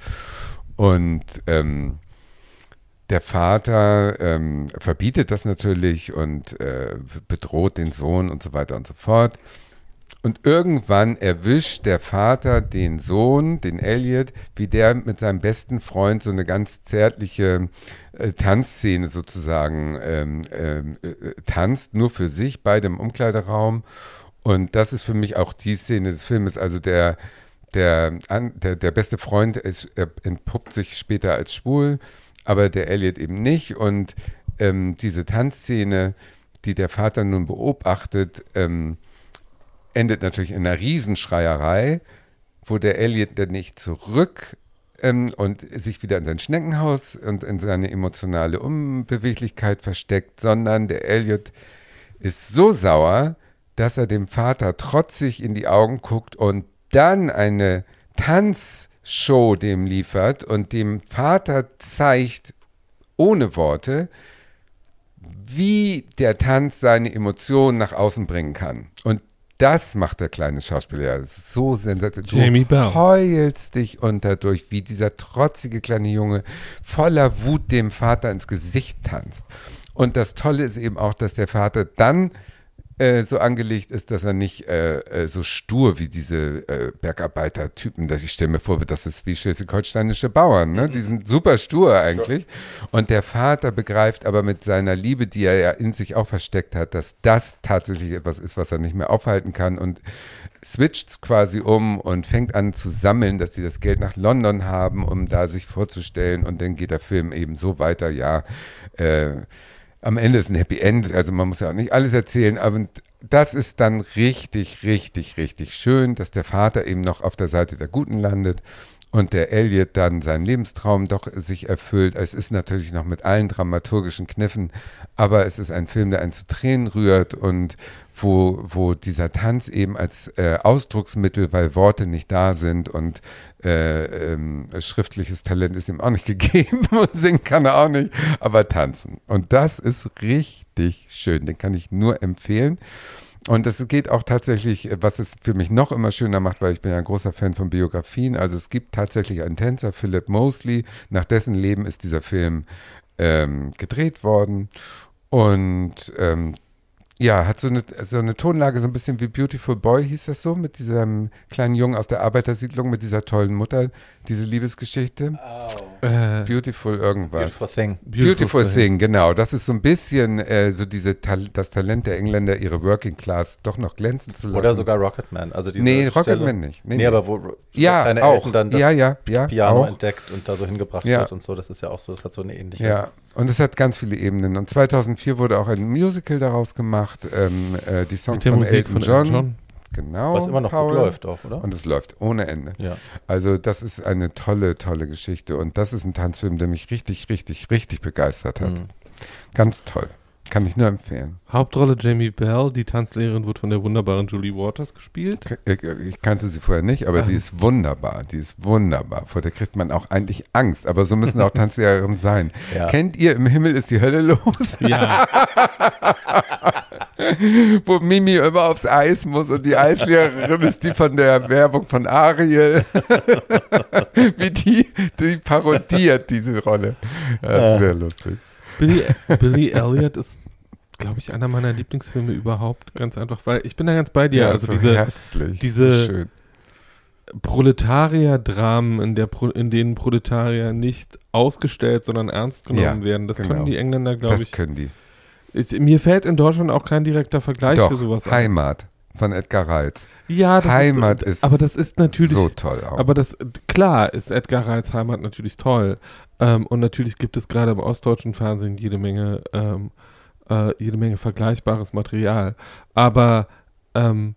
Und ähm, der Vater ähm, verbietet das natürlich und äh, bedroht den Sohn und so weiter und so fort. Und irgendwann erwischt der Vater den Sohn, den Elliot, wie der mit seinem besten Freund so eine ganz zärtliche äh, Tanzszene sozusagen ähm, ähm, äh, tanzt, nur für sich, beide im Umkleideraum. Und das ist für mich auch die Szene des Filmes. Also der, der, der, der beste Freund ist, er entpuppt sich später als schwul, aber der Elliot eben nicht. Und ähm, diese Tanzszene, die der Vater nun beobachtet, ähm, endet natürlich in einer Riesenschreierei, wo der Elliot dann nicht zurück ähm, und sich wieder in sein Schneckenhaus und in seine emotionale Unbeweglichkeit versteckt, sondern der Elliot ist so sauer, dass er dem Vater trotzig in die Augen guckt und dann eine Tanzshow dem liefert und dem Vater zeigt, ohne Worte, wie der Tanz seine Emotionen nach außen bringen kann. Und das macht der kleine Schauspieler so sensationell. Du Jamie Bell. heulst dich unterdurch, wie dieser trotzige kleine Junge voller Wut dem Vater ins Gesicht tanzt. Und das Tolle ist eben auch, dass der Vater dann äh, so angelegt ist, dass er nicht äh, äh, so stur wie diese äh, Bergarbeiter-Typen, dass ich stelle mir vor, das ist wie schleswig-holsteinische Bauern, ne? Die sind super stur eigentlich. Und der Vater begreift aber mit seiner Liebe, die er ja in sich auch versteckt hat, dass das tatsächlich etwas ist, was er nicht mehr aufhalten kann und switcht quasi um und fängt an zu sammeln, dass sie das Geld nach London haben, um da sich vorzustellen, und dann geht der Film eben so weiter, ja, äh, am Ende ist ein Happy End, also man muss ja auch nicht alles erzählen, aber das ist dann richtig, richtig, richtig schön, dass der Vater eben noch auf der Seite der Guten landet und der Elliot dann seinen Lebenstraum doch sich erfüllt. Es ist natürlich noch mit allen dramaturgischen Kniffen, aber es ist ein Film, der einen zu Tränen rührt und wo, wo dieser Tanz eben als äh, Ausdrucksmittel, weil Worte nicht da sind und äh, ähm, schriftliches Talent ist ihm auch nicht gegeben und singen kann er auch nicht, aber tanzen. Und das ist richtig schön, den kann ich nur empfehlen. Und es geht auch tatsächlich, was es für mich noch immer schöner macht, weil ich bin ja ein großer Fan von Biografien, also es gibt tatsächlich einen Tänzer, Philip Mosley, nach dessen Leben ist dieser Film ähm, gedreht worden und ähm, ja, hat so eine, so eine Tonlage, so ein bisschen wie Beautiful Boy, hieß das so, mit diesem kleinen Jungen aus der Arbeitersiedlung, mit dieser tollen Mutter, diese Liebesgeschichte. Oh. Äh, Beautiful irgendwas. Beautiful Thing. Beautiful, Beautiful Thing. Thing, genau. Das ist so ein bisschen äh, so diese Tal- das Talent der Engländer, ihre Working Class doch noch glänzen zu lassen. Oder sogar Rocketman. Also diese Nee, Stelle, Rocketman nicht. Nee, Nee, nee. aber wo wo Ja, kleine auch. Elton dann das Ja, ja, ja, Piano auch. entdeckt und da so hingebracht Ja. wird und so, das ist ja auch so, das hat so eine ähnliche. Ja, und es hat ganz viele Ebenen. Und zweitausendvier wurde auch ein Musical daraus gemacht, ähm, äh, die Songs Mit der von Musik Elton von John. Elton John. Genau. Was immer noch Paul. gut läuft auch, oder? Und es läuft ohne Ende. Ja. Also das ist eine tolle, tolle Geschichte. Und das ist ein Tanzfilm, der mich richtig, richtig, richtig begeistert hat. Mhm. Ganz toll. Kann ich nur empfehlen. Hauptrolle Jamie Bell, die Tanzlehrerin wird von der wunderbaren Julie Waters gespielt. Ich, ich kannte sie vorher nicht, aber Ähm. die ist wunderbar. Die ist wunderbar. Vor der kriegt man auch eigentlich Angst. Aber so müssen auch Tanzlehrerinnen sein. Ja. Kennt ihr Im Himmel ist die Hölle los? Ja, Wo Mimi immer aufs Eis muss und die Eislehrerin ist die von der Werbung von Ariel. Wie die, die parodiert diese Rolle. Das ist sehr lustig. Billy, Billy Elliot ist, glaube ich, einer meiner Lieblingsfilme überhaupt. Ganz einfach, weil ich bin da ganz bei dir. also so diese herzlich, diese- so schön. Proletarier-Dramen, in, der Pro, in denen Proletarier nicht ausgestellt, sondern ernst genommen Ja, werden. Das genau. können die Engländer, glaube Das ich. können die. Ist, mir fällt in Deutschland auch kein direkter Vergleich Doch, für sowas ein. Heimat von Edgar Reitz. Ja, das Heimat ist, ist aber das ist natürlich, so toll auch. aber das, klar ist Edgar Reitz Heimat natürlich toll. Ähm, und natürlich gibt es gerade im ostdeutschen Fernsehen jede Menge, ähm, äh, jede Menge vergleichbares Material. Aber, ähm,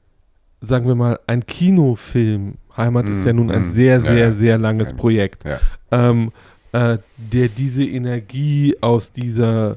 sagen wir mal, ein Kinofilm, Heimat ist Mm, ja nun ein mm, sehr, ja, sehr, ja, sehr ist langes kein- Projekt, ja. ähm, äh, der diese Energie aus dieser,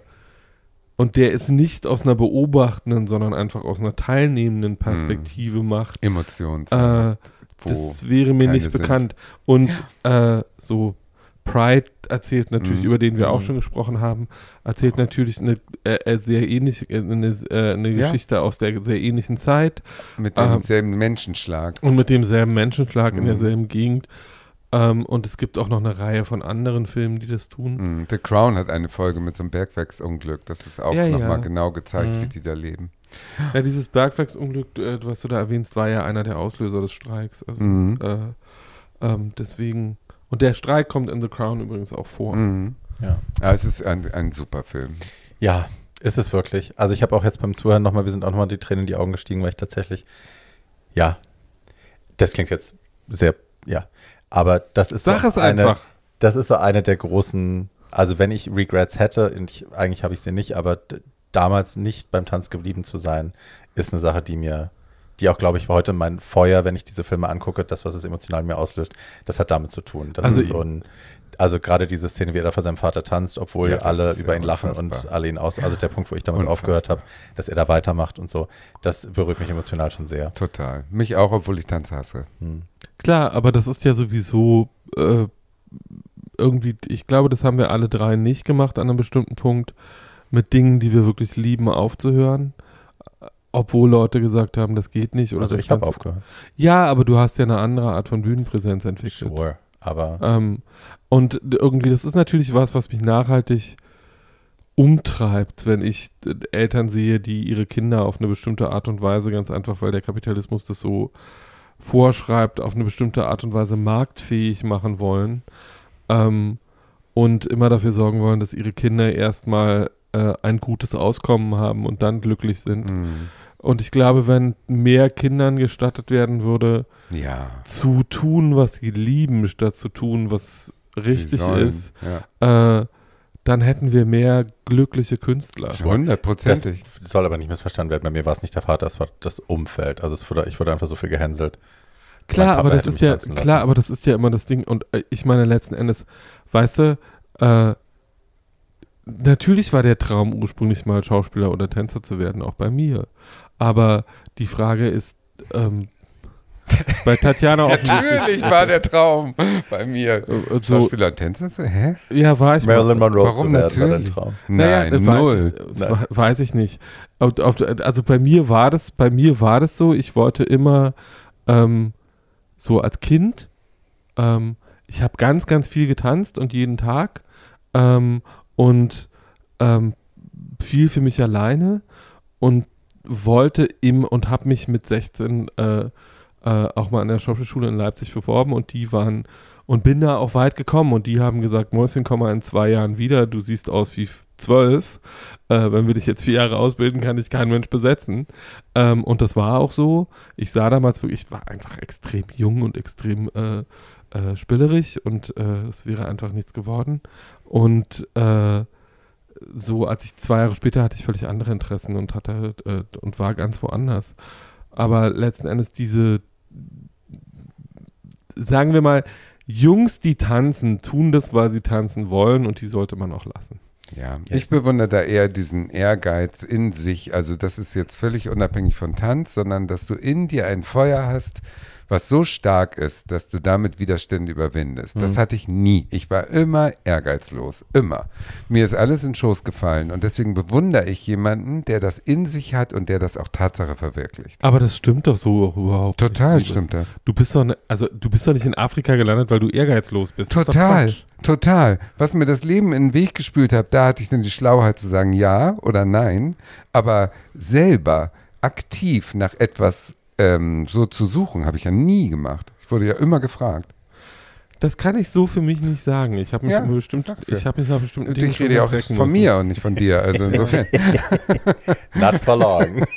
und der es nicht aus einer beobachtenden, sondern einfach aus einer teilnehmenden Perspektive macht, Emotions. äh, wo das wäre mir keine nicht sind. bekannt. Und äh, so Pride erzählt natürlich, Mhm. über den wir auch Mhm. schon gesprochen haben, erzählt natürlich eine äh, äh, sehr ähnlich, äh, eine, äh, eine Ja. Geschichte aus der sehr ähnlichen Zeit mit ähm, demselben Menschenschlag. und mit demselben Menschenschlag in Mhm. derselben Gegend. Ähm, und es gibt auch noch eine Reihe von anderen Filmen, die das tun. Mm, The Crown hat eine Folge mit so einem Bergwerksunglück. Das ist auch Ja, nochmal ja. genau gezeigt, Mhm. wie die da leben. Ja, dieses Bergwerksunglück, äh, was du da erwähnst, war ja einer der Auslöser des Streiks. Also Mhm. äh, ähm, deswegen. Und der Streik kommt in The Crown übrigens auch vor. Mhm. Ja. Ja, es ist ein, ein super Film. Ja, ist es wirklich. Also ich habe auch jetzt beim Zuhören nochmal, wir sind auch nochmal die Tränen in die Augen gestiegen, weil ich tatsächlich, ja, das klingt jetzt sehr, ja, aber das ist Sag so es eine, einfach. das ist so eine der großen, also wenn ich Regrets hätte, und ich, eigentlich habe ich sie nicht, aber d- damals nicht beim Tanz geblieben zu sein, ist eine Sache, die mir, die auch, glaube ich, heute mein Feuer, wenn ich diese Filme angucke, das, was es emotional in mir auslöst, das hat damit zu tun. Das Also ist so ein, also gerade diese Szene, wie er da vor seinem Vater tanzt, obwohl Ja, das alle ist über ja ihn lachen und unfassbar. alle ihn aus, also der Punkt, wo ich damals Unfassbar. aufgehört habe, dass er da weitermacht und so, das berührt mich emotional schon sehr. Total. Mich auch, obwohl ich Tanz hasse. Hm. Klar, aber das ist ja sowieso äh, irgendwie, ich glaube, das haben wir alle drei nicht gemacht an einem bestimmten Punkt, mit Dingen, die wir wirklich lieben, aufzuhören. Obwohl Leute gesagt haben, das geht nicht. Oder Also das ich habe kannst du- aufgehört. Ja, aber du hast ja eine andere Art von Bühnenpräsenz entwickelt. Sure, aber Ähm, und d- irgendwie, das ist natürlich was, was mich nachhaltig umtreibt, wenn ich äh, Eltern sehe, die ihre Kinder auf eine bestimmte Art und Weise, ganz einfach, weil der Kapitalismus das so vorschreibt, auf eine bestimmte Art und Weise marktfähig machen wollen ähm, und immer dafür sorgen wollen, dass ihre Kinder erstmal äh, ein gutes Auskommen haben und dann glücklich sind. Mhm. Und ich glaube, wenn mehr Kindern gestattet werden würde, Ja. zu tun, was sie lieben, statt zu tun, was richtig sollen, ist, Ja. äh, dann hätten wir mehr glückliche Künstler. Hundertprozentig. Das soll aber nicht missverstanden werden. Bei mir war es nicht der Vater, es war das Umfeld. Also es wurde, ich wurde einfach so viel gehänselt. Klar, Mein Papa aber das hätte ist mich ja tanzen lassen. klar, aber das ist ja immer das Ding. Und äh, ich meine letzten Endes, weißt du, äh, natürlich war der Traum ursprünglich mal Schauspieler oder Tänzer zu werden, auch bei mir. Aber die Frage ist, ähm, bei Tatjana offensichtlich. Natürlich war der Traum bei mir. Äh, so, Schauspieler und Tänzer? So, hä? ja, war ich Marilyn mal. Monroe Warum zu werden, war dein natürlich? Traum. Naja, Nein, das null. Weiß ich, das weiß ich nicht. Auf, auf, also bei mir war das, bei mir war das so, ich wollte immer ähm, so als Kind, ähm, ich habe ganz, ganz viel getanzt und jeden Tag ähm, und ähm, viel für mich alleine und wollte im und habe mich mit sechzehn äh, äh, auch mal an der Schauspielschule in Leipzig beworben und die waren und bin da auch weit gekommen und die haben gesagt, Mäuschen, komm mal in zwei Jahren wieder, du siehst aus wie zwölf, äh, wenn wir dich jetzt vier Jahre ausbilden, kann dich kein Mensch besetzen. Ähm, und das war auch so. Ich sah damals wirklich, ich war einfach extrem jung und extrem äh, äh, spielerig und äh, es wäre einfach nichts geworden. Und äh, so, als ich zwei Jahre später hatte ich völlig andere Interessen und hatte äh, und war ganz woanders. Aber letzten Endes diese, sagen wir mal, Jungs, die tanzen, tun das, weil sie tanzen wollen und die sollte man auch lassen. Ja, Yes. ich bewundere da eher diesen Ehrgeiz in sich. Also das ist jetzt völlig unabhängig von Tanz, sondern dass du in dir ein Feuer hast, was so stark ist, dass du damit Widerstände überwindest. Das Mhm. hatte ich nie. Ich war immer ehrgeizlos. Immer. Mir ist alles in den Schoß gefallen und deswegen bewundere ich jemanden, der das in sich hat und der das auch Tatsache verwirklicht. Aber das stimmt doch so auch überhaupt Total nicht. stimmt das. Du bist doch, ne, also du bist doch nicht in Afrika gelandet, weil du ehrgeizlos bist. Das ist doch Total, Quatsch. total. Was mir das Leben in den Weg gespült hat, da hatte ich dann die Schlauheit zu sagen ja oder nein, aber selber aktiv nach etwas ähm, so zu suchen, habe ich ja nie gemacht. Ich wurde ja immer gefragt. Das kann ich so für mich nicht sagen. Ich habe mich Ja, ja, bestimmt, sag's ja. ich habe mich nach bestimmten Und Dingen ich rede ja auch strecken von müssen. mir und nicht von dir. Also insofern. Not for long.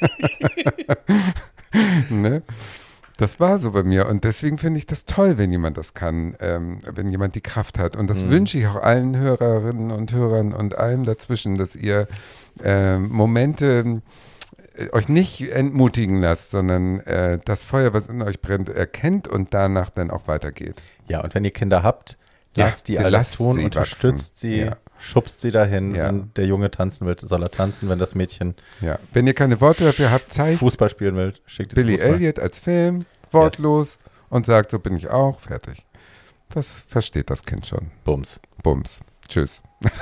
Ne? Das war so bei mir und deswegen finde ich das toll, wenn jemand das kann, ähm, wenn jemand die Kraft hat. Und das Mhm. wünsche ich auch allen Hörerinnen und Hörern und allem dazwischen, dass ihr ähm, Momente äh, euch nicht entmutigen lasst, sondern äh, das Feuer, was in euch brennt, erkennt und danach dann auch weitergeht. Ja, und wenn ihr Kinder habt, Ja, lasst die ihr alles lasst tun, sie unterstützt wachsen. sie, Ja. schubst sie dahin. Ja. Wenn der Junge tanzen will, soll er tanzen. Wenn das Mädchen Ja. Wenn ihr keine Worte dafür habt, zeigt Fußball spielen will, schickt es Billy Fußball. Elliot als Film, wortlos und sagt, so bin ich auch, fertig. Das versteht das Kind schon. Bums. Bums. Tschüss.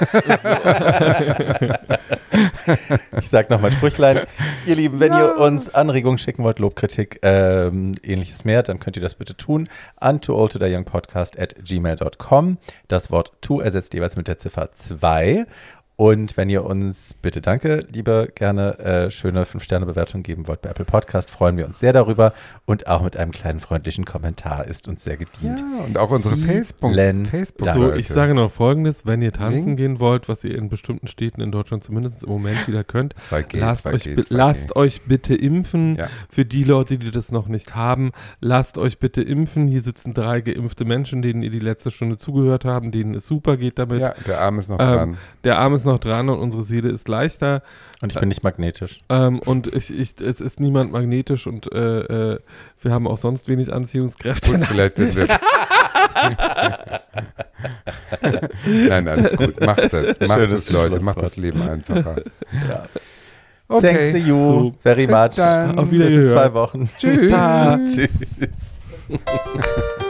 Ich sag nochmal Sprüchlein. Ihr Lieben, wenn ihr uns Anregungen schicken wollt, Lob, Kritik, ähm, ähnliches mehr, dann könnt ihr das bitte tun an too old to die young podcast at gmail dot com. Das Wort to ersetzt jeweils mit der Ziffer zwei. Und wenn ihr uns, bitte danke, liebe, gerne äh, schöne fünf Sterne Bewertung geben wollt bei Apple Podcast, freuen wir uns sehr darüber. Und auch mit einem kleinen freundlichen Kommentar ist uns sehr gedient. Ja, und auch unsere Facebook, Vielen Facebook So, ich sage noch Folgendes, wenn ihr tanzen Link. gehen wollt, was ihr in bestimmten Städten in Deutschland zumindest im Moment wieder könnt, zwei G, lasst, zwei euch, G, bi- zwei G. lasst euch bitte impfen. Ja. Für die Leute, die das noch nicht haben, lasst euch bitte impfen. Hier sitzen drei geimpfte Menschen, denen ihr die letzte Stunde zugehört haben, denen es super geht damit. Ja, der Arm ist noch Ähm, dran. Der Arm ist noch dran und unsere Seele ist leichter. Und ich bin nicht magnetisch. Ähm, und ich, ich, es ist niemand magnetisch und äh, äh, wir haben auch sonst wenig Anziehungskräfte. Gut, vielleicht wird wir. Nein, alles gut. Macht das. Macht Schönes es, Leute. Schlusswort. Macht das Leben einfacher. Ja. Okay. Thanks to you So. very Bis much. dann. Auf Bis in Wiederhören. zwei Wochen. Tschüss. Ta. Tschüss.